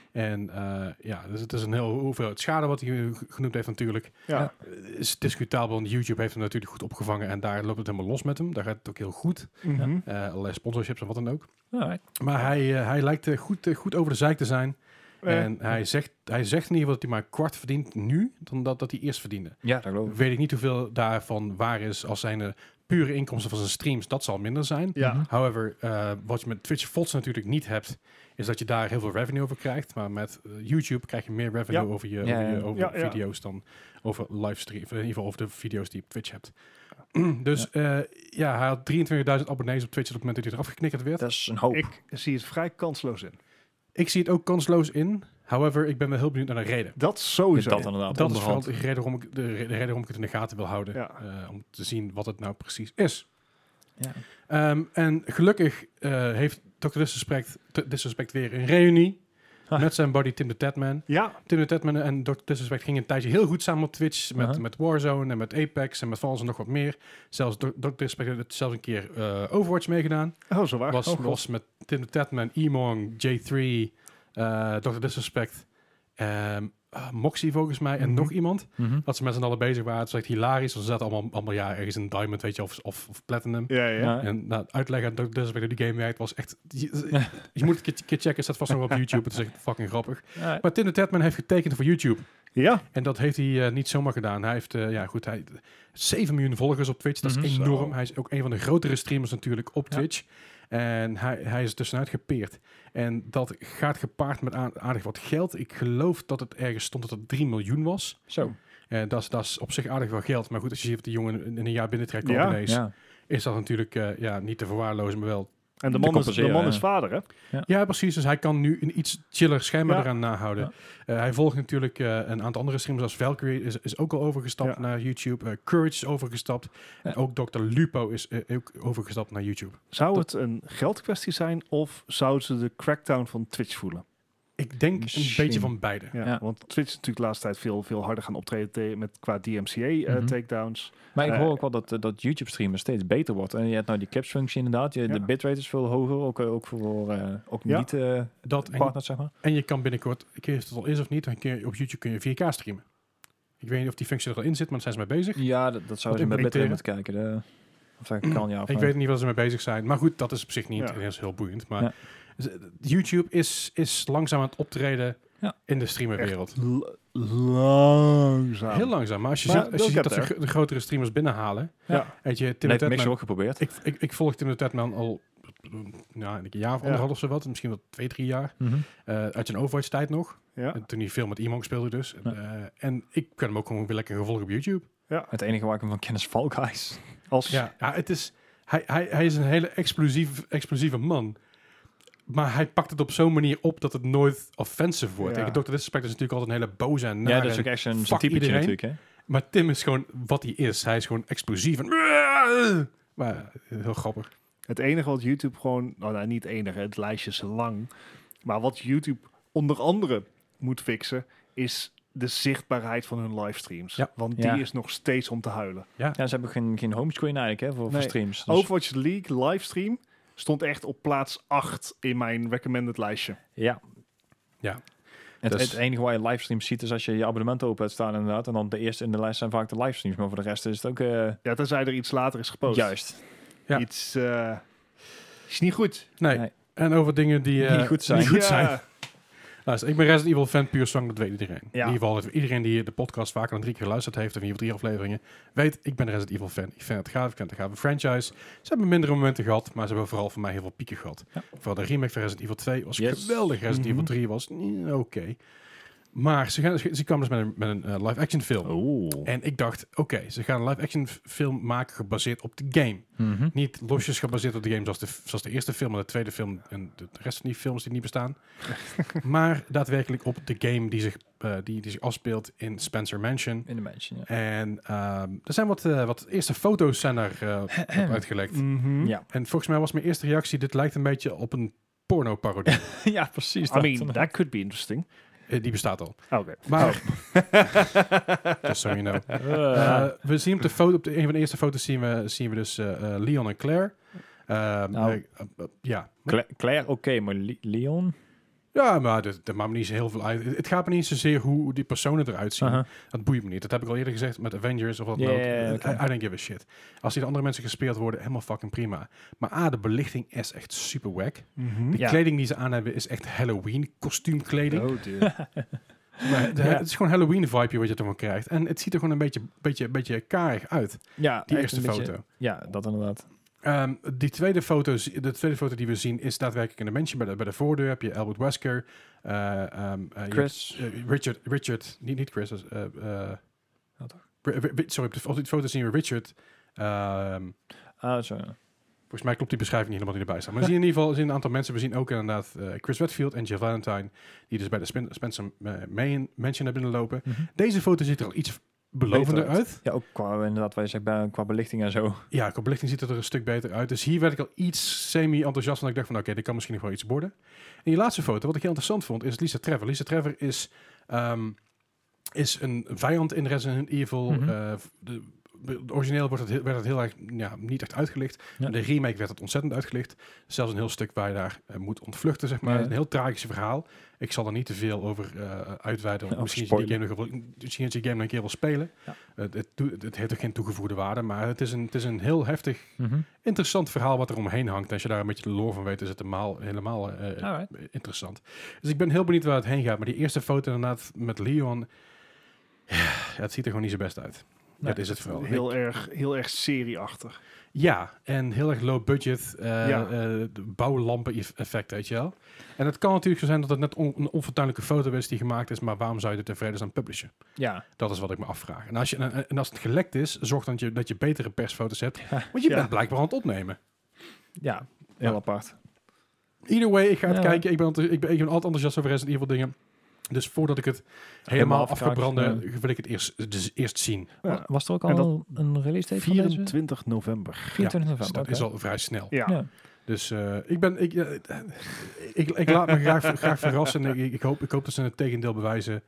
En dus het is een heel hoeveelheid schade wat hij genoemd heeft natuurlijk. Ja. Is discutabel, want YouTube heeft hem natuurlijk goed opgevangen en daar loopt het helemaal los met hem. Daar gaat het ook heel goed. Mhm. Allerlei sponsorships en wat dan ook. Alright. Maar hij lijkt goed over de zeik te zijn. En hij zegt in ieder geval dat hij maar een kwart verdient nu dan dat hij eerst verdiende. Ja, dat geloof ik. Weet ik niet hoeveel daarvan waar is als zijn pure inkomsten van zijn streams, dat zal minder zijn. Ja. However, wat je met Twitch VODs natuurlijk niet hebt, is dat je daar heel veel revenue over krijgt. Maar met YouTube krijg je meer revenue Ja. over je Ja. video's dan over livestream. In ieder geval over de video's die je op Twitch hebt. Dus hij had 23.000 abonnees op Twitch op het moment dat hij eraf geknikkerd werd. Dat is een hoop. Ik zie het vrij kansloos in. Ik zie het ook kansloos in. However, ik ben wel heel benieuwd naar de reden. Dat sowieso. Dat inderdaad. Dat is vooral onderhand. de reden waarom ik het in de gaten wil houden. Ja. Om te zien wat het nou precies is. Ja. En gelukkig heeft Dr. Disrespect weer een reunie met zijn buddy Tim the Tatman. Ja, Tim the Tatman en Dr. Disrespect gingen een tijdje heel goed samen op Twitch. Met Warzone en met Apex en met van alles en nog wat meer. Zelfs Dr. Disrespect heeft zelfs een keer Overwatch meegedaan. oh, zo waar. Was met Tim the Tatman, Emong, J3, Dr. Disrespect, Moxie volgens mij en nog iemand. Mhm. Dat ze met z'n allen bezig waren. Het is echt hilarisch. Ze zaten allemaal ergens in Diamond, weet je, of Platinum. Ja. Ja. En uitleggen aan Dr. Disrespect hoe die game werkt was echt... Je moet het een keer checken, staat vast nog op YouTube. Het is echt fucking grappig. Ja. Maar Tim the Tatman heeft getekend voor YouTube. Ja. En dat heeft hij niet zomaar gedaan. Hij heeft, hij 7 miljoen volgers op Twitch. Dat is Mhm. enorm. Zo. Hij is ook een van de grotere streamers natuurlijk op Ja. Twitch. En hij is tussenuit gepeerd. En dat gaat gepaard met aardig wat geld. Ik geloof dat het ergens stond dat het 3 miljoen was. Zo. Dat is op zich aardig wel geld. Maar goed, als je ziet wat die jongen in een jaar binnentrekt, Ja. ineens, Ja. is dat natuurlijk niet te verwaarlozen, maar wel... En de Te man is compenseren, vader, hè? Ja, precies. Dus hij kan nu een iets chiller schema Ja. eraan nahouden. Hij volgt natuurlijk een aantal andere streamers als Valkyrie is ook al overgestapt Ja. naar YouTube. Courage is overgestapt. Ja. En ook Dr. Lupo is ook overgestapt naar YouTube. Zou het een geldkwestie zijn of zouden ze de crackdown van Twitch voelen? Ik denk een Misschien. beetje van beide. Ja, Ja. want Twitch is natuurlijk de laatste tijd veel harder gaan optreden met qua DMCA Mhm. takedowns. Maar ik Eh, hoor ook wel dat YouTube-streamen steeds beter wordt. En je hebt nou die caps-functie inderdaad. De Ja. bitrate is veel hoger, ook voor Ja. niet Dat partners, zeg maar. en je kan binnenkort, ik weet niet of het al is of niet, op YouTube kun je 4K streamen. Ik weet niet of die functie er al in zit, maar daar zijn ze mee bezig. Ja, dat zou Wat je met bitrate implementeren? moeten kijken. Of dat kan, ja. Of Ik weet niet wat ze mee bezig zijn. Maar goed, dat is op zich niet Ja. heel boeiend. Maar Ja. YouTube is langzaam aan het optreden Ja. in de streamerwereld. Langzaam. Heel langzaam. Maar als je Maar ziet, als je they'll ziet dat get ze de grotere streamers binnenhalen. Ja. Weet je, Tim Dat the heeft Mixer Tatman. ook geprobeerd. Ik volg Tim the Tatman al een jaar of anderhalf of zo wat. Misschien wel 2-3 jaar. Mhm. Uit zijn Overwatch tijd nog. Ja. En toen hij veel met Emong speelde dus. Ja. En ik kan hem ook gewoon weer lekker gevolgd op YouTube. Het enige waar ik hem van ken is Fall Guys. Als, Ja, het is... Hij is een hele explosieve man. Maar hij pakt het op zo'n manier op dat het nooit offensive wordt. Ja. Kijk, Dr. Disrespect is natuurlijk altijd een hele boze en Ja, nare dat is en ook echt zijn fuck typetje iedereen. natuurlijk, hè. Maar Tim is gewoon wat hij is. Hij is gewoon explosief. En, maar heel grappig. Het enige wat YouTube gewoon, nou niet het enige, het lijstje is lang. Maar wat YouTube onder andere moet fixen, is de zichtbaarheid van hun livestreams. Ja. Want Ja. die is nog steeds om te huilen. Ja, ze hebben geen homescreen eigenlijk, hè, voor Nee. streams. Dus, Overwatch League livestream stond echt op plaats 8 in mijn recommended lijstje. ja. Ja. Het, Dus- het enige waar je livestreams ziet is als je abonnement open hebt staan inderdaad. En dan de eerste in de lijst zijn vaak de livestreams. Maar voor de rest is het ook Ja, tenzij er iets later is gepost. juist. Ja. Iets is niet goed. Nee. Nee. En over dingen die Niet goed zijn. Niet goed Ja. zijn. Luister, ik ben Resident Evil fan puur zang, dat weet iedereen. Ja. In ieder geval, iedereen die de podcast vaker dan 3 keer geluisterd heeft, of in ieder geval 3 afleveringen, weet, ik ben een Resident Evil fan. Ik vind het gaaf, ik vind het een gave franchise. Ze hebben mindere momenten gehad, maar ze hebben vooral voor mij heel veel pieken gehad. Ja. Vooral de remake van Resident Evil 2 was Yes. geweldig. Resident Mhm. Evil 3 was oké. Maar ze kwamen dus met een live-action film. Oeh. En ik dacht, oké, ze gaan een live-action film maken gebaseerd op de game. Mhm. Niet losjes gebaseerd op de game zoals de eerste film en de tweede film en de rest van die films die niet bestaan. Maar daadwerkelijk op de game die zich afspeelt in Spencer Mansion. In de mansion, ja. En er zijn wat eerste foto's zijn er op uitgelekt. Mhm. Ja. En volgens mij was mijn eerste reactie, dit lijkt een beetje op een porno-parodie. Ja, precies. I mean, that could be interesting. Die bestaat al. Oké. Maar, just so you know. We zien op de foto, een van de eerste foto's zien we dus Leon en Claire. Nou. Ja. Claire, oké, maar Leon? Ja, maar dat maakt me niet zo heel veel uit. Het gaat me niet zozeer hoe die personen eruit zien. Aha. Dat boeit me niet. Dat heb ik al eerder gezegd met Avengers of wat dan Yeah, ook. oké. I don't give a shit. Als die de andere mensen gespeeld worden, helemaal fucking prima. Maar de belichting is echt super wack. Mhm. De Ja. kleding die ze aan hebben is echt Halloween kostuumkleding. Oh dear. Maar het is gewoon Halloween-vibe wat je ervan krijgt. En het ziet er gewoon een beetje karig uit, Ja, die echt eerste een beetje- foto. Ja, dat inderdaad. De tweede foto die we zien is daadwerkelijk in de mansion. Bij de voordeur heb je Albert Wesker. Chris. Richard, niet Chris. Ja, toch? Sorry, op die foto zien we Richard. Zo. Volgens mij klopt die beschrijving niet helemaal die erbij staat. Maar we zien in ieder geval een aantal mensen. We zien ook inderdaad Chris Redfield en Jill Valentine, die dus bij de Spencer Mansion naar binnen lopen. Deze foto ziet er al iets belovender Beter uit. uit. Ja, ook qua, inderdaad, wat je zegt, qua belichting en zo. Ja, qua belichting ziet het er een stuk beter uit. Dus hier werd ik al iets semi-enthousiast. Want ik dacht van, oké, dit kan misschien nog wel iets worden. En die laatste foto, wat ik heel interessant vond, is Lisa Trevor. Lisa Trevor is een vijand in Resident Evil. De origineel werd het heel erg niet echt uitgelicht. Ja. In de remake werd het ontzettend uitgelicht. Zelfs een heel stuk waar je daar moet ontvluchten, zeg maar. Ja. Een heel tragisch verhaal. Ik zal er niet te veel over uitweiden. Want misschien als je die game nog een keer wil spelen. Ja. Het heeft ook geen toegevoegde waarde. Maar het is een heel heftig, interessant verhaal wat er omheen hangt. Als je daar een beetje de lore van weet, is het helemaal interessant. Dus ik ben heel benieuwd waar het heen gaat. Maar die eerste foto inderdaad met Leon, ja, het ziet er gewoon niet zo best uit. Nee, dat is het vooral. Heel erg serieachtig. Ja, en heel erg low budget bouwlampen effect, weet je wel. En het kan natuurlijk zo zijn dat het net een onfortuinlijke foto is die gemaakt is, maar waarom zou je dit in vredesnaam publishen? Ja. Dat is wat ik me afvraag. En als het gelekt is, zorg dan dat je betere persfoto's hebt, Ja. want je Ja. bent blijkbaar aan het opnemen. Ja, heel Ja. apart. Either way, ik ga het Ja. kijken. Ik ben altijd enthousiast over Resident Evil dingen. Dus voordat ik het helemaal afgebrande, wil ik het eerst zien. Ja. Was er ook En al een release date van deze? 24 november. 24 Dus november. dat oké. is al vrij snel. Ja. Ja. Dus ik laat me graag verrassen. Ik hoop dat ze het tegendeel bewijzen.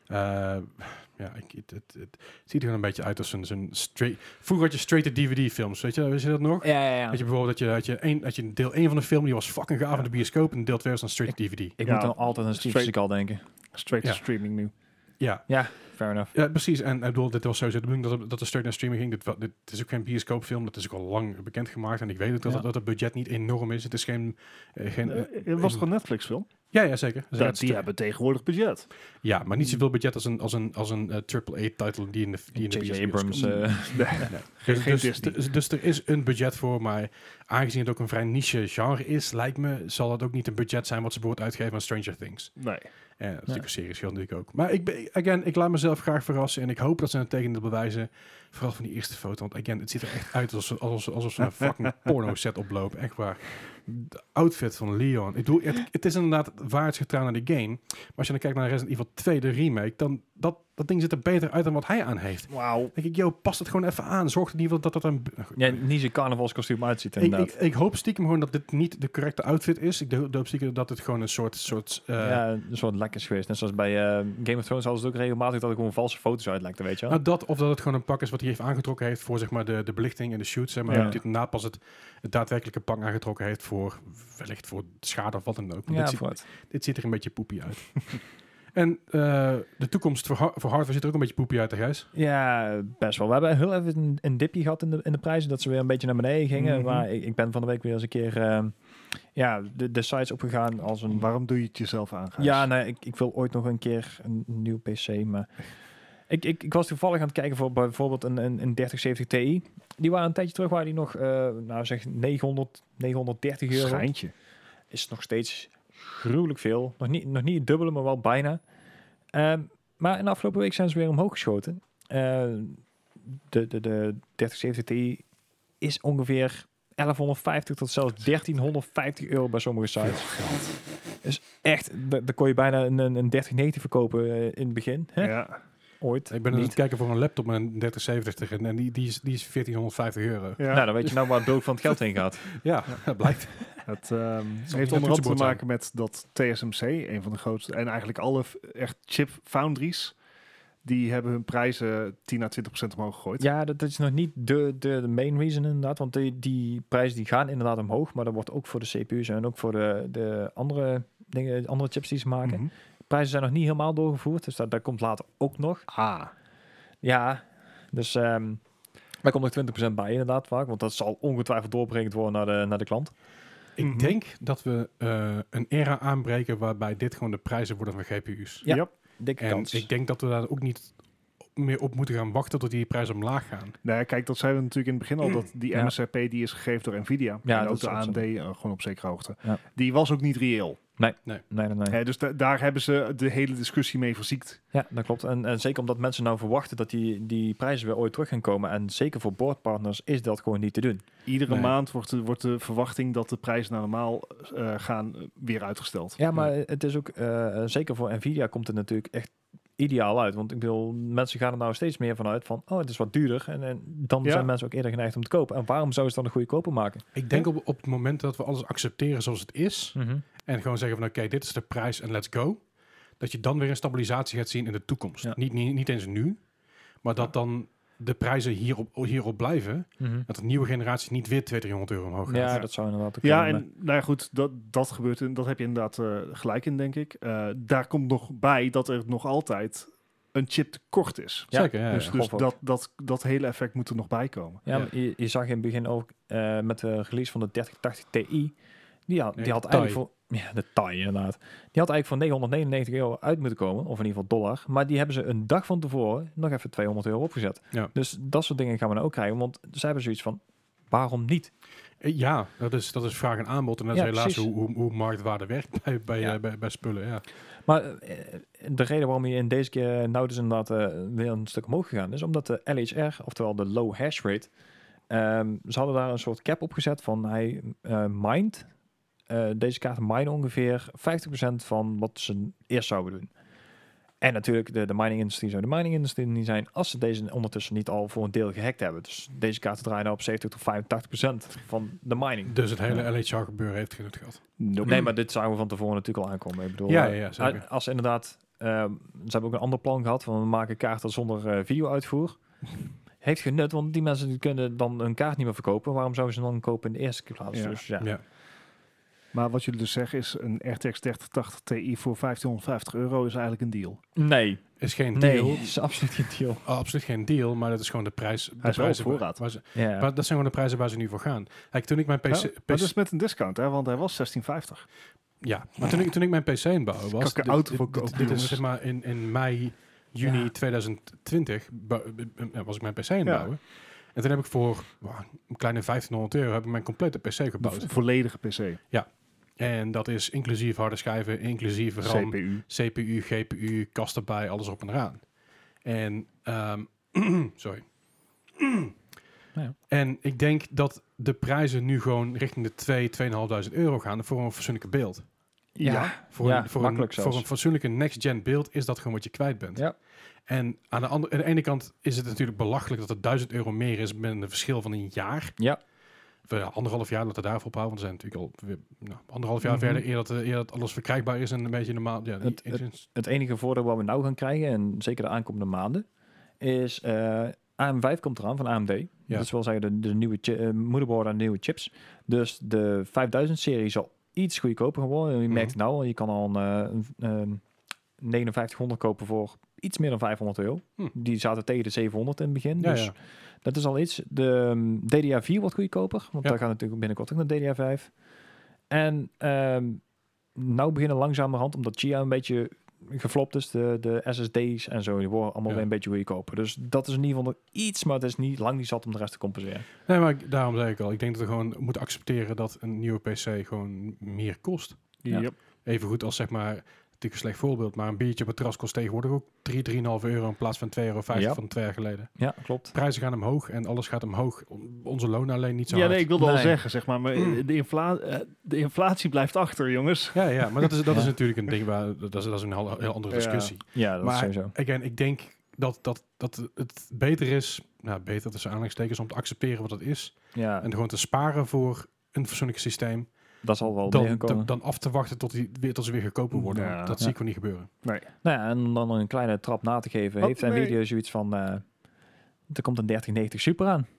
Het ziet er gewoon een beetje uit als zo'n straight... Vroeger had je straight-to-DVD films, weet je dat nog? Ja. Had je bijvoorbeeld dat je deel 1 van de film, die was fucking gaaf in de bioscoop, en deel 2 was dan straight-to-DVD. Ik Ja, moet dan altijd aan Steve Seagal denken. Straight to Ja. streaming nu. Ja. Fair enough. Ja, precies. En ik bedoel, dit was sowieso de bedoeling dat er straight naar streaming ging. Dit is ook geen bioscoopfilm. Dat is ook al lang bekendgemaakt. En ik weet ook dat het budget niet enorm is. Het is geen... Het was toch een Netflix film? Ja, zeker. Dus Die hebben tegenwoordig budget. Ja, maar niet zoveel budget als een AAA-titel die in de J.J. bioscoop Abrams. Geen Disney. Dus er is een budget voor, maar aangezien het ook een vrij niche genre is, lijkt me, zal het ook niet een budget zijn wat ze bijvoorbeeld uitgeven aan Stranger Things. Nee. Dat is natuurlijk een serie, scheelt natuurlijk ook. Maar ik laat mezelf graag verrassen en ik hoop dat ze het tegendeel bewijzen. Vooral van die eerste foto, want het ziet er echt uit alsof ze een fucking porno set oplopen. Echt waar. De outfit van Leon. Ik bedoel, het is inderdaad waarheidsgetrouw naar de game. Maar als je dan kijkt naar Resident Evil 2, de remake, dan dat ding ziet er beter uit dan wat hij aan heeft. Wauw. Dan denk ik, past het gewoon even aan. Zorg in ieder geval dat een... Ja, niet zijn carnavalskostuum uitziet inderdaad. Ik hoop stiekem gewoon dat dit niet de correcte outfit is. Ik hoop stiekem dat het gewoon een soort ja, een soort lek is geweest. Net zoals bij Game of Thrones hadden ze het ook regelmatig dat er gewoon valse foto's uitlekten, weet je wel. nou, dat, of dat het gewoon een pak is wat hij heeft aangetrokken heeft voor zeg maar de belichting en de shoot. Zeg maar. Ja. Dat hij daarna pas het daadwerkelijke pak aangetrokken heeft voor wellicht voor schade of wat dan ook. Want Ja, dit ziet er een beetje poepie uit. En de toekomst voor hardware ziet er ook een beetje poepie uit, hè, Gijs? Ja, best wel. We hebben heel even een dipje gehad in de prijzen, dat ze weer een beetje naar beneden gingen. Mhm. Maar ik ben van de week weer eens een keer de sites opgegaan als een... Waarom doe je het jezelf aan, Gijs? Ja, nee, ik wil ooit nog een keer een nieuw PC, maar... Ik was toevallig aan het kijken voor bijvoorbeeld een 3070 Ti. Die waren een tijdje terug, waar die nog, 930 euro. Schijntje. Is nog steeds gruwelijk veel. Nog niet het dubbele, maar wel bijna. Maar in de afgelopen week zijn ze weer omhoog geschoten. De 3070 Ti is ongeveer 1150 tot zelfs 1350 euro bij sommige sites. Dus echt, daar kon je bijna een 3090 verkopen in het begin. Hè? Ja. Ooit. Ik ben aan niet. het kijken voor een laptop met een 3070 en die is 1450 euro. Ja. Nou, dan weet je nou waar het bulk van het geld heen gaat. Ja, dat blijkt. Het zal heeft een onder andere te toetsenbord zijn. maken met dat TSMC, een van de grootste, en eigenlijk alle echt chip foundries, die hebben hun prijzen 10 à 20% omhoog gegooid. Ja, dat is nog niet de main reason inderdaad. Want die prijzen die gaan inderdaad omhoog. Maar dat wordt ook voor de CPU's en ook voor de andere dingen, andere chips die ze maken. Mhm. Prijzen zijn nog niet helemaal doorgevoerd. Dus dat komt later ook nog. Ah. Ja, dus daar komt nog 20% bij inderdaad vaak. Want dat zal ongetwijfeld doorberekend worden naar de klant. Ik Mhm. denk dat we een era aanbreken waarbij dit gewoon de prijzen worden van GPU's. Ja. Yep. Dikke En kans. ik denk dat we daar ook niet meer op moeten gaan wachten tot die prijzen omlaag gaan. Nou ja, kijk, dat zeiden we natuurlijk in het begin al, dat die Ja. MSRP die is gegeven door Nvidia. Ja, en dat ook de is ook AMD zo. gewoon op zekere hoogte. Ja. Die was ook niet reëel. Nee. Dus daar hebben ze de hele discussie mee verziekt. Ja, dat klopt. En zeker omdat mensen nou verwachten dat die prijzen weer ooit terug gaan komen. En zeker voor boardpartners is dat gewoon niet te doen. Iedere Nee. maand wordt de verwachting dat de prijzen naar normaal gaan weer uitgesteld. Ja, maar het is ook, zeker voor Nvidia komt het natuurlijk echt ideaal uit. Want ik bedoel, mensen gaan er nou steeds meer vanuit van, oh, het is wat duurder. En dan Ja. zijn mensen ook eerder geneigd om te kopen. En waarom zouden ze dan een goede koper maken? Ik denk op het moment dat we alles accepteren zoals het is, en gewoon zeggen van oké, dit is de prijs en let's go, dat je dan weer een stabilisatie gaat zien in de toekomst. Ja. Niet eens nu, maar dat dan de prijzen hierop blijven, dat de nieuwe generatie niet weer 200-300 euro omhoog gaat. Ja, dat zou inderdaad ook Ja, kunnen. en nou ja, goed, dat gebeurt en dat heb je inderdaad gelijk in, denk ik. Daar komt nog bij dat er nog altijd een chip tekort is. Ja, Zeker, ja. Dus, ja. dus geloof dat hele effect moet er nog bij komen. Ja, maar je zag in het begin ook met de release van de 3080 Ti. Die had Nee, eigenlijk TI. voor... Ja, de TI inderdaad. Die had eigenlijk voor 999 euro uit moeten komen. Of in ieder geval dollar. Maar die hebben ze een dag van tevoren nog even 200 euro opgezet. Ja. Dus dat soort dingen gaan we nou ook krijgen. Want ze hebben zoiets van, waarom niet? Ja, dat is vraag en aanbod. En dat is Ja, helaas precies. hoe marktwaarde werkt Ja. bij spullen. Ja. Maar de reden waarom je in deze keer nou dus inderdaad weer een stuk omhoog gegaan is omdat de LHR, oftewel de low hash rate, ze hadden daar een soort cap op gezet van hij mined. Deze kaarten minen ongeveer 50% van wat ze eerst zouden doen. En natuurlijk, de mining industrie zou de mining industrie niet zijn als ze deze ondertussen niet al voor een deel gehackt hebben. Dus deze kaarten draaien nou op 70 tot 85% van de mining. Dus het hele LHR gebeuren heeft geen nut gehad. Nee, maar dit zouden we van tevoren natuurlijk al aankomen. Ik bedoel, Ja, zeker. als ze inderdaad, ze hebben ook een ander plan gehad van we maken kaarten zonder video-uitvoer. Heeft geen nut, want die mensen die kunnen dan hun kaart niet meer verkopen. Waarom zouden ze dan kopen in de eerste plaats? Ja. Dus ja. Ja. Maar wat jullie dus zeggen is een RTX 3080 Ti voor €1550 is eigenlijk een deal. Nee, Is geen nee, deal. is absoluut geen deal. Absoluut geen deal, maar dat is gewoon de prijs. De Hij is wel op prijzen voorraad. waar ze- Ja. maar dat zijn gewoon de prijzen waar ze nu voor gaan. Kijk, toen ik mijn PC... Ja, maar dat is met een discount, hè? Want hij was 1650. Ja, maar toen ik mijn PC inbouwen was... Kan ik een auto voor kopen, dit jongens? is zeg maar in mei, juni Ja. 2020 was ik mijn PC inbouwen. En toen heb ik voor een kleine €1500 heb ik mijn complete PC gebouwd. De volledige PC. En dat is inclusief harde schijven, inclusief RAM, CPU. CPU, GPU, kast erbij, alles op en eraan. En, sorry. Ja. En ik denk dat de prijzen nu gewoon richting de 2.500 euro gaan voor een fatsoenlijke beeld. Ja, Voor, ja, voor, makkelijk voor zelfs. een fatsoenlijke next-gen beeld is dat gewoon wat je kwijt bent. Ja. En aan de ene kant is het natuurlijk belachelijk dat het €1000 meer is met een verschil van een jaar. Ja. Of, 1,5 jaar, laten we daarvoor ophouden, want we zijn natuurlijk al weer, 1,5 jaar Mhm. verder, eer dat alles verkrijgbaar is en een beetje normaal. Ja, Het enige voordeel wat we nou gaan krijgen, en zeker de aankomende maanden, is AM5 komt eraan van AMD. Ja. Dat wil zeggen de nieuwe moederborden en nieuwe chips. Dus de 5000-serie zal iets goedkoper geworden. Je merkt het nou al, je kan al een 5900 kopen voor iets meer dan €500. Die zaten tegen de 700 in het begin. Ja, dus ja. dat is al iets. De DDR4 wordt goedkoper, want Ja. daar gaat natuurlijk binnenkort ook naar DDR5. En nou beginnen langzamerhand, omdat Chia een beetje geflopt is, de SSD's en zo, die worden allemaal Ja. weer een beetje goedkoper. Dus dat is in ieder geval nog iets, maar het is niet lang niet zat om de rest te compenseren. Nee, maar daarom zei ik al, ik denk dat we gewoon moeten accepteren dat een nieuwe PC gewoon meer kost. Ja. Yep. Even goed als zeg maar, natuurlijk een slecht voorbeeld, maar een biertje op het terras kost tegenwoordig ook 3,5 euro in plaats van €2,50 Ja. van 2 jaar geleden. Ja, klopt. Prijzen gaan omhoog en alles gaat omhoog. Onze lonen alleen niet zo Ja, hard. nee, ik wilde al Nee. zeggen, zeg maar de inflatie blijft achter, jongens. Ja, maar dat is Ja. natuurlijk een ding waar, dat is een heel andere Ja. discussie. Ja, dat is Maar sowieso. again, ik denk dat het beter is, beter tussen aanhalingstekens, om te accepteren wat het is. Ja, En gewoon te sparen voor een fatsoenlijk systeem. dat zal wel meegekomen. Dan af te wachten tot ze weer goedkoper worden. Ja. Dat zie ik gewoon niet gebeuren. Nou ja, en dan een kleine trap na te geven. Oh, Heeft nee. Nvidia zoiets van, er komt een 3090 Super aan.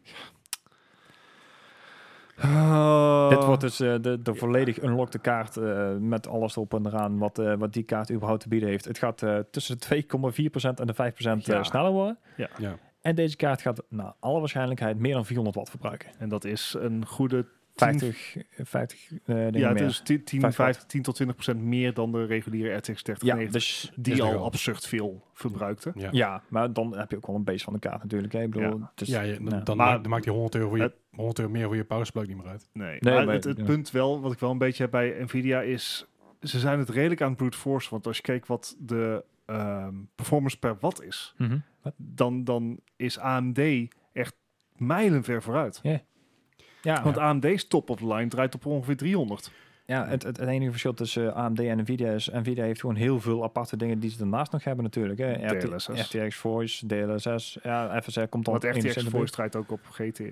Dit wordt dus de volledig unlockte kaart met alles erop en eraan wat die kaart überhaupt te bieden heeft. Het gaat tussen de 2,4% en de 5% Ja. sneller worden. Ja. En deze kaart gaat naar alle waarschijnlijkheid meer dan 400 watt verbruiken. En dat is een goede 50 dingen Ja, meer. dus 10 tot 20% meer dan de reguliere RTX 3090. dus Die is al nogal. absurd veel verbruikte. Ja. maar dan heb je ook wel een beest van de kaart natuurlijk. Hè? Ik bedoel, Ja. dus, Dan Maar- maakt die 100 euro, 100 euro meer voor je powersupply niet meer uit. Nee, Nee, maar maar- het ja. punt wel, wat ik wel een beetje heb bij Nvidia is, ze zijn het redelijk aan het brute force. Want als je kijkt wat de performance per watt is, Mhm. dan is AMD echt mijlenver vooruit. Ja, Want AMD's top of the line draait op ongeveer 300. ja, het enige verschil tussen AMD en Nvidia is, Nvidia heeft gewoon heel veel aparte dingen die ze daarnaast nog hebben natuurlijk. Hè. DLSS. RTX Voice, DLSS, ja, FSR komt dan Want RTX enigszins in de Voice draait ook op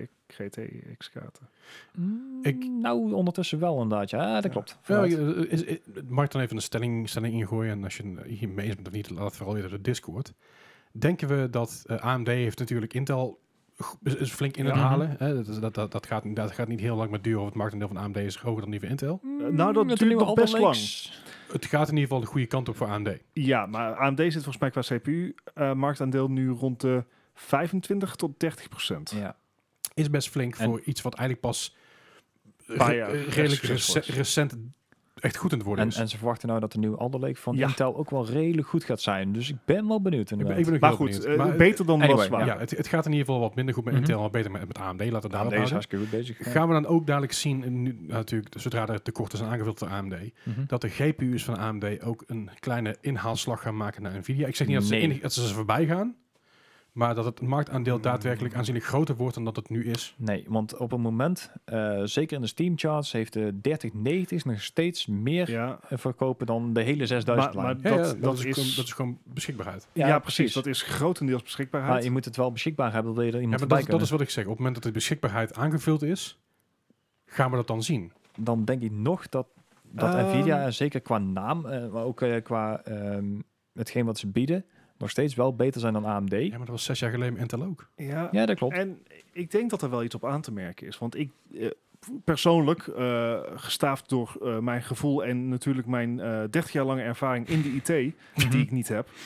GTX kaarten. buurt. Nou, ondertussen wel inderdaad, ja, dat klopt. Ja, Vooruit. mag ik dan even een stelling ingooien en als je hier mee eens bent of niet, laat het vooral weer op de Discord. Denken we dat AMD heeft natuurlijk Intel is flink in het Ja. halen. Hè? Dat gaat niet heel lang meer duren of het marktendeel van AMD is hoger dan die van Intel. Nou, dat Met de duurt nieuwe nog best Alder Lakes. Het gaat in ieder geval de goede kant op voor AMD. Ja, maar AMD zit volgens mij qua CPU-marktaandeel nu rond de 25 tot 30%. Ja. Is best flink En- voor iets wat eigenlijk pas Paar jaar redelijk succesvol is. recent echt goed in het worden is. En ze verwachten nou dat de nieuwe Alder Lake van Ja. Intel ook wel redelijk goed gaat zijn. Dus ik ben wel benieuwd ik inderdaad. ben ook Maar heel goed, benieuwd. Maar, beter dan anyway, was waar. ja, het gaat in ieder geval wat minder goed met Mhm. Intel, maar beter met AMD. Laten we daarop AMD is houden. hartstikke goed bezig. ja. Gaan we dan ook dadelijk zien, nu, natuurlijk, zodra er tekorten zijn aangevuld door AMD, Mhm. dat de GPU's van AMD ook een kleine inhaalslag gaan maken naar Nvidia. Ik zeg niet Nee. dat ze voorbij gaan, maar dat het marktaandeel daadwerkelijk aanzienlijk groter wordt dan dat het nu is. Nee, want op het moment, zeker in de Steam charts, heeft de 3090 nog steeds meer Ja, verkopen dan de hele 6000 maar lijn. dat is is... dat is gewoon beschikbaarheid. Ja, precies. Dat is grotendeels beschikbaarheid. Maar je moet het wel beschikbaar hebben, wil je er Ja, iemand maar bij dat is wat ik zeg. Op het moment dat de beschikbaarheid aangevuld is, gaan we dat dan zien. Dan denk ik nog dat Nvidia, zeker qua naam, maar ook qua hetgeen wat ze bieden, nog steeds wel beter zijn dan AMD. Ja, maar dat was 6 jaar geleden met Intel ook. Ja, Ja, dat klopt. en ik denk dat er wel iets op aan te merken is. Want ik persoonlijk, gestaafd door mijn gevoel en natuurlijk mijn 30 jaar lange ervaring in de IT, die ik niet heb,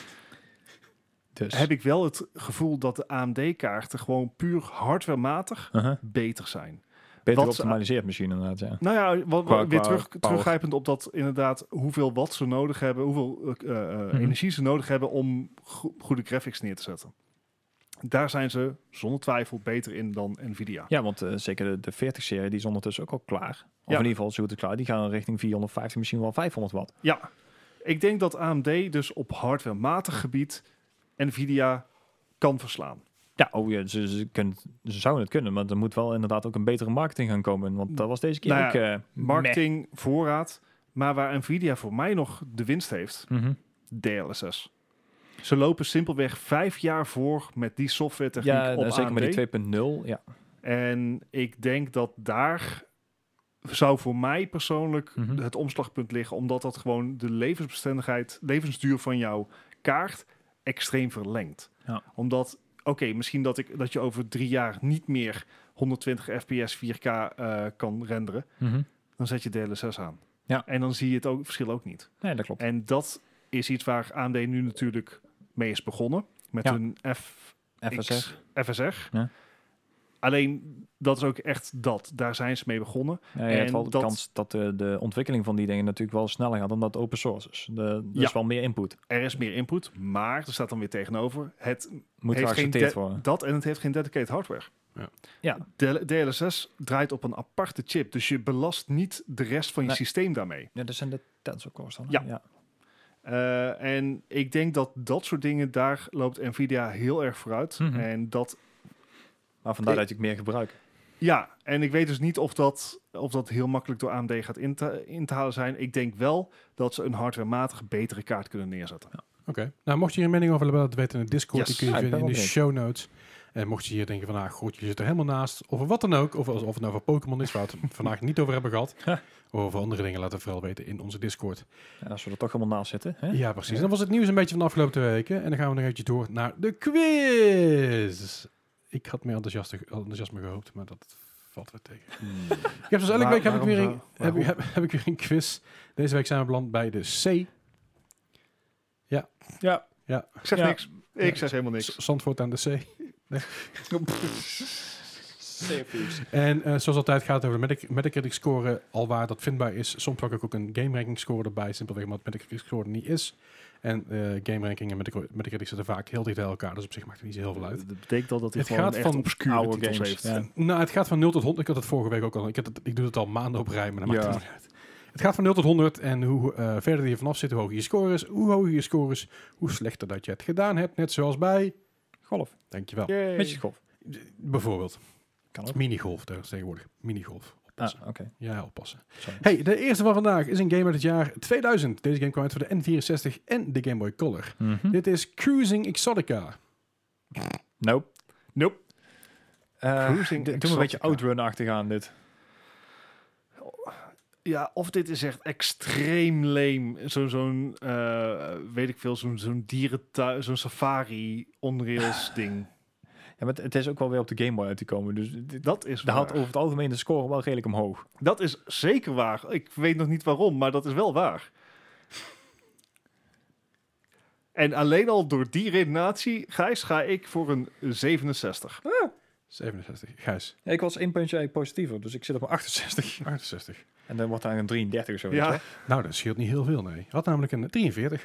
Dus. heb ik wel het gevoel dat de AMD-kaarten gewoon puur hardwarematig beter zijn. Beter wat- geoptimaliseerd misschien inderdaad, ja. Nou ja, Qua weer power. teruggrijpend op dat inderdaad hoeveel watt ze nodig hebben, hoeveel energie ze nodig hebben om goede graphics neer te zetten. Daar zijn ze zonder twijfel beter in dan Nvidia. Ja, want zeker de 40-serie, die is ondertussen ook al klaar. Of in ieder geval zo goed als klaar. Die gaan richting 450, misschien wel 500 watt. Ja, ik denk dat AMD dus op hardwarematig gebied Nvidia kan verslaan. Ja, ze zouden het kunnen, maar er moet wel inderdaad ook een betere marketing gaan komen. Want dat was deze keer Nou ook... ja, Marketing, voorraad, maar waar Nvidia voor mij nog de winst heeft, meh. Mhm. DLSS. Ze lopen simpelweg 5 jaar voor met die software techniek Ja, op zeker AMD. met die 2.0. Ja. En ik denk dat daar zou voor mij persoonlijk Mhm. het omslagpunt liggen, omdat dat gewoon de levensduur van jouw kaart extreem verlengt. Ja. Omdat, oké, misschien dat je over 3 jaar niet meer 120 fps 4K kan renderen, Mhm. dan zet je DLSS aan. Ja. En dan zie je het verschil ook niet. Nee, dat klopt. En dat is iets waar AMD nu natuurlijk mee is begonnen. Met Ja. hun FSR. Ja. Alleen, dat is ook echt dat. Daar zijn ze mee begonnen. Ja, je hebt En wel de dat- kans dat de ontwikkeling van die dingen natuurlijk wel sneller gaat dan dat open source is. Er Ja. is wel meer input. Er is meer input, maar er staat dan weer tegenover. Het Moet heeft geen geaccepteerd worden. dat en het heeft geen dedicated hardware. Ja. DLSS draait op een aparte chip, dus je belast niet de rest van je Nee. systeem daarmee. Ja, dat zijn de tensor cores dan. hè? Ja. Ja. En ik denk dat dat soort dingen, daar loopt Nvidia heel erg vooruit. Mhm. En dat, Maar vandaar dat ik meer gebruik. ja, en ik weet dus niet of dat heel makkelijk door AMD gaat in te halen zijn. Ik denk wel dat ze een hardwarematig betere kaart kunnen neerzetten. Oké. Nou, mocht je hier een mening over hebben, laat het weten in de Discord. Yes. Die kun je Ja, ik vinden in ben de wel show notes. En mocht je hier denken van, goed, je zit er helemaal naast. Of wat dan ook. Of het nou over Pokémon is, waar we het vandaag niet over hebben gehad. Of over andere dingen, laten we vooral weten in onze Discord. Ja, als we er toch helemaal naast zitten. Hè? Ja, precies. Dan was het nieuws een beetje van de afgelopen 2 weken. En dan gaan we nog eventjes door naar de quiz. Ik had meer enthousiasme gehoopt, maar dat valt weer tegen. Ik heb dus elke week heb ik weer een quiz. Deze week zijn we beland bij de C. Ja. Ik zeg Ja. niks. Ik zeg helemaal niks. Zandvoort aan de C. Sea of Thieves. En zoals altijd gaat het over de Metacritic score, al waar dat vindbaar is. Soms pak ik ook een game ranking score erbij, simpelweg omdat Metacritic score er niet is. En game ranking en Metacritic zitten vaak heel dicht bij elkaar, dus op zich maakt het niet zo heel veel uit. Dat betekent al dat hij Het gewoon gaat echt van obscure oude titels games, heeft. ja. Nou, het gaat van 0 tot 100. Ik had het vorige week ook al. Ik doe het al maanden op rij, maar dat maakt Ja. het niet uit. Het gaat van 0 tot 100 en hoe verder je vanaf zit, hoe hoger je score is. Hoe hoger je score is, hoe slechter dat je het gedaan hebt. Net zoals bij... Golf. Dankjewel. Yay. Beetje golf. Bijvoorbeeld. Kan ook. Minigolf tegenwoordig. Minigolf. Oppassen. Oké. Ja, oppassen. Sorry. Hey, de eerste van vandaag is een game uit het jaar 2000. Deze game kwam uit voor de N64 en de Game Boy Color. Mhm. Dit is Cruising Exotica. Nope. Nope. Doe Cruising me een beetje Exotica. outrun-achtig aan dit. Ja, of dit is echt extreem lame. Zo'n weet ik veel, zo'n dierentuin, zo'n safari on-rails ding. Ja, maar het is ook wel weer op de Game Boy uit te komen. Dus Dat is daar waar. haalt over het algemeen de score wel redelijk omhoog. Dat is zeker waar. Ik weet nog niet waarom, maar dat is wel waar. En alleen al door die redenatie, Gijs, ga ik voor een 67. 67. Gijs. Ja, ik was 1 puntje positiever, dus ik zit op een 68. 68. En dan wordt daar een 33 of zo. weet je Ja. wel. Nou, dat scheelt niet heel veel, nee. Had namelijk een 43.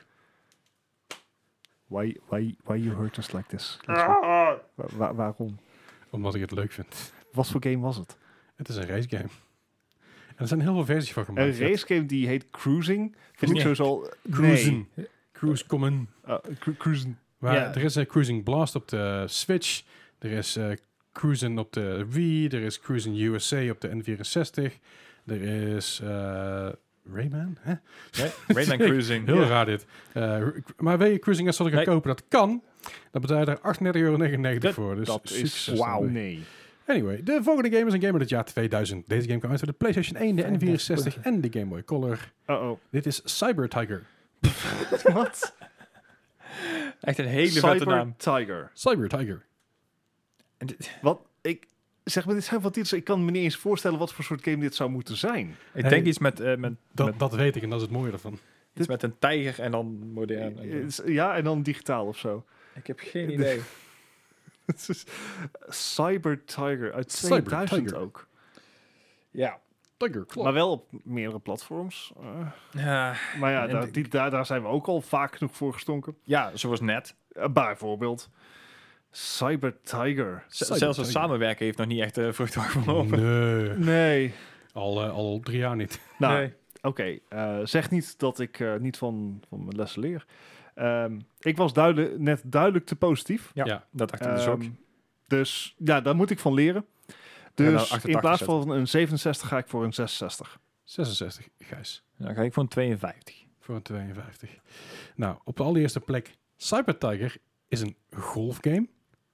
Why you hurt us like this? Waarom? Omdat ik het leuk vind. Wat voor game was het? Het is een racegame. En er zijn heel veel versies van Een gemaakt. racegame die heet Cruising. Vind ik Ja. sowieso al... Cruisen. Cruise Common. Cruising. Maar Ja. er is Cruising Blast op de Switch. Er is Cruising op de Wii. Er is Cruising USA op de N64. Er is Rayman. Hè? Rayman Cruising. Heel Ja. raar dit. Maar wil je Cruising Exotica Nee. kopen? Dat kan. Dan betaal je daar €38,99 voor. Dus Dat is... succes Wauw. daarmee. Nee. Anyway, de volgende game is een game uit het jaar 2000. Deze game kwam uit voor de PlayStation 1, de N64 en de Game Boy Color. Uh-oh. Dit is Cyber Tiger. Wat? Echt een hele vette Cyber naam. Tiger. Cyber Tiger. En dit- Wat? Zeg maar, dit zijn van titels. Ik kan me niet eens voorstellen wat voor soort game dit zou moeten zijn. Ik Hey, denk iets met Dat weet ik en dat is het mooie ervan. iets met een tijger en dan modern. En zo. Ja, en dan digitaal of zo. Ik heb geen idee. Het is Cyber Tiger uit Cyber 2000 Tiger. ook. Ja. Tiger, klopt. Maar wel op meerdere platforms. Ja, Maar ja, En daar zijn we ook al vaak genoeg voor gestonken. ja, zoals net. Bijvoorbeeld Cyber Tiger. Cyber Zelfs het Tiger. samenwerken heeft nog niet echt vruchten afgelopen. Nee, Nee. al 3 jaar niet. Nou, Nee. oké. Zeg niet dat ik niet van mijn lessen leer. Ik was net duidelijk te positief. Ja, Ja. dat dacht ik dus ook. Dus ja, daar moet ik van leren. nou, Dus 88 in plaats zetten. van een 67 ga ik voor een 66. 66, Gijs. Dan ga ik voor een 52. Voor een 52. Nou, op de allereerste plek. Cyber Tiger is een golfgame.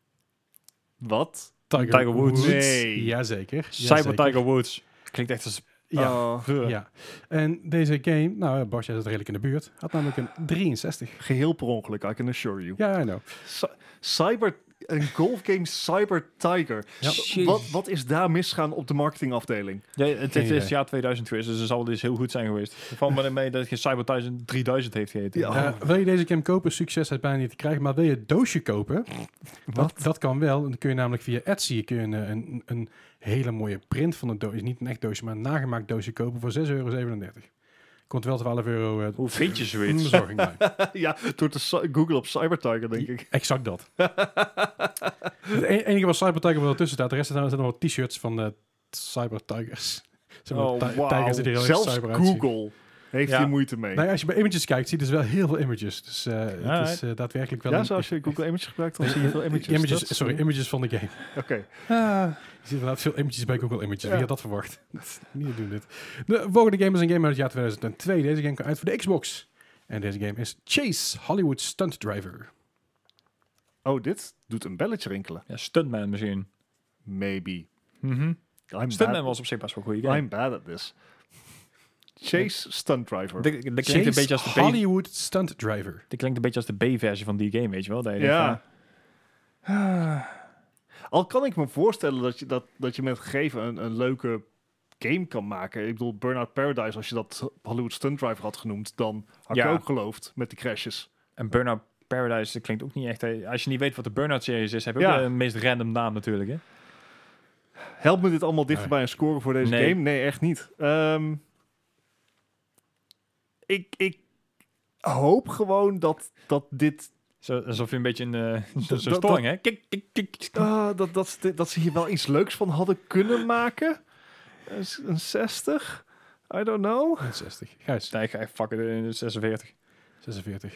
Wat? Tiger Woods. Nee. Jazeker. Cyber Tiger Woods. Klinkt echt als... Ja. Oh, Ja. En deze game, nou Bas, jij zit redelijk in de buurt, had namelijk een 63. geheel per ongeluk, I can assure you. Ja, I know. Een golfgame Cyber Tiger. Ja. Wat is daar misgaan op de marketingafdeling? Ja, het Geen is idee. het jaar 2000 geweest, dus het zal dus heel goed zijn geweest. Van me mee dat het geen Cyber 3000 heeft geheten. Ja. Wil je deze game kopen? Succes is bijna niet te krijgen. Maar wil je het doosje kopen? Dat kan wel. Dan kun je namelijk via Etsy kun je een hele mooie print van een doosje. Niet een echt doosje, maar een nagemaakt doosje kopen voor €6,37. Komt wel €12 Hoe vind je in zoiets? bezorging bij. Ja, door te Google op Cyber Tiger, denk ik. Exact dat. Het enige wat Cyber Tiger wat ertussen staat. De rest zijn nog wat t-shirts van de Cyber Tigers. Zeg maar, Oh, wauw. Tigers die er heel erg Zelfs cyber uitzien. Google heeft Ja. hier moeite mee. Nou ja, als je bij images kijkt, zie je dus wel heel veel images. Dus het is daadwerkelijk wel... Ja, een- zoals je Google Images gebruikt, dan zie je veel images. images, Dat is- sorry, images van de game. Oké. Je ziet inderdaad veel images bij Google Images. Ja. Wie had dat verwacht? Niet doen dit. De volgende game is een game uit het jaar 2002. Deze game kwam uit voor de Xbox. En deze game is Chase Hollywood Stunt Driver. Oh, dit doet een belletje rinkelen. Ja, Stuntman misschien. Maybe. Mhm. I'm Stuntman bad, was op zich best wel een goede game. I'm bad at this. Chase Stunt Driver. Dat klinkt een Chase beetje als de B. Hollywood Stunt Driver. Dat klinkt een beetje als de B-versie van die game, weet je wel? Dat je denkt Ja. van, Al kan ik me voorstellen dat je met gegeven een leuke game kan maken. Ik bedoel, Burnout Paradise, als je dat Hollywood Stunt Driver had genoemd, dan had Ja. ik ook geloofd met die crashes. En Burnout Paradise, dat klinkt ook niet echt... Als je niet weet wat de Burnout-series is, heb je Ja. ook de meest random naam natuurlijk, hè? Helpt me dit allemaal dichter Nee. bij een score voor deze Nee. game? Nee, echt niet. Ik hoop gewoon dat dit... Alsof je een beetje een dat- storing, hè? Kik, kik, kik. dat ze hier wel iets leuks van hadden kunnen maken. Een 60? I don't know. 60. Gijs, Nee, ik ga echt fucken 46. 46.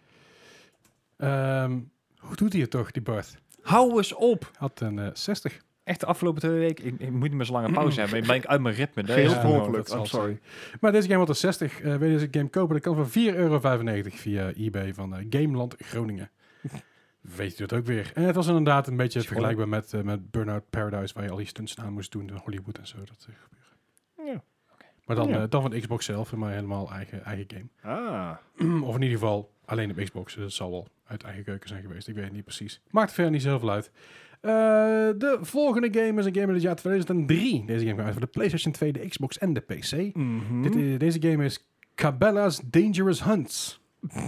Hoe doet hij het toch, die Bart? Hou eens op! Had een 60. Echt de afgelopen 2 weken, ik moet niet meer zo lange pauze hebben. Ik ben uit mijn ritme. Dat Geheel is per gewoon- ongeluk, dat zal I'm sorry. Maar deze game had een 60. Wil je deze game kopen? Dat kan voor €4,95 via eBay van Gameland Groningen. Weet je dat ook weer. En het was inderdaad een beetje Schoon. vergelijkbaar met Burnout Paradise, waar je al die stunts aan moest doen in Hollywood en zo. Dat gebeuren. Ja. Maar dan, Ja. dan van de Xbox zelf, maar helemaal eigen game. Of in ieder geval alleen op Xbox. Dus het zal wel uit eigen keuken zijn geweest. Ik weet het niet precies. Maakt verder niet zoveel uit. De volgende game is een game uit het jaar 2003. Deze game kwam uit voor de PlayStation 2, de Xbox en de PC. Mhm. Deze game is Cabela's Dangerous Hunts.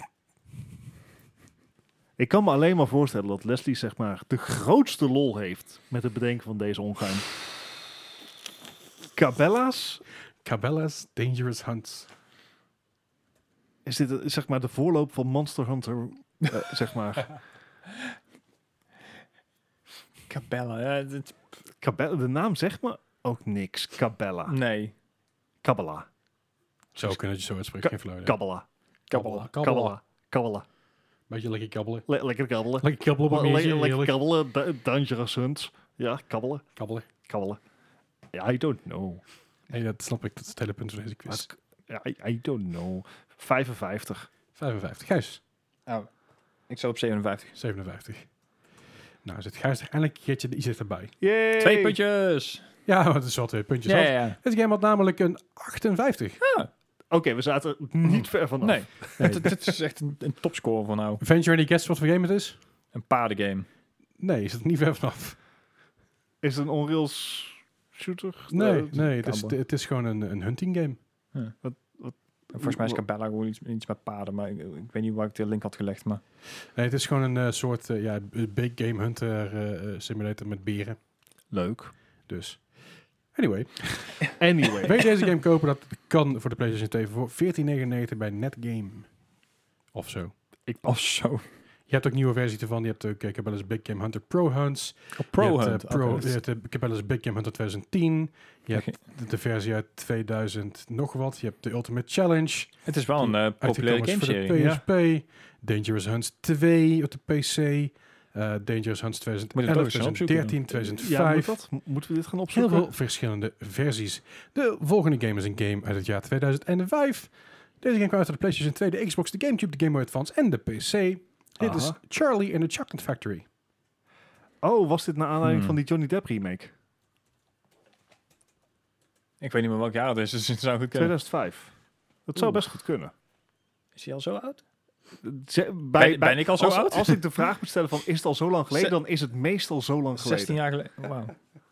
Ik kan me alleen maar voorstellen dat Leslie zeg maar de grootste lol heeft met het bedenken van deze ongein. Cabela's? Cabela's Dangerous Hunts. Is dit zeg maar de voorloop van Monster Hunter? Zeg maar. Cabela, ja, Cabela, de naam zegt me ook niks. Cabela. nee. Cabela. Zou kunnen dat je zo uitspreekt. Geen flauw idee. Cabela. Cabela. Cabela. Cabela. Beetje lekker kabbelen. Lekker kabbelen. Lekker kabbelen op een meisje, Lekker heerlijk. kabbelen. Dangerous Hunts. Ja, kabbelen. Kabbelen. Kabbelen. Ja, I don't know. Nee, dat snap ik. Dat is het hele punt van deze quiz. Ja, I don't know. 55. 55. Gijs. Oh, ik zat op 57. 57. Nou, zit Gijs er eindelijk een keertje iets dichterbij. Yay! 2 puntjes! Ja, maar het is wel 2 puntjes. Ja, af. ja, ja. Deze game had namelijk een 58. Oké, we zaten niet ver vanaf. Nee, het is echt een topscore voor nou. Venture any guess wat voor game het is? Een paardengame. Nee, is het niet ver vanaf. Is het een Unreal shooter? Nee, Uh, nee, cowboy. het is gewoon een hunting game. Volgens mij is Cabela gewoon iets met paarden, maar ik weet niet waar ik de link had gelegd. Maar Nee, het is gewoon een soort big game hunter simulator met beren. Leuk. Dus, anyway. Anyway. Wil je deze game kopen? Dat kan voor de PlayStation 2 voor €14,99 bij Netgame. Of zo. of zo. Je hebt ook nieuwe versies ervan. Je hebt ook Cabela's Big Game Hunter Pro Hunts. Je hebt, je hebt de Cabela's Big Game Hunter 2010. Je hebt de versie uit 2000 nog wat. Je hebt de Ultimate Challenge. Het is wel een populaire Uitgekomen is voor gameserie. de PSP. Dangerous Hunts 2 op de PC. Dangerous Hunts Moet ik 2011, ook eens gaan opzoeken 2013, Ja, moet 2005. dat? Moeten we dit gaan Heel opzoeken? veel verschillende versies. De volgende game is een game uit het jaar 2005. Deze game kwam uit voor de PlayStation 2, de Xbox, de Gamecube, de Game Boy Advance en de PC. Dit is Aha. Charlie and the Chocolate Factory. Oh, was dit naar aanleiding van die Johnny Depp remake? Ik weet niet meer welk jaar het is, dus het zou goed kunnen. 2005. Dat zou best goed kunnen. Is hij al zo oud? Ben ik al zo oud? Als ik de vraag moet stellen van is het al zo lang geleden, dan is het meestal zo lang geleden. 16 jaar geleden. Wauw.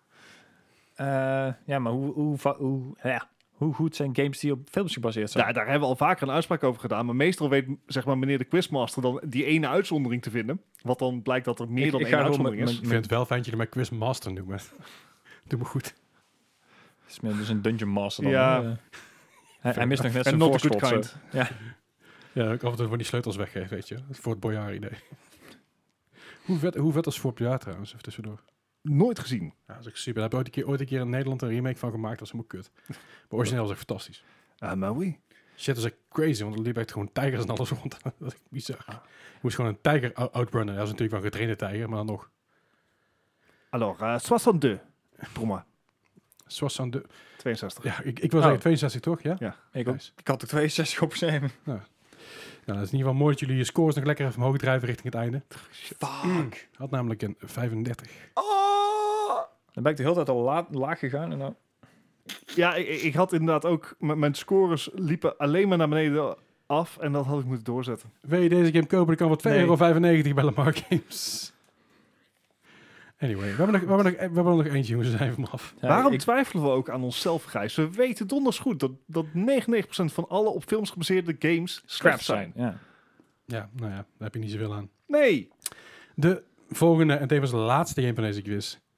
Ja, maar hoe goed zijn games die op films gebaseerd zijn? Ja, daar hebben we al vaker een uitspraak over gedaan. Maar meestal weet zeg maar meneer de quizmaster dan die ene uitzondering te vinden. Wat dan blijkt dat er meer dan één uitzondering is. Ik vind het wel fijn dat je mij Quizmaster noemen. Doe me goed. Het is meer dus een Dungeon Master dan. Ja. Hij mist nog net En zijn not the good voorschot. kind. zo. Ja. Ja, ik af en toe van die sleutels weggeef, weet je. Voor het Boyard idee. Hoe vet is Fort Boyard trouwens, even tussendoor. Nooit gezien. Ja, dat is echt super. Daar heb ik ooit een keer in Nederland een remake van gemaakt. Dat was helemaal kut. Maar origineel was echt fantastisch. Maar oui. Shit, dat is echt crazy, want er liepen echt gewoon tijgers en alles rond. Dat is echt bizar. Je moest gewoon een tijger outrunnen. Dat is natuurlijk wel een getrainde tijger, maar dan nog. Alors, 62. Pour moi. 62. 62. Ja, ik wil zeggen 62 toch? Ja? Ja. Nice. Ik had er 62 opgeschreven. Nou, dat is in ieder geval mooi dat jullie je scores nog lekker even omhoog drijven richting het einde. Fuck. Had namelijk een 35. Dan ben ik de hele tijd al laag gegaan. En dan... Ja, ik had inderdaad ook... Mijn scores liepen alleen maar naar beneden af. En dat had ik moeten doorzetten. Wil je deze game kopen? Dan kan voor €2,95 bij Lamar Games. Anyway, we hebben nog eentje, jongens. We zijn van af. Ja, Waarom ik- twijfelen we ook aan onszelf, Gijs? We weten donders goed dat 99% van alle op films gebaseerde games scraps zijn. Ja. Ja, nou ja, daar heb je niet zoveel aan. Nee. De volgende, en tevens de laatste game van deze quiz,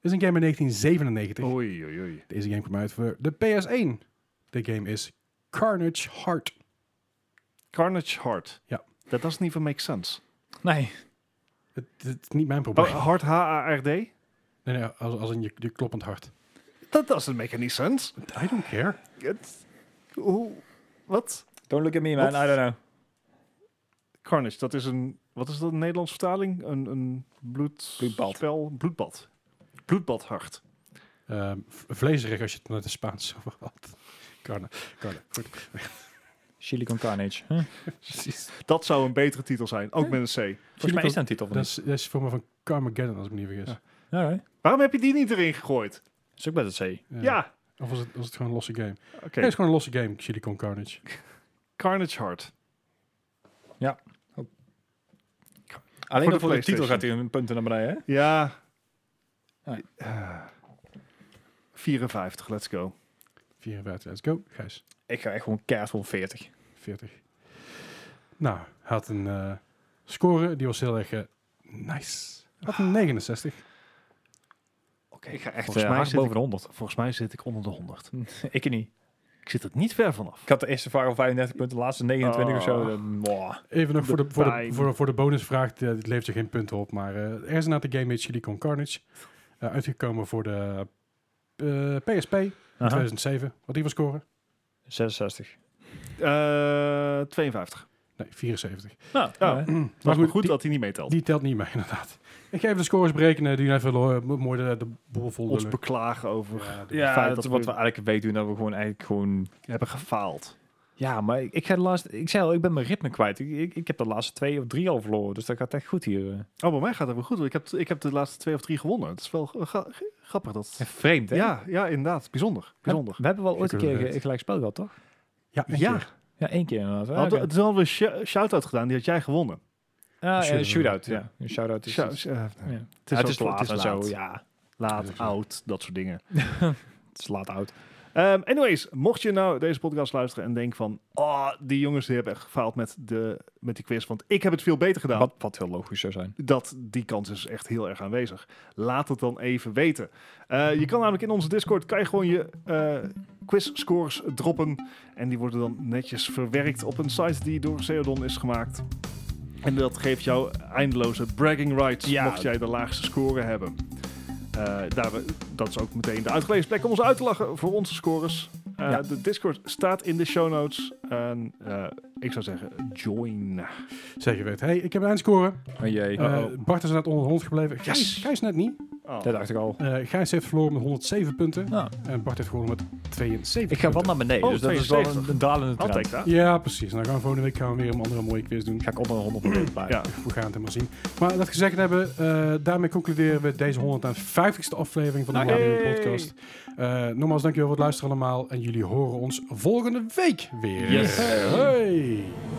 is een game in 1997. Oei, oei, oei. Deze game kwam uit voor de PS1. De game is Carnage Heart. Carnage Heart. Ja. That doesn't even make sense. Nee. Het is niet mijn probleem. Oh, Hard H-A-R-D? Nee, als in je kloppend hart. That doesn't make any sense. I don't care. Hoe? Wat? Don't look at me, man. Wat? I don't know. Carnage, dat is een... Wat is dat, een Nederlandse vertaling? Een Bloedbad. spel? Bloedbad. Bloedbadhart. Vlezerig als je het met de Spaans over had. Carne. Goed. Chili con Carnage. Huh? Precies. Dat zou een betere titel zijn. Ook met een C. Volgens mij is dat een titel van Dat is voor me van Carmageddon, als ik me niet vergis. Ja. Alright. Waarom heb je die niet erin gegooid? Is ook met het C. Ja. Of was het gewoon een losse game? Oké. Nee, het is gewoon een losse game, Chili Con Carnage. Carnage Heart. Alleen Voor al de voor de titel PlayStation. gaat hij een punten naar beneden, hè? Ja. Ah. 54, let's go. 54, let's go. Gijs, Ik ga echt gewoon keihard voor 40. 40. Nou, hij had een score, die was heel erg nice. Hij had een 69. Oké, Ik ga echt volgens mij hard zit boven ik, de 100. volgens mij zit ik onder de 100. Ik niet. Ik zit er niet ver vanaf. Ik had de eerste vraag al 35 punten, de laatste 29 of zo. Oh. Wow. Even nog De pijn. voor de bonusvraag, dit levert je geen punten op, maar er is inderdaad de game met Chili Con Carnage. Uitgekomen voor de PSP in 2007. Wat die was scoren? 66. 52. Nee, 74. Nou, Oh. ja. Maar Maar goed, goed, dat hij niet meetelt. die telt niet mee, inderdaad. Ik ga even de scores berekenen, die even mooi de boel vol Ons lullen. beklagen over Ja, feit dat dat is we- wat we eigenlijk weten doen, dat we gewoon eigenlijk gewoon... hebben gefaald. Ja, maar ik ga de laatste... Ik zei al, ik ben mijn ritme kwijt. Ik heb de laatste 2 of 3 al verloren, dus dat gaat echt goed hier. Oh, bij mij gaat het wel goed. Want ik heb de laatste 2 of 3 gewonnen. Het is wel grappig. Dat... Vreemd, hè? Ja, inderdaad. Bijzonder. Bijzonder. We hebben wel ooit een Ik ook keer het. een gelijk spel gehad, toch? Ja, één Ja. keer. Ja, 1 keer inderdaad. Toen hadden we een shout-out gedaan. Die had jij gewonnen. Shootout, Shootout, ja. Een shoutout is... Shout- iets- ja. ja. Het Het is laat en zo, laat. ja. Laat, Ja, oud, dat soort dingen. Het is laat oud. Anyways, mocht je nou deze podcast luisteren en denken van... Oh, die jongens die hebben echt gefaald met die quiz. Want ik heb het veel beter gedaan. Wat heel logisch zou zijn. Die kans is echt heel erg aanwezig. Laat het dan even weten. Je kan namelijk in onze Discord kan je gewoon je quiz-scores droppen. En die worden dan netjes verwerkt op een site die door Seodon is gemaakt. En dat geeft jou eindeloze bragging rights, Ja. mocht jij de laagste score hebben. Dat is ook meteen de uitgelezen plek om ons uit te lachen voor onze scores. Ja. De Discord staat in de show notes. En ik zou zeggen, join. Zeker weten. Hey, ik heb een eindscore. Oh jee. Bart is net onder de 100 gebleven. Yes. Gijs net niet. Oh. Dat dacht ik al. Gijs heeft verloren met 107 punten. Nou, En Bart heeft gewonnen met 72 ik ga wat punten. naar beneden, Oh, dus dat is wel 72. een dalende I'll trend. take that. Ja, precies. Nou gaan we volgende week weer een andere mooie quiz doen. Ga ik onder de 100 blijven. Ja. We gaan het helemaal zien. Maar dat gezegd hebben, daarmee concluderen we deze 150ste aflevering van de Hey. Gaming Podcast. Nogmaals, dankjewel voor het luisteren allemaal. En jullie horen ons volgende week weer. Yes. Hey.